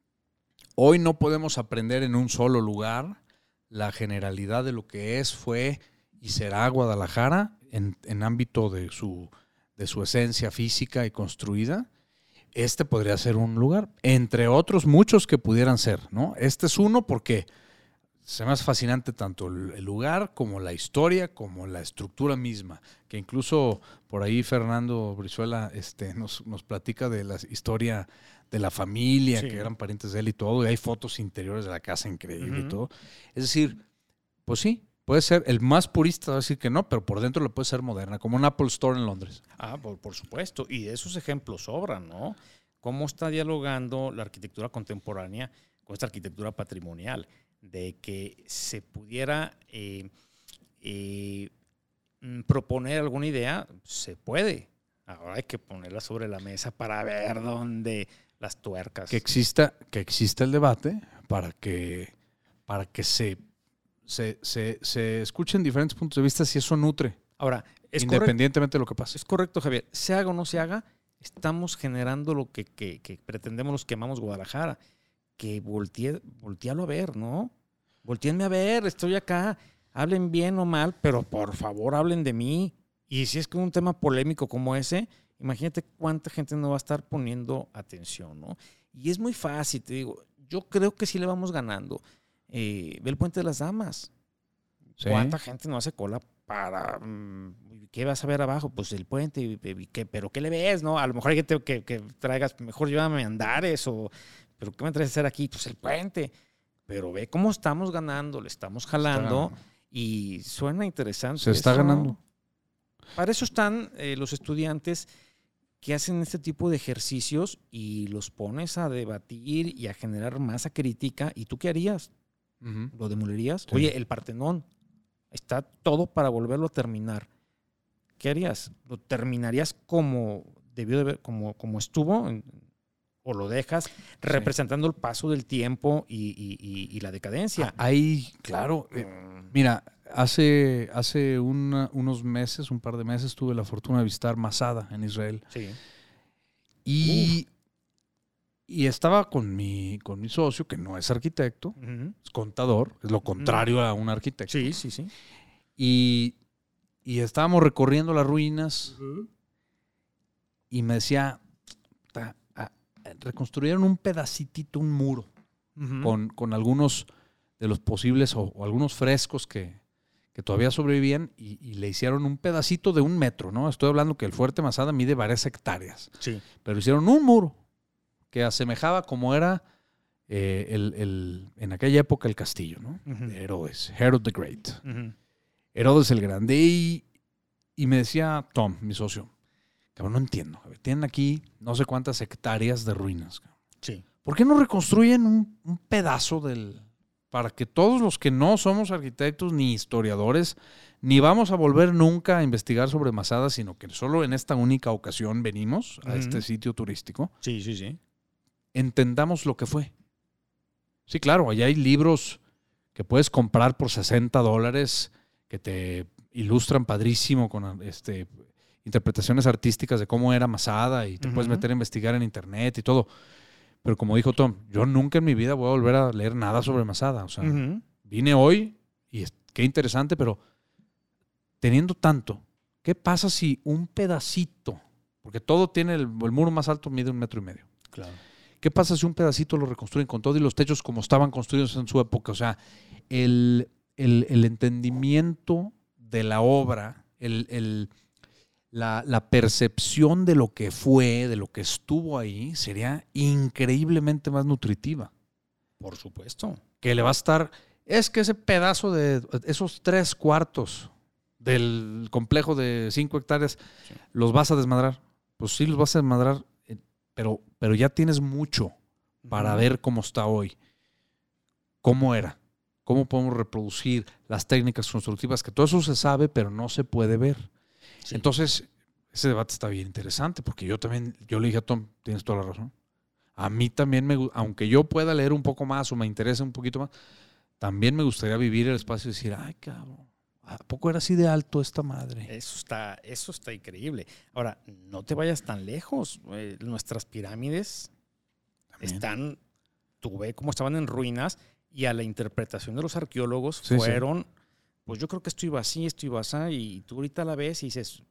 hoy no podemos aprender en un solo lugar la generalidad de lo que es, fue y será Guadalajara en ámbito de su esencia física y construida. Este podría ser un lugar, entre otros muchos que pudieran ser, ¿no? Este es uno porque se me hace fascinante tanto el lugar como la historia, como la estructura misma. Que incluso por ahí Fernando Brizuela nos platica de la historia de la familia, que eran parientes de él y todo. Y hay fotos interiores de la casa increíble y todo. Es decir, pues sí, puede ser el más purista, va a decir que no, pero por dentro lo puede ser moderna, como un Apple Store en Londres. Por supuesto. Y de esos ejemplos sobran, ¿no? Cómo está dialogando la arquitectura contemporánea con esta arquitectura patrimonial, de que se pudiera proponer alguna idea, se puede. Ahora hay que ponerla sobre la mesa para ver dónde las tuercas. Que exista el debate para que se escuchen diferentes puntos de vista si eso nutre. Ahora, independientemente de lo que pase. Es correcto, Javier. Se haga o no se haga, estamos generando lo que pretendemos los que amamos Guadalajara. Que voltealo a ver, ¿no? Voltéenme a ver, estoy acá. Hablen bien o mal, pero por favor hablen de mí. Y si es que un tema polémico como ese, imagínate cuánta gente no va a estar poniendo atención, ¿no? Y es muy fácil, te digo. Yo creo que sí le vamos ganando. Ve el Puente de las Damas. ¿Sí? ¿Cuánta gente no hace cola para... ¿Qué vas a ver abajo? Pues el puente. ¿Pero qué le ves, no? A lo mejor hay que traigas... Mejor llévame a Andares o... ¿Pero qué me traes a hacer aquí? Pues el puente. Pero ve cómo estamos ganando, le estamos jalando y suena interesante. Se está ganando. Para eso están los estudiantes que hacen este tipo de ejercicios y los pones a debatir y a generar masa crítica. ¿Y tú qué harías? ¿Lo demolerías? Sí. Oye, el Partenón está todo para volverlo a terminar. ¿Qué harías? ¿Lo terminarías como debió de haber, como estuvo? ¿O lo dejas representando el paso del tiempo y la decadencia? Ahí, claro. Mira, hace unos meses, un par de meses, tuve la fortuna de visitar Masada en Israel. Sí. Y estaba con mi socio, que no es arquitecto, es contador, es lo contrario a un arquitecto. Sí. Y estábamos recorriendo las ruinas y me decía... reconstruyeron un pedacitito, un muro, con algunos de los posibles o algunos frescos que todavía sobrevivían y le hicieron un pedacito de 1 metro, ¿no? Estoy hablando que el Fuerte Masada mide varias hectáreas. Sí. Pero hicieron un muro que asemejaba como era en aquella época el castillo, ¿no? De Herodes, Herod the Great. Herodes el Grande. Y me decía Tom, mi socio, cabrón, no entiendo. Tienen aquí no sé cuántas hectáreas de ruinas. Cabrón. Sí. ¿Por qué no reconstruyen un pedazo para que todos los que no somos arquitectos ni historiadores, ni vamos a volver nunca a investigar sobre Masada, sino que solo en esta única ocasión venimos a este sitio turístico? Sí. Entendamos lo que fue. Sí, claro, allá hay libros que puedes comprar por $60 que te ilustran padrísimo con interpretaciones artísticas de cómo era Masada y te puedes meter a investigar en internet y todo. Pero como dijo Tom, yo nunca en mi vida voy a volver a leer nada sobre Masada. O sea, vine hoy y qué interesante, pero teniendo tanto, ¿qué pasa si un pedacito, porque todo tiene el muro más alto mide 1,5 metros? Claro. ¿Qué pasa si un pedacito lo reconstruyen con todo y los techos como estaban construidos en su época? O sea, el entendimiento de la obra, la percepción de lo que fue, de lo que estuvo ahí, sería increíblemente más nutritiva. Por supuesto. Que le va a estar... Es que ese pedazo de esos 3/4 del complejo de 5 hectáreas, ¿los vas a desmadrar? Pues sí, los vas a desmadrar, pero ya tienes mucho para ver cómo está hoy. ¿Cómo era? ¿Cómo podemos reproducir las técnicas constructivas? Que todo eso se sabe, pero no se puede ver. Sí. Entonces, ese debate está bien interesante, porque yo le dije a Tom, tienes toda la razón. A mí también, aunque yo pueda leer un poco más o me interese un poquito más, también me gustaría vivir el espacio y decir, ay, cabrón, ¿a poco era así de alto esta madre? Eso está increíble. Ahora, no te vayas tan lejos. Nuestras pirámides también tú ves cómo estaban en ruinas y a la interpretación de los arqueólogos fueron... Pues yo creo que esto iba así, y tú ahorita la ves y dices,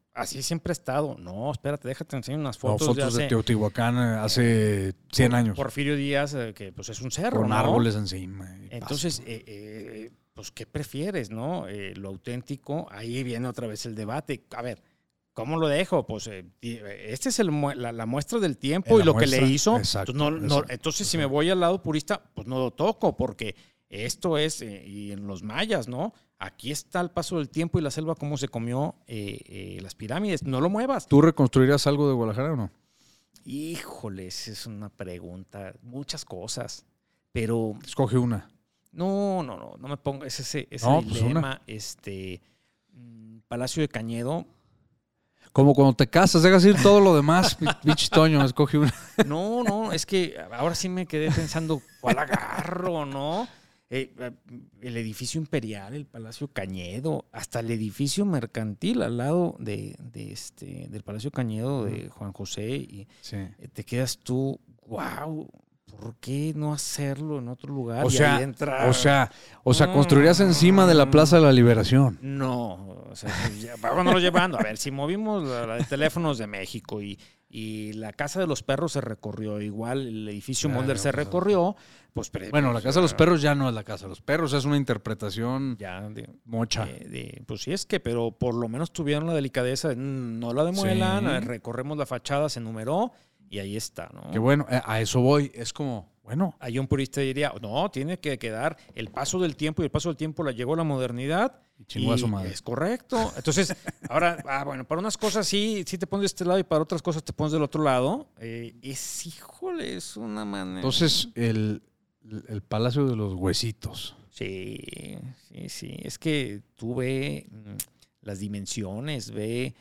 así siempre ha estado. No, espérate, déjate enseñar unas No, fotos, fotos de Teotihuacán hace 100 años. Porfirio Díaz, que pues es un cerro, con ¿no? árboles encima. Entonces, pues, ¿qué prefieres, no? Lo auténtico, ahí viene otra vez el debate. A ver, ¿cómo lo dejo? Pues este es la muestra del tiempo y lo que le hizo. Exacto, entonces, si me voy al lado purista, pues no lo toco, porque esto es, y en los mayas, ¿no? Aquí está el paso del tiempo y la selva, cómo se comió las pirámides. No lo muevas. ¿Tú reconstruirías algo de Guadalajara o no? Híjoles, es una pregunta. Muchas cosas, pero... Escoge una. No me pongo ese No, dilema. Palacio de Cañedo. Como cuando te casas, dejas ir todo lo demás, pinche Toño, escoge una. No, es que ahora sí me quedé pensando, ¿cuál agarro, no? El edificio imperial, el Palacio Cañedo, hasta el edificio mercantil al lado del Palacio Cañedo de Juan José. Y sí. Te quedas tú, wow, ¿por qué no hacerlo en otro lugar? O y sea, ahí entrar? o sea, construirías encima de la Plaza de la Liberación. No, o sea, vámonos llevando. A ver, si movimos la de Teléfonos de México y la Casa de los Perros se recorrió, igual el edificio Mulder se recorrió, pues... Bueno, la Casa de los Perros ya no es la Casa de los Perros, es una interpretación ya mocha. Pues sí, es que, pero por lo menos tuvieron la delicadeza de no la demuelan, Sí. recorremos la fachada, se numeró y ahí está, ¿no? Que bueno, a eso voy, es como, bueno. Hay un purista diría, no, tiene que quedar el paso del tiempo, y el paso del tiempo la llegó la modernidad. Y chingó a su madre. Es correcto. Entonces, ahora, bueno, para unas cosas sí te pones de este lado y para otras cosas te pones del otro lado. Híjole, es una manera. Entonces, el Palacio de los Huesitos. Sí. Es que tú ve las dimensiones,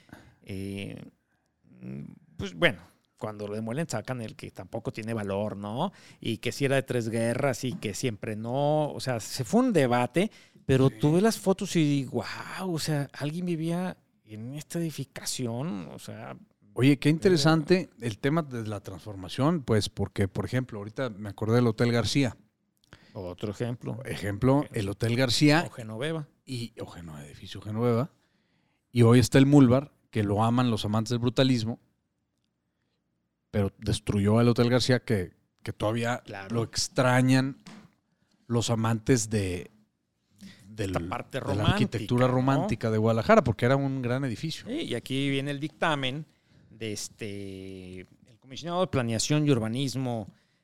pues bueno, cuando lo demuelen sacan el que tampoco tiene valor, ¿no? Y que si era de 3 guerras y que siempre no. O sea, se fue un debate, pero sí. Tú ves las fotos y wow, o sea, alguien vivía en esta edificación, o sea... Oye, qué interesante el tema de la transformación, pues porque, por ejemplo, ahorita me acordé del Hotel García. Otro ejemplo. El Hotel García. O Genoveva. Edificio Genoveva. Y hoy está el Mulbar, que lo aman los amantes del brutalismo, pero destruyó el Hotel García que todavía lo extrañan los amantes de la arquitectura romántica, ¿no? De Guadalajara, porque era un gran edificio. Sí, y aquí viene el dictamen de el comisionado de Planeación y Urbanismo,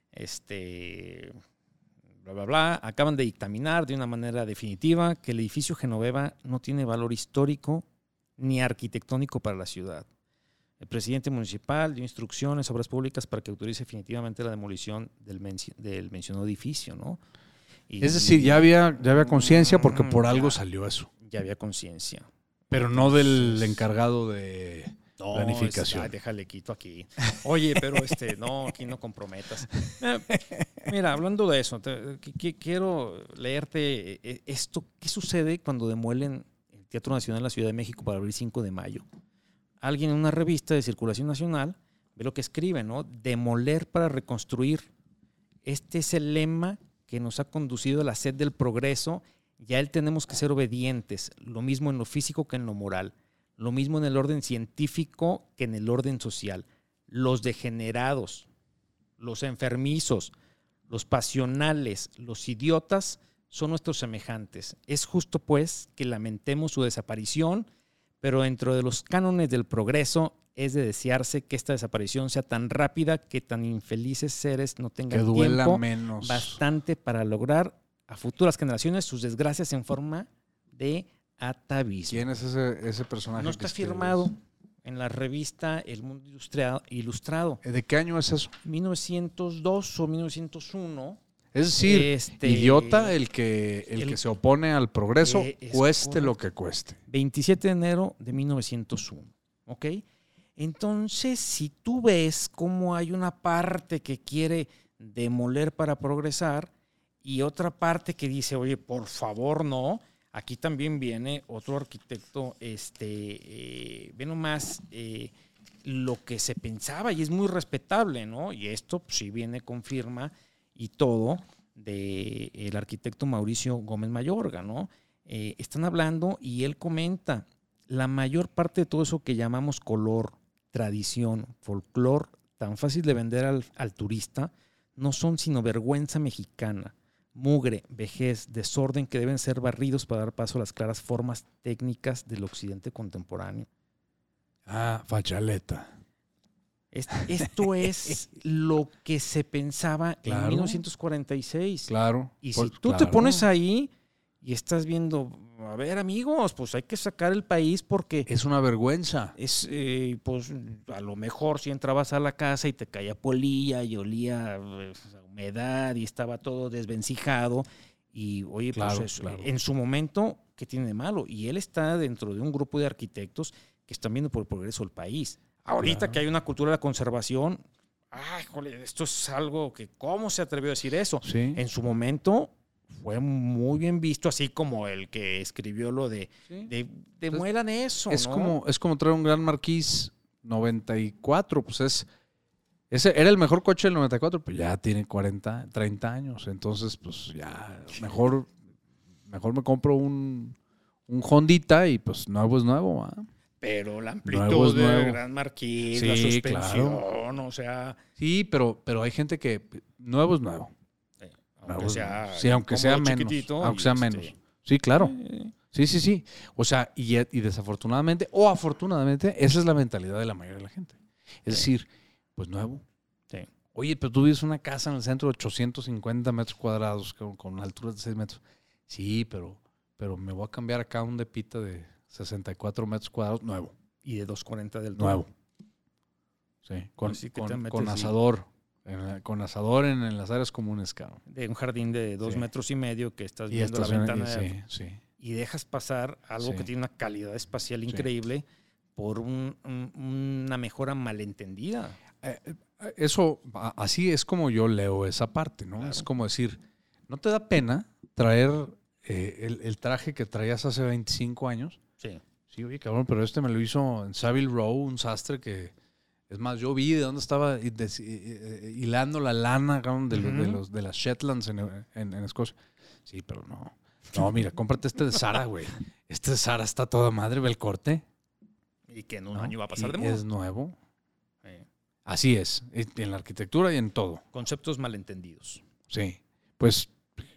bla, bla, bla, acaban de dictaminar de una manera definitiva que el edificio Genoveva no tiene valor histórico ni arquitectónico para la ciudad. El presidente municipal dio instrucciones a Obras Públicas para que autorice definitivamente la demolición del mencionado edificio, ¿no? Es decir, ya había conciencia porque por algo salió eso. Ya había conciencia. Pero no del encargado de planificación. Déjale quito aquí. Oye, pero no, aquí no comprometas. Mira, hablando de eso, quiero leerte esto. ¿Qué sucede cuando demuelen el Teatro Nacional en la Ciudad de México para abrir 5 de mayo? Alguien en una revista de circulación nacional ve lo que escribe, ¿no? Demoler para reconstruir. Este es el lema que nos ha conducido a la sed del progreso. Ya él tenemos que ser obedientes. Lo mismo en lo físico que en lo moral. Lo mismo en el orden científico que en el orden social. Los degenerados, los enfermizos, los pasionales, los idiotas son nuestros semejantes. Es justo, pues, que lamentemos su desaparición, pero dentro de los cánones del progreso es de desearse que esta desaparición sea tan rápida que tan infelices seres no tengan tiempo menos. Bastante para lograr a futuras generaciones sus desgracias en forma de atavismo. ¿Quién es ese personaje? No está firmado en la revista El Mundo Ilustrado. ¿De qué año es eso? 1902 o 1901. Es decir, idiota el que se opone al progreso, cueste lo que cueste. 27 de enero de 1901, ¿ok? Entonces, si tú ves cómo hay una parte que quiere demoler para progresar y otra parte que dice, oye, por favor, no. Aquí también viene otro arquitecto, ve nomás lo que se pensaba y es muy respetable, ¿no? Y esto pues, sí viene con firma y todo del arquitecto Mauricio Gómez Mayorga, ¿no? Están hablando y él comenta la mayor parte de todo eso que llamamos color, tradición, folclor, tan fácil de vender al turista, no son sino vergüenza mexicana, mugre, vejez, desorden que deben ser barridos para dar paso a las claras formas técnicas del occidente contemporáneo. Fachaleta. Esto es lo que se pensaba Claro. en 1946. Claro. Y si tú te pones ahí y estás viendo, a ver, amigos, pues hay que sacar el país porque Es una vergüenza. es, pues a lo mejor si entrabas a la casa y te caía polilla y olía a humedad y estaba todo desvencijado y oye, Claro, pues claro. en su momento, ¿qué tiene de malo? Y él está dentro de un grupo de arquitectos que están viendo por el progreso del país. Ahorita Claro. que hay una cultura de la conservación, jole, esto es algo que, ¿cómo se atrevió a decir eso? Sí. En su momento fue muy bien visto, así como el que escribió lo de muelan eso, Es ¿no? como traer un Gran Marquis 94, pues ese era el mejor coche del 94, pues ya tiene 30 años, entonces pues ya mejor me compro un Hondita y pues nuevo es nuevo, ¿va? Pero la Nuevo amplitud es del nuevo. Gran Marquis, Sí, la suspensión, claro. o sea, Sí, pero hay gente que nuevo es nuevo. aunque Nuevo es sea, nuevo. Sí, aunque sea cómodo, menos. chiquitito, Aunque y sea menos. Sí, claro. eh, Sí. O sea, y desafortunadamente o afortunadamente, esa es la mentalidad de la mayoría de la gente. Es decir, pues nuevo. sí. Oye, pero tú vives una casa en el centro de 850 metros cuadrados con alturas de 6 metros. Sí, pero me voy a cambiar acá un depita de 64 metros cuadrados nuevo. Y de 240 del todo. Nuevo. Sí, Así que te con metes asador. Con asador en las áreas comunes, cabrón. De un jardín de 2 Sí. metros y medio que estás Y viendo la ventana sí. y dejas pasar algo Sí. que tiene una calidad espacial Sí. increíble por una mejora malentendida. Eso, así es como yo leo esa parte, ¿no? Claro. Es como decir, ¿no te da pena traer el traje que traías hace 25 años? Sí. Sí, oye, cabrón, pero me lo hizo en Savile Row, un sastre que... Es más, yo vi de dónde estaba hilando la lana, cabrón, de las Shetlands en Escocia. Sí, pero no. No, mira, cómprate este de Zara, güey. Este de Zara está toda madre, ve el corte. Y que en un ¿no? año va a pasar Y de moda. es nuevo. Sí. Así es, en la arquitectura y en todo. Conceptos malentendidos. Sí, pues,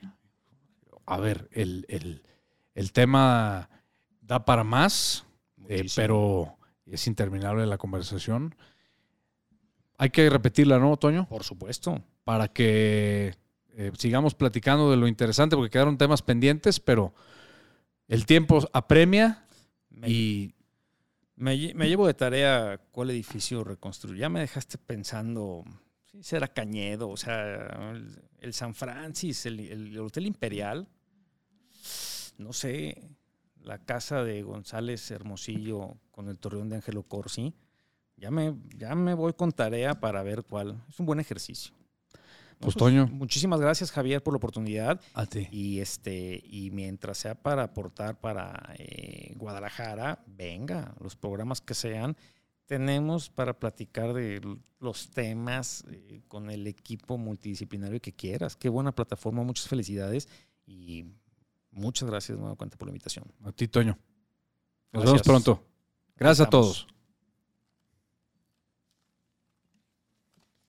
a ver, el tema da para más, Muchísimo. pero es interminable la conversación. Hay que repetirla, ¿no, Toño? Por supuesto. Para que sigamos platicando de lo interesante, porque quedaron temas pendientes, pero el tiempo apremia y... Me llevo de tarea cuál edificio reconstruir. Ya me dejaste pensando, sí, será Cañedo, o sea, el San Francis, el Hotel Imperial, no sé, la casa de González Hermosillo con el Torreón de Ángelo Corsi. Ya me voy con tarea para ver cuál. Es un buen ejercicio. Pues, Toño. Muchísimas gracias, Javier, por la oportunidad. A ti. Y mientras sea para aportar para Guadalajara, venga, los programas que sean, tenemos para platicar de los temas con el equipo multidisciplinario que quieras. Qué buena plataforma, muchas felicidades y muchas gracias de nueva cuenta por la invitación. A ti, Toño. Nos Gracias. vemos pronto. Gracias a Estamos. todos.